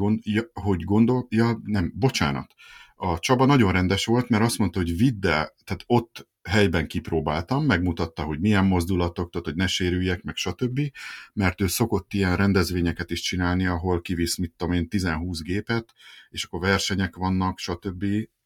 nem, bocsánat. A Csaba nagyon rendes volt, mert azt mondta, hogy vidd el, tehát ott helyben kipróbáltam, megmutatta, hogy milyen mozdulatok, tehát, hogy ne sérüljek, meg stb., mert ő szokott ilyen rendezvényeket is csinálni, ahol kivisz, mit tudom én, 10-20 gépet, és akkor versenyek vannak, stb.,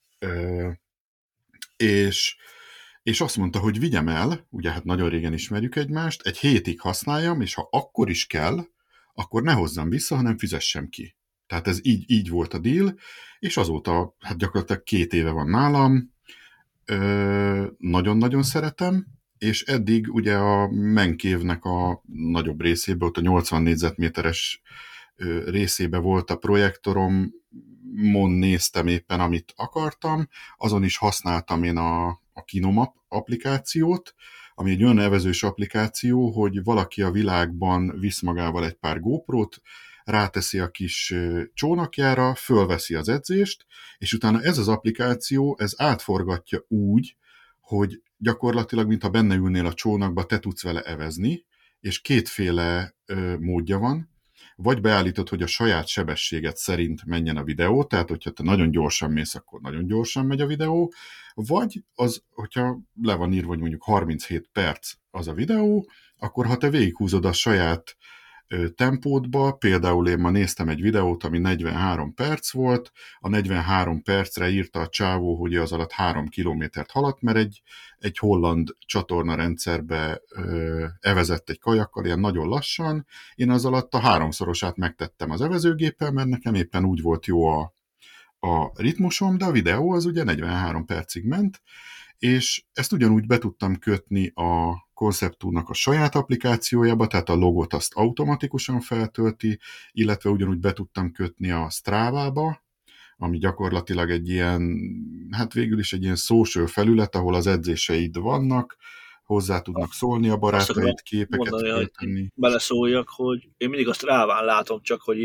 és, és azt mondta, hogy vigyem el, ugye hát nagyon régen ismerjük egymást, egy hétig használjam, és ha akkor is kell, akkor ne hozzam vissza, hanem fizessem ki. Tehát ez így volt a deal, és azóta hát gyakorlatilag 2 éve van nálam, nagyon-nagyon szeretem, és eddig ugye a menkévnek a nagyobb részében, ott a 80 négyzetméteres részébe volt a projektorom, néztem éppen, amit akartam, azon is használtam én a Kinomap applikációt, ami egy olyan nevezős applikáció, hogy valaki a világban visz magával egy pár GoPro-t, ráteszi a kis csónakjára, fölveszi az edzést, és utána ez az applikáció, ez átforgatja úgy, hogy gyakorlatilag, mintha benne ülnél a csónakba, te tudsz vele evezni, és kétféle módja van. Vagy beállítod, hogy a saját sebességed szerint menjen a videó, tehát hogyha te nagyon gyorsan mész, akkor nagyon gyorsan megy a videó, vagy az, hogyha le van írva, hogy mondjuk 37 perc az a videó, akkor ha te végighúzod a saját tempódba, például én ma néztem egy videót, ami 43 perc volt, a 43 percre írta a csávó, hogy az alatt 3 kilométert haladt, mert egy holland csatorna rendszerbe evezett egy kajakkal, ilyen nagyon lassan, én az alatt a 3-szorosát megtettem az evezőgéppel, mert nekem éppen úgy volt jó a ritmusom, de a videó az ugye 43 percig ment, és ezt ugyanúgy be tudtam kötni a Concept2-nak a saját applikációjába, tehát a logot azt automatikusan feltölti, illetve ugyanúgy be tudtam kötni a Strava-ba, ami gyakorlatilag egy ilyen, hát végül is egy ilyen social felület, ahol az edzéseid vannak, hozzá tudnak szólni a Azt akarom barátaid, képeket mondani, hogy föltenni. beleszóljak, hogy én mindig azt ráván látom csak, hogy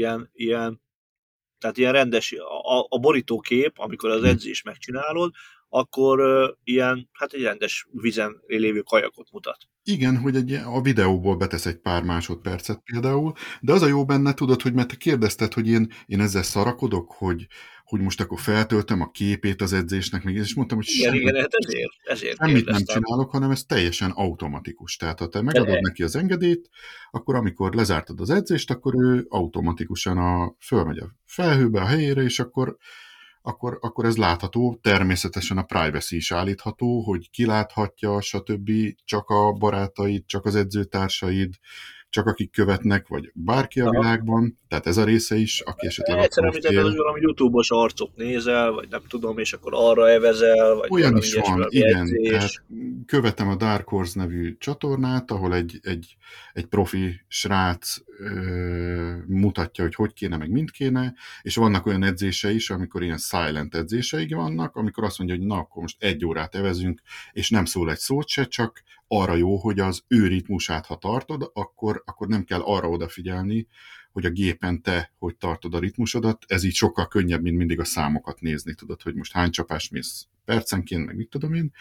tehát ilyen rendes, a borítókép, amikor az Hm. edzést megcsinálod, akkor ilyen, hát egy rendes vizen lévő kajakot mutat. Igen, hogy a videóból betesz egy pár másodpercet például, de az a jó benne, tudod, hogy mert te kérdezted, hogy én ezzel szarakodok, hogy most akkor feltöltöm a képét az edzésnek, meg, és mondtam, hogy Igen, hát ezért semmit nem kérdeztem. csinálok, hanem ez teljesen automatikus. Tehát ha te De, megadod neki az engedélyt, akkor amikor lezártad az edzést, akkor ő automatikusan fölmegy a felhőbe, a helyére, és akkor ez látható, természetesen a privacy is állítható, hogy ki láthatja, stb. Csak a barátaid, csak az edzőtársaid, csak akik követnek, vagy bárki a aha. világban, tehát ez a része is, aki esetleg Egyszer attól említetted, hogy fél. valami YouTube-os arcot nézel, vagy nem tudom, és akkor arra evezel, vagy Olyan valami is ilyesmi, van, valami igen, tehát edzés. követem a Dark Horse nevű csatornát, ahol egy profi srác mutatja, hogy kéne, meg mind kéne, és vannak olyan edzése is, amikor ilyen silent edzéseik vannak, amikor azt mondja, hogy na, akkor most 1 órát evezünk, és nem szól egy szót se, csak arra jó, hogy az ő ritmusát, ha tartod, akkor nem kell arra odafigyelni, hogy a gépen te hogy tartod a ritmusodat, ez így sokkal könnyebb, mint mindig a számokat nézni, tudod, hogy most hány csapást mész percenként, meg mit tudom én.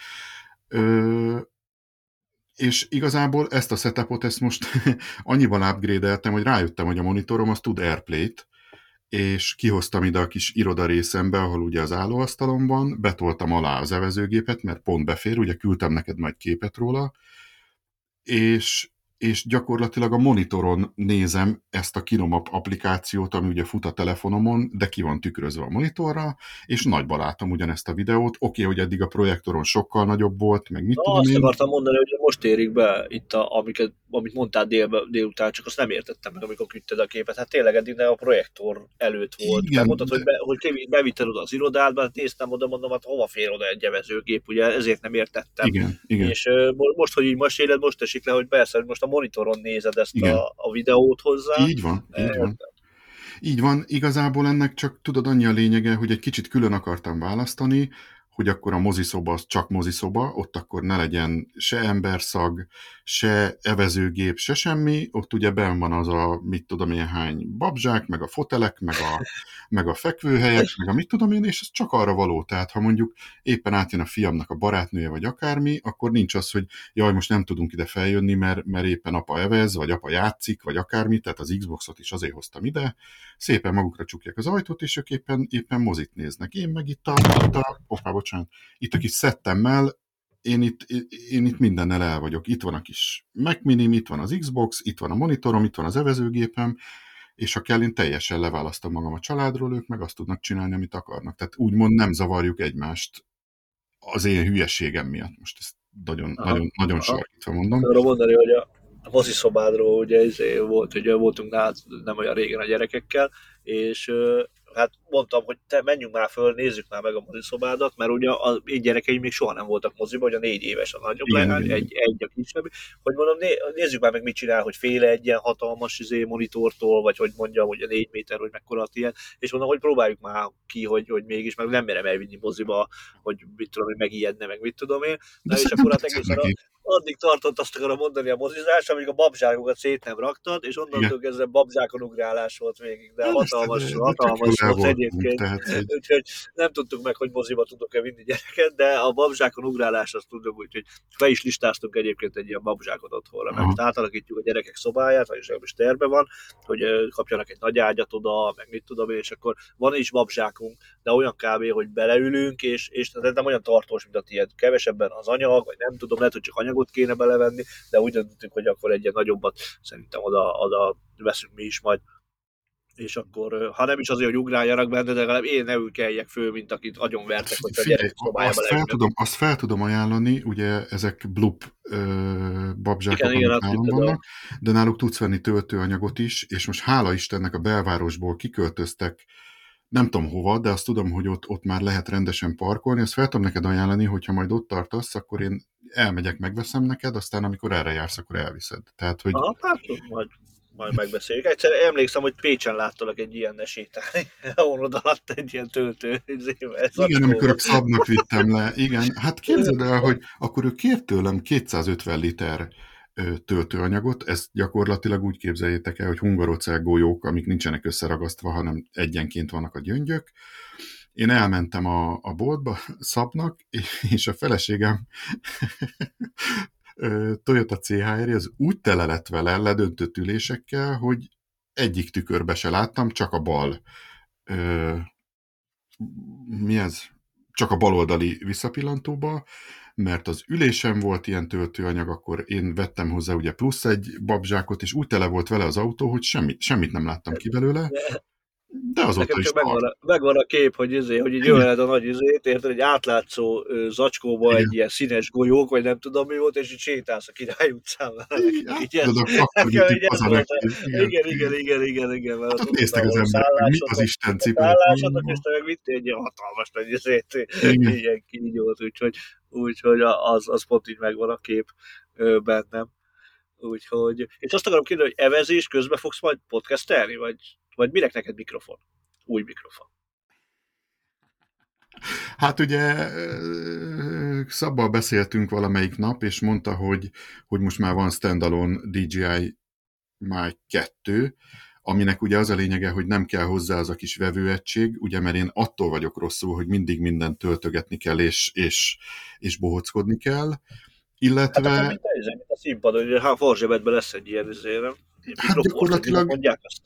És igazából ezt a setupot, ezt most annyival upgrade-eltem, hogy rájöttem, hogy a monitorom az tud AirPlay-t, és kihoztam ide a kis iroda részembe, ahol ugye az állóasztalom van, betoltam alá az evezőgépet, mert pont befér, ugye küldtem neked majd képet róla, és, és gyakorlatilag a monitoron nézem ezt a Kinomap applikációt, ami ugye fut a telefonomon, de ki van tükrözve a monitorra, és nagyba látom ugyanezt a videót. Oké, hogy eddig a projektoron sokkal nagyobb volt, meg mit Na, tudom azt én. akartam mondani, hogy most érik be itt, amit mondtál délután, csak azt nem értettem meg, amikor küldted a képet. Hát tényleg eddig a projektor előtt volt. Mert Igen, mondtad, hogy bevitted oda az irodádba, hát néztem oda, mondom, hát hova fér oda egy evezőgép, ugye ezért nem értettem. igen, És most, hogy így meséled, most esik le, hogy persze, hogy most a monitoron nézed ezt igen. a videót hozzá. Így van, így van. Így van, igazából ennek csak tudod annyi a lényege, hogy egy kicsit külön akartam választani, hogy akkor a moziszoba az csak moziszoba, ott akkor ne legyen se emberszag, se evezőgép, se semmi, ott ugye benn van az a mit tudom én hány babzsák, meg a fotelek, meg a fekvőhelyek, meg a mit tudom én, és ez csak arra való. Tehát ha mondjuk éppen átjön a fiamnak a barátnője, vagy akármi, akkor nincs az, hogy jaj, most nem tudunk ide feljönni, mert éppen apa evez, vagy apa játszik, vagy akármi, tehát az Xboxot is azért hoztam ide, szépen magukra csukják az ajtót, és ők éppen mozit néznek. Én meg itt a kis szettemmel, én itt mindennel el vagyok. Itt van a kis Mac Minim, itt van az Xbox, itt van a monitorom, itt van az evezőgépem, és ha kell, én teljesen leválasztom magam a családról, ők meg azt tudnak csinálni, amit akarnak. Tehát úgymond nem zavarjuk egymást az én hülyeségem miatt. Most ezt nagyon, Aha, nagyon, nagyon aha. sarkítva mondom. Azt akarom mondani, hogy a moziszobádról ugye volt, hogy voltunk nálad nem olyan régen a gyerekekkel, és hát mondtam, hogy te menjünk már föl, nézzük már meg a moziszobádat, mert ugye az én gyerekeim még soha nem voltak moziba, ugye 4 éves a nagyobb Igen, leány, igen, igen. egy a kisebb, hogy mondom, nézzük már meg mit csinál, hogy féle egy ilyen hatalmas monitortól, vagy hogy mondjam, hogy a 4 méter, hogy mekkora a tiéd, és mondom, hogy próbáljuk már ki, hogy mégis, meg nem merem elvinni moziba, hogy mit tudom, hogy megijedne, meg mit tudom én. De Na és szerintem akkor hát tetszett egészen neki. addig tartott, azt akarom mondani a mozizás, amíg a babzsákokat szét nem raktad, és Igen. onnantól kezdve babzsákon ugrálás volt végig, de Persze, hatalmas, de tök jól hatalmas el volt voltunk, egyébként. tehát, hogy Úgyhogy nem tudtuk meg, hogy moziba tudok-e vinni gyereket, de a babzsákon ugrálás azt tudjuk, úgyhogy fel is listáztunk egyébként egy ilyen babzsákot otthonra, mert aha. most átalakítjuk a gyerekek szobáját, vagyis legalábbis terve van, hogy kapjanak egy nagy ágyat oda, meg mit tudom én, és akkor van is babzsákunk, de olyan kb., hogy beleülünk, és nem olyan tartós, mint a tiéd. Kevesebben az anyag, vagy nem tudom, lehet, hogy csak anyagot kéne belevenni, de úgy döntünk, hogy akkor egy ilyen nagyobbat szerintem oda veszünk mi is majd. És akkor, ha nem is azért, hogy ugráljanak benne, de legalább én ne ülkeljek föl, mint akit agyonvertek, hogy a Figyelj, gyerek szobájába leülök. azt fel tudom ajánlani, ugye ezek Blup babzsákok, Igen, amik azt nálam tudom. vannak, de náluk tudsz venni töltőanyagot is, és most hála Istennek a belvárosból kiköltöztek, nem tudom hova, de azt tudom, hogy ott már lehet rendesen parkolni, azt fel tudom neked ajánlani, hogyha majd ott tartasz, akkor én elmegyek, megveszem neked, aztán amikor erre jársz, akkor elviszed. Tehát, hogy Aha, hát majd megbeszéljük. Egyszer emlékszem, hogy Pécsen láttalak egy ilyen sétálni, ahol odaladt egy ilyen töltő igen, amikor a zacskóba. Szabnak vittem le, igen, hát képzeld el, hogy akkor ő kért tőlem 250 liter töltőanyagot, ezt gyakorlatilag úgy képzeljétek el, hogy hungarocell golyók, amik nincsenek összeragasztva, hanem egyenként vannak a gyöngyök. Én elmentem a boltba Szabnak, és a feleségem Toyota CHR, az úgy tele lett vele ledöntött ülésekkel, hogy egyik tükörbe se láttam, csak a bal ö, mi ez? Csak a baloldali visszapillantóba, mert az ülésem volt ilyen töltőanyag, akkor én vettem hozzá ugye plusz egy babzsákot, és úgy tele volt vele az autó, hogy semmit nem láttam ki belőle, de azóta Nekem is csak tart. megvan a kép, hogy hogy így Igen, olyan a nagy érted, egy átlátszó zacskóba egy igen. ilyen színes golyók, vagy nem tudom mi volt, és így sétálsz a Király utcán vele nekünk, Hát így ez, tudod, akkor nekem vittük így ez haza volt neki. Igen. igen, mert Hát ott ott tudtam, néztek az ahol a emberek, hogy mi az szállásotok, Isten cipőt. és te meg vittél egy ilyen hatalmas nagy Igen. ilyen kígyót, úgyhogy az pont így megvan a kép bennem. Úgyhogy, és azt akarom kérdezni, hogy evezés közben fogsz majd podcastelni, vagy minek neked mikrofon? Új mikrofon. Hát ugye Szabbal beszéltünk valamelyik nap, és mondta, hogy most már van standalone DJI Mic 2, aminek ugye az a lényege, hogy nem kell hozzá az a kis vevőegység, ugye mert én attól vagyok rosszul, hogy mindig mindent töltögetni kell, és bohockodni kell, Hát akkor illetve mint a színpad, hogy ha a farzsebedben lesz egy ilyen nem? Ilyen hát mikroport, hogy minek gyakorlatilag mondják azt?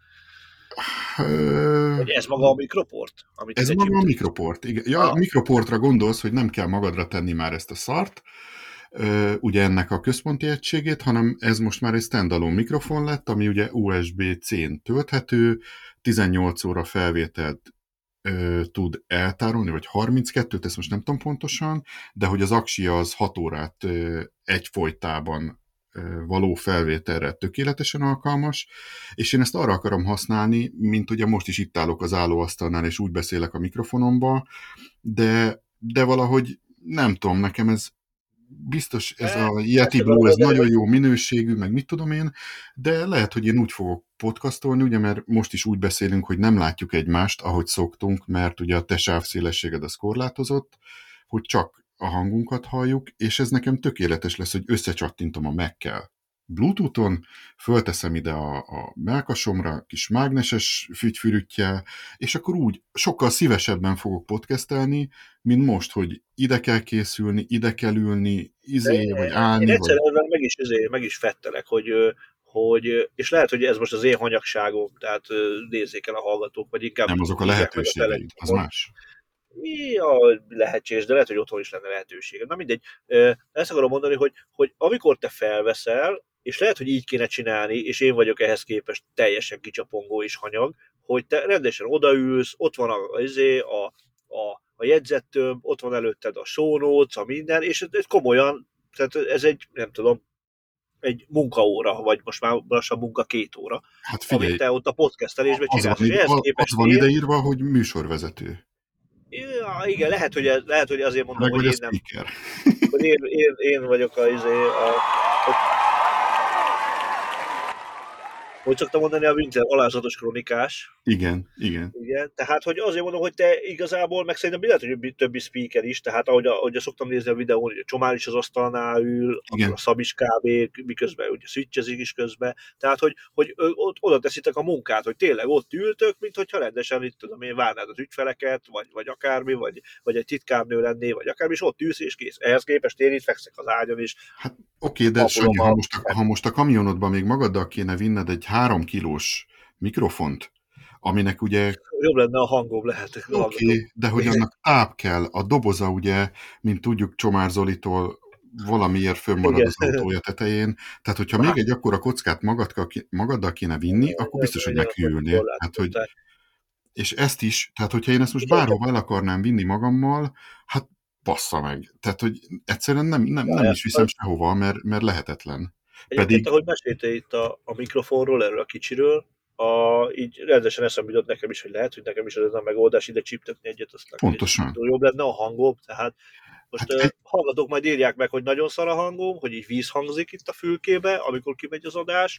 ö, Vagy ez maga a mikroport, amit ez ide maga a csiptetsz? mikroport. Igen. Ja, Ah, mikroportra gondolsz, hogy nem kell magadra tenni már ezt a szart, ugye ennek a központi egységét, hanem ez most már egy standalone mikrofon lett, ami ugye USB-C-n tölthető, 18 óra felvételt tud eltárolni, vagy 32-t, ezt most nem tudom pontosan, de hogy az aksi az 6 órát egyfolytában való felvételre tökéletesen alkalmas, és én ezt arra akarom használni, mint ugye most is itt állok az állóasztalnál, és úgy beszélek a mikrofonomba, de valahogy nem tudom, nekem ez biztos ez a ezt Yeti akarom Blue, ez mondani, nagyon hogy jó minőségű, meg mit tudom én, de lehet, hogy én úgy fogok podcastolni, ugye, mert most is úgy beszélünk, hogy nem látjuk egymást, ahogy szoktunk, mert ugye a te sávszélességed az korlátozott, hogy csak a hangunkat halljuk, és ez nekem tökéletes lesz, hogy összecsattintom a Mac-kel Bluetooth-on, fölteszem ide a mellkasomra, kis mágneses fügyfürüttyel, és akkor úgy sokkal szívesebben fogok podcastelni, mint most, hogy ide kell készülni, ide kell ülni, de vagy én állni, vagy egyszerűen meg is fettelek, és lehet, hogy ez most az én hanyagságom, tehát nézzék el a hallgatók, vagy inkább nem azok a hívják meg a lehetőségeid, az telefonot. más. Ja, lehetséges, de lehet, hogy otthon is lenne lehetőség. Na mindegy, ezt akarom mondani, hogy amikor te felveszel, és lehet, hogy így kéne csinálni, és én vagyok ehhez képest teljesen kicsapongó és hanyag, hogy te rendesen odaülsz, ott van a jegyzettömb, ott van előtted a show notes, a minden, és ez komolyan, tehát ez egy, nem tudom, egy munkaóra, vagy most már lassan munka 2 óra, Hát amit figyelj, te ott a podcastelésben az van, csinálsz, és ehhez az képest van én, ideírva, hogy műsorvezető. ja, igen, lehet, hogy azért mondom, Meg hogy vagy a én nem, speaker. hogy én vagyok hogy, hogy szoktam mondani, a Winter alázatos kronikás. Igen, igen, Igen, tehát hogy azért mondom, hogy te igazából, meg szerintem lehet, hogy többi speaker is, tehát ahogy szoktam nézni a videón, hogy a Csomár is az asztalnál ül, akkor a igen. Szab is kb. Miközben ugye switchezik is közben, tehát hogy ott oda teszitek a munkát, hogy tényleg ott ültök, mint hogyha rendesen, itt tudom én, várnád az ügyfeleket, vagy akármi, vagy egy titkárnő lenné, vagy akármi, és ott ülsz és kész. Ehhez képest én itt fekszek az ágyon, és Hát oké, de Sanyi, papolom ha a... most, ha most a kamionodban még magaddal kéne vinned egy 3 kilós mikrofont, aminek ugye Jobb lenne a hangom, lehet hallgatók. oké, de hogy annak táp kell, a doboza ugye, mint tudjuk Csomár Zolitól valamiért fönnmarad Igen. az autója tetején, tehát hogyha még Hát, egy akkora kockát magaddal kéne vinni, akkor biztos, hogy igen, akkor meghűlnél. Tehát, hogy, korlátozták. és ezt is, tehát hogyha én ezt most Igen, csak bárhova el akarnám vinni magammal, hát passza meg. Tehát, hogy egyszerűen nem is viszem az, sehova, mert lehetetlen. egyébként, Pedig ahogy meséltél itt a mikrofonról, erről a kicsiről, így rendesen eszembe jutott nekem is, hogy lehet, hogy nekem is ez a megoldás ide csíptetni egyet, aztán kicsit pontosan. jobb lenne a hangom, tehát most Hát egy, hallgatók majd írják meg, hogy nagyon szar a hangom, hogy így víz hangzik itt a fülkébe, amikor kimegy az adás,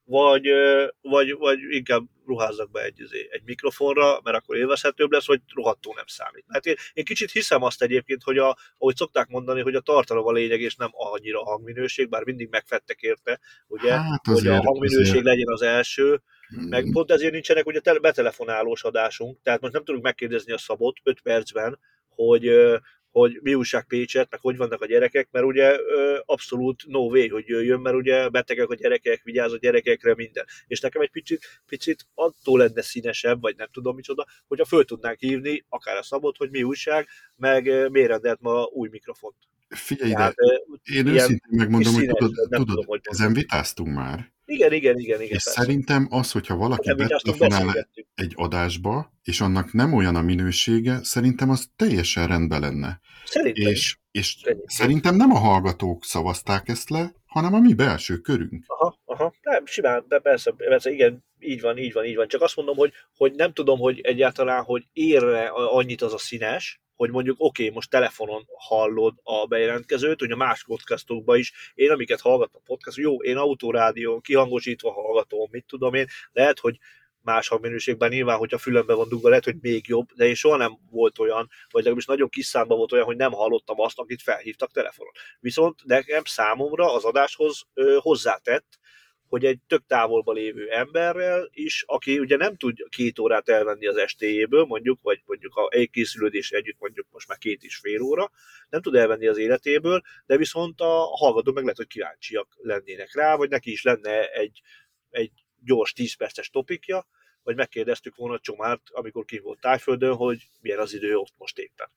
vagy inkább ruházzak be egy mikrofonra, mert akkor élvezhetőbb lesz, vagy rohadtul nem számít. Hát én kicsit hiszem azt egyébként, hogy ahogy szokták mondani, hogy a tartalom a lényeg, és nem annyira a hangminőség, bár mindig megfettek érte, ugye, hát hogy a azért hangminőség legyen az első, meg mm, pont ezért nincsenek ugye betelefonálós adásunk, tehát most nem tudunk megkérdezni a Szabot 5 percben, hogy mi újság Pécset, meg hogy vannak a gyerekek, mert ugye abszolút no way, hogy jöjjön, mert ugye betegek a gyerekek, vigyáz a gyerekekre, minden. És nekem egy picit attól lenne színesebb, vagy nem tudom micsoda, hogyha föl tudnánk hívni akár a Szabot, hogy mi újság, meg miért rendelt ma új mikrofont. figyelj ide, Tehát én ilyen őszintén kis megmondom, hogy színes, tudod, vagy nem tudom, tudod, hogy ezen mondjam. vitáztunk már, Igen, és persze. szerintem az, hogyha valaki Nem vitáztunk, betelefonál beszélgettünk. egy adásba, és annak nem olyan a minősége, szerintem az teljesen rendben lenne. Szerintem is. És Egyébként. szerintem nem a hallgatók szavazták ezt le, hanem a mi belső körünk. Aha, nem, simán, de persze, igen, így van. Csak azt mondom, hogy nem tudom, hogy egyáltalán, hogy érre annyit az a színes, hogy mondjuk most telefonon hallod a bejelentkezőt, hogy a más podcastokban is, én amiket hallgatom podcast, jó, én autorádión, kihangosítva hallgatom, mit tudom én, lehet, hogy más hangminőségben nyilván, hogyha fülembe van dugva, lehet, hogy még jobb, de én soha nem volt olyan, vagy legalábbis nagyon kis számban volt olyan, hogy nem hallottam azt, akit felhívtak telefonon. Viszont nekem számomra az adáshoz hozzátett, hogy egy tök távolba lévő emberrel is, aki ugye nem tud 2 órát elvenni az estéjéből, vagy mondjuk a elkészülődés együtt mondjuk most már 2,5 óra, nem tud elvenni az életéből, de viszont a hallgatók meg lehet, hogy kíváncsiak lennének rá, vagy neki is lenne egy gyors 10 perces topikja, vagy megkérdeztük volna Csomárt, amikor ki volt Tájföldön, hogy milyen az idő ott most éppen.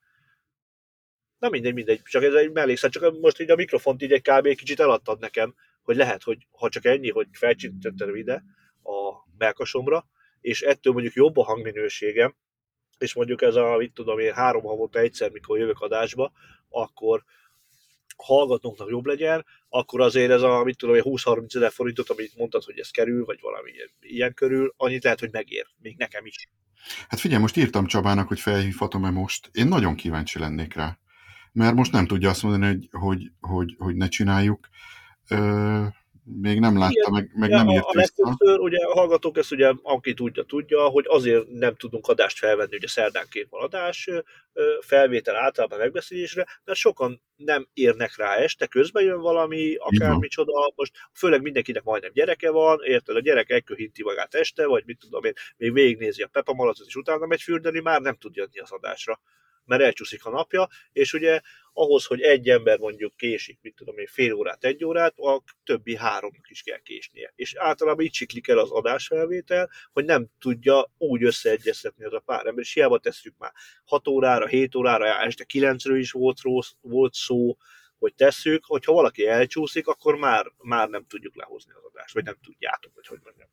Na mindegy, csak ez egy mellékszer, csak most így a mikrofont így egy kb. Kicsit eladtad nekem, hogy lehet, hogy ha csak ennyi, hogy felcsintetted ide a melkasomra, és ettől mondjuk jobb a hangminőségem, és mondjuk ez a, mit tudom én, 3 havonta egyszer, mikor jövök adásba, akkor hallgatóknak jobb legyen, akkor azért ez a, mit tudom én, 20-30 ezer forintot, amit mondtad, hogy ez kerül, vagy valami ilyen körül, annyit lehet, hogy megér, még nekem is. Hát figyelj, most írtam Csabának, hogy felhívhatom-e most. Én nagyon kíváncsi lennék rá. Mert most nem tudja azt mondani, hogy ne csináljuk. Ö, még nem látta, Igen, meg ugye nem írt a vissza. legtöbbször, ugye a hallgatók ezt ugye, aki tudja, hogy azért nem tudunk adást felvenni, ugye szerdánként van adás, felvétel általában megbeszélésre, mert sokan nem érnek rá este, közben jön valami, Így van. akármicsoda, most főleg mindenkinek majdnem gyereke van, érted, a gyerek elköhinti magát este, vagy mit tudom én, még végignézi a Peppa Malacot, és utána megy fürdeni, már nem tud jönni az adásra, mert elcsúszik a napja, és ugye ahhoz, hogy egy ember mondjuk késik, mit tudom én, fél órát, 1 órát, a többi 3-nak is kell késnie. És általában így siklik el az adásfelvétel, hogy nem tudja úgy összeegyeztetni az a pár ember, és hiába tesszük már 6 órára, 7 órára, este 9-ről is volt szó, hogy tesszük, hogyha valaki elcsúszik, akkor már nem tudjuk lehozni az adást, vagy nem tudjátok, vagy hogy mondjam.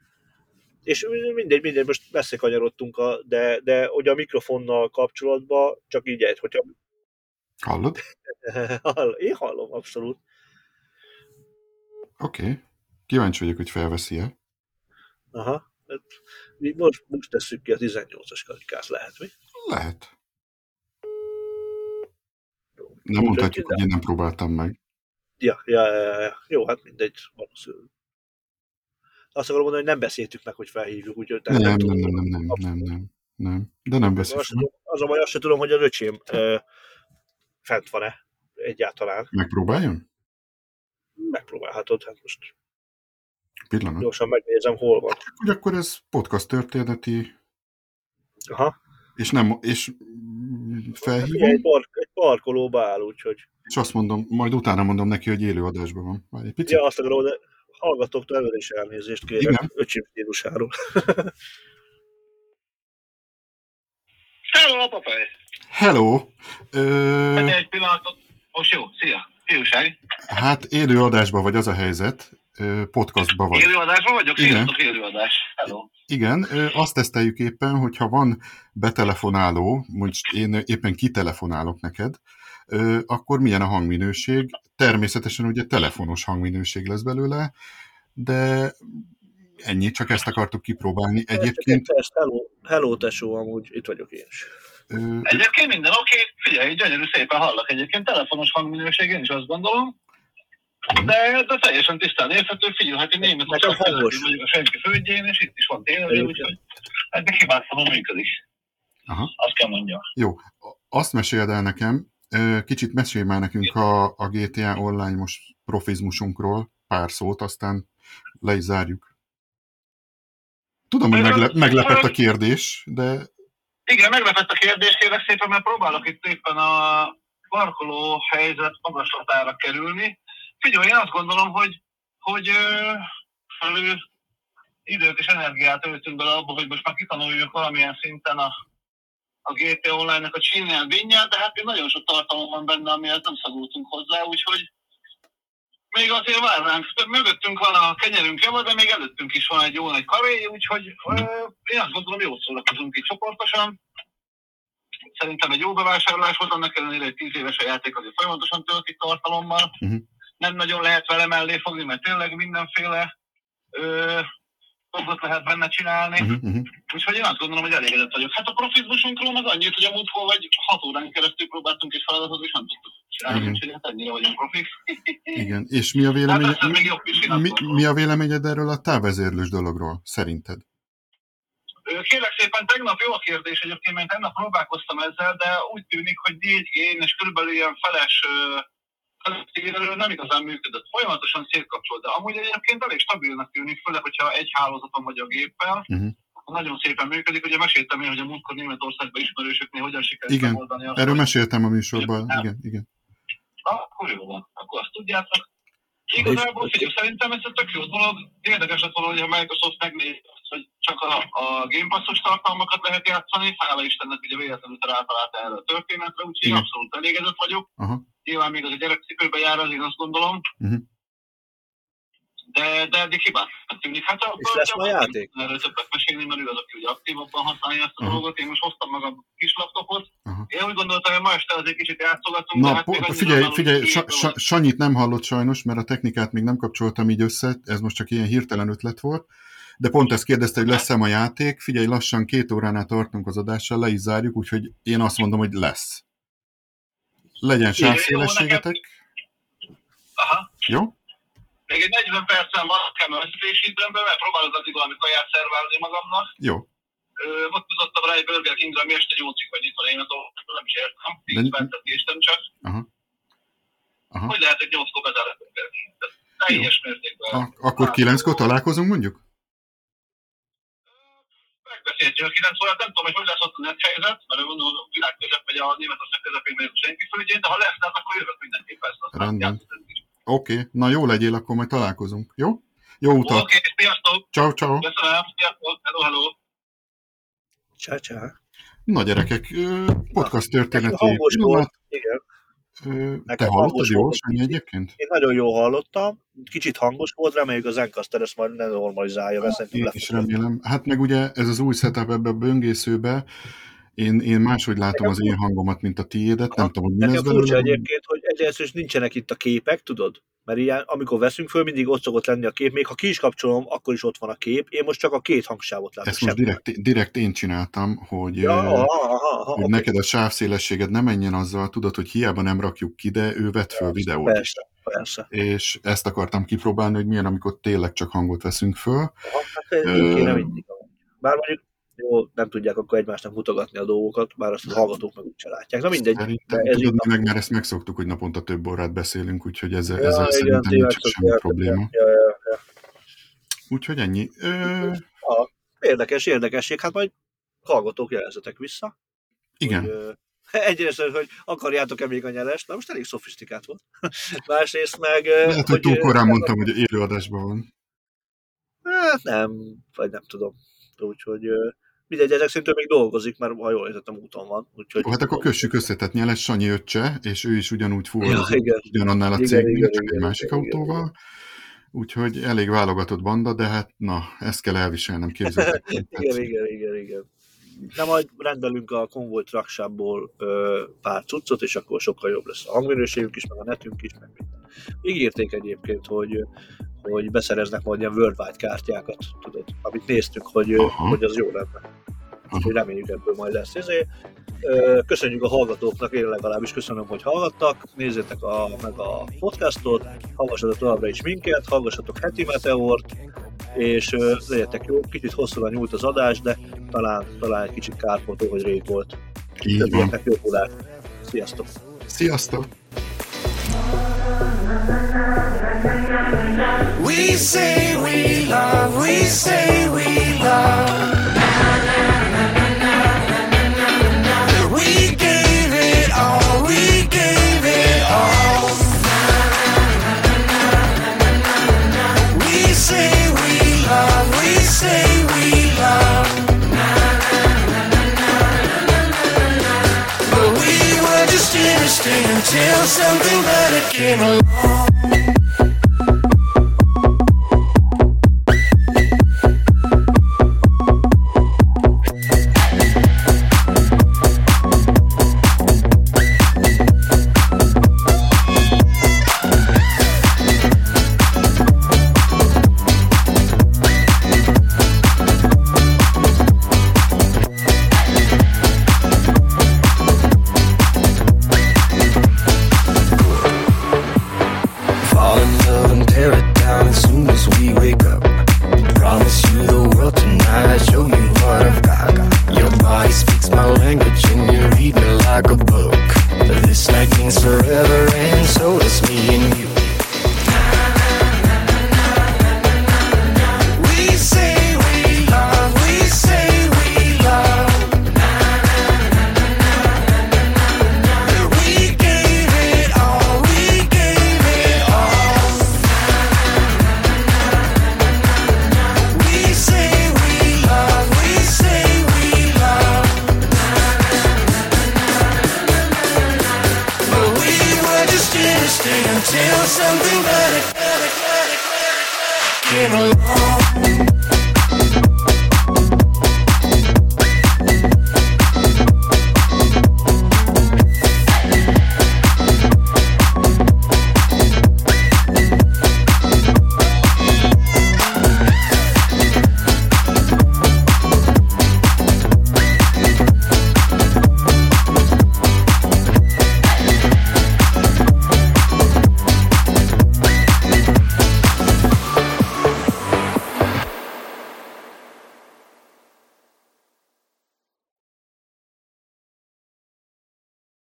És mindegy, most beszélkanyarodtunk, de hogy a mikrofonnal kapcsolatban, csak így, hogyha Hallod? én hallom, abszolút. Oké. Kíváncsi vagyok, hogy felveszi-e. Aha. Hát, most tesszük ki a 18-as karikát, lehet mi? Lehet. Nem mondhatjuk, hogy én nem próbáltam meg. Ja. Jó, hát mindegy, valószínűleg. Azt akarom mondani, hogy nem beszéltük meg, hogy felhívjuk, úgyhogy tehát nem Nem, tudom. nem, nem, nem, nem, nem, nem. De nem veszi fel. Az a baj, azt sem tudom, hogy az öcsém fent van-e egyáltalán. Megpróbáljon? Megpróbálhatod, hát most Pillanat. gyorsan megnézem, hol van. Hogy akkor ez podcast történeti, Aha. és Ugye, felhívom, egy parkolóba áll, úgyhogy... és azt mondom, majd utána mondom neki, hogy élő adásban van. Várj egy picit. Ja, azt akarom, de hallgatóktól előre is elnézést kérek, Igen. öcsém stílusáról. Hello, apafej! Hello! Egy pillanatot. Most jó, szia! Fiúság! Hát élő adásban vagy, az a helyzet. Podcastban vagy. Élőadásban vagyok? Igen. Sziasztok, élőadás! Hello! Igen, azt teszteljük éppen, hogyha van betelefonáló, most én éppen kitelefonálok neked, akkor milyen a hangminőség. Természetesen ugye telefonos hangminőség lesz belőle, de ennyi, csak ezt akartuk kipróbálni. Egyébként... Hello, tesó, amúgy itt vagyok én is. Egyébként minden oké, figyelj, gyönyörű szépen hallak. Egyébként telefonos hangminőség, én is azt gondolom. De teljesen tisztán érthető, figyelj, hát én Németország között vagyok a senki földjén, és itt is van tényleg, úgyhogy eddig hibátlanul működik. Aha. Azt kell mondjam. Jó, azt meséld el nekem, kicsit mesélj már nekünk a GTA Online most profizmusunkról pár szót, aztán le is zárjuk. Tudom, hogy meglepett a kérdés, de... Igen, meglepett a kérdés, kérlek szépen, mert próbálok itt éppen a parkoló helyzet magaslatára kerülni. Figyelj, én azt gondolom, hogy időt és energiát öltünk bele abba, hogy most már kitanuljuk valamilyen szinten a GTA Online-nak a csinált bínját, de hát még nagyon sok tartalom van benne, amihez nem szagoltunk hozzá, úgyhogy még azért várnánk. Mögöttünk van a kenyerünk java, de még előttünk is van egy jó nagy karé, úgyhogy én azt gondolom, jól szórakozunk itt csoportosan. Szerintem egy jó bevásárlás volt, annak ellenére egy 10 éves a játék azért folyamatosan töltik tartalommal. Nem nagyon lehet vele mellé fogni, mert tényleg mindenféle dolgot lehet benne csinálni. Úgyhogy én azt gondolom, hogy elégedett vagyok. Hát a profizmusunkról meg annyit, hogy a múltkor vagy 6 órán keresztül próbáltunk egy feladatot, és nem tudtuk csinálni, úgyhogy hát ennyire vagyunk profik. Igen, és mi a véleményed, hát még jobb mi a véleményed erről a távvezérlős dologról, szerinted? Kérlek szépen, tegnap jó a kérdés egyébként, mert tegnap próbálkoztam ezzel, de úgy tűnik, hogy 4G-n és körülbelül ilyen feles nem igazán működött. Folyamatosan szétkapcsolt, de amúgy egyébként elég stabilnak tűnik, főleg, hogyha egy hálózaton vagy a géppel. Nagyon szépen működik. Ugye meséltem én, hogy a múltkor Németországban ismerősöknél hogyan sikerült megoldani azt. Erről meséltem a műsorban. Igen. Akkor jó van, akkor azt tudjátok. Igazából figyelj, szerintem ez egy tök jó dolog. Érdekes lett volna, hogy a Microsoft megnéz, hogy csak a Game Pass-os tartalmakat lehet játszani. Hála Istennek ugye véletlenül rátalálta erre a történetre, úgyhogy én abszolút elégedett vagyok. Nyilván még az a gyerekcipőbe jár, az én azt gondolom. De eddig hibátlan tűnik. Hát és lesz ma játék? Erről többet mesélni, mert ő az, aki ugye aktívabban használja ezt a dolgot. Én most hoztam magam a kis laptopot. Én úgy gondoltam, hogy ma este azért kicsit játszogatunk. Na, figyelj, Sanyit nem hallott sajnos, mert a technikát még nem kapcsoltam így össze, ez most csak ilyen hirtelen ötlet volt. De pont ezt kérdezte, hogy lesz-e ma játék. Figyelj, lassan 2 óránál tartunk az adással, le is zárjuk, úgyhogy én azt mondom, hogy lesz. Legyen sávszélességetek. Aha. Jó? Még egy 40 percen van, kell a vezetési időmben, mert próbálok addig valami kaját szerválni magamnak. Jó. Most tudottam rá egy Burger Kingre, ami este 8-ig vagy itt van Németországban, nem is értem. 10 percet késtem csak. Aha. Hogy lehet, hogy 8-kor bezár a Burger King? Teljes mértékben. Akkor 9-kor találkozunk mondjuk? Megbeszéltjük a 9 órát, nem tudom, hogy lesz ott a net helyzet, mert mondom, a világ közep vagy a Németország közepén vagyok senki földjén, de ha lesz, akkor jövök mindenképp persze. Rendben. Oké, na jó legyél, akkor majd találkozunk, jó? Jó utat! Oké, sziasztok! Ciao. Köszönöm, sziasztok, hello. Ciao. Na gyerekek, podcast történeti pillanat. Igen. Te hallottad jól, Sanyi egyébként? Én nagyon jól hallottam, kicsit hangos volt, reméljük az Encaster ezt majd ne normalizálja, mert szerintem én is remélem. Hát meg ugye ez az új setup ebbe a böngészőbe, én máshogy látom az én hangomat, mint a tiédet, nem tudom, hogy mi lesz belőle. Furcsa egyébként, hogy egyrészt nincsenek itt a képek, tudod? Mert ilyen, amikor veszünk föl, mindig ott szokott lenni a kép, még ha ki is kapcsolom, akkor is ott van a kép, én most csak a 2 hangsávot látom. Ezt most direkt én csináltam, hogy, hogy neked a sávszélességed ne menjen azzal, tudod, hogy hiába nem rakjuk ki, de ő vett föl videót persze, is. Persze. És ezt akartam kipróbálni, hogy milyen, amikor tényleg csak hangot veszünk föl. Hát kéne mindig. Bár mondjuk jó, nem tudják akkor egymásnak mutogatni a dolgokat, bár azt a hallgatók meg úgyse látják. Na mindegy. Tudod, meg már ezt megszoktuk, hogy naponta több órát beszélünk, úgyhogy ezzel szerintem nincs semmi probléma. Ja. Úgyhogy ennyi. Érdekesség, hát majd hallgatók jelezzetek vissza. Igen. Egyrészt, hogy akarjátok-e még a nyelest, na most elég szofisztikált volt. Másrészt meg... Lehet, hogy túl korán mondtam, hogy élőadásban van. Hát nem, vagy nem tudom. Úgyhogy mindegy, ezek szerintem még dolgozik, mert ha jól értettem, úton van. Úgyhogy hát akkor kössük össze, tehát Nyeles Sanyi öccse, és ő is ugyanúgy fuvarozik, ugyanannál a cégnél, csak egy másik autóval. Úgyhogy elég válogatott banda, de hát na, ezt kell elviselnem, képzeljétek. Igen. Na majd rendelünk a Convoy Truck Shopból pár cuccot, és akkor sokkal jobb lesz a hangminőségünk is, meg a netünk is, meg minden. Ígérték egyébként, hogy beszereznek majd ilyen worldwide kártyákat, tudod, amit néztük, hogy az jó lenne. Úgyhogy reméljük ebből majd lesz. Köszönjük a hallgatóknak, én legalábbis köszönöm, hogy hallgattak, nézzétek meg a podcastot, hallgassatok továbbra is minket, hallgassatok Heti Meteort, és legyetek jó, kicsit hosszúra nyúlt az adás, de talán egy kicsit kárpótol, hogy rég volt. Többieknek jó tudást. Sziasztok! Sziasztok! We say we love, we say we love. We gave it all, we gave it all. We say we love, we say we love. But we were just interesting until something better came along. Until something better came along.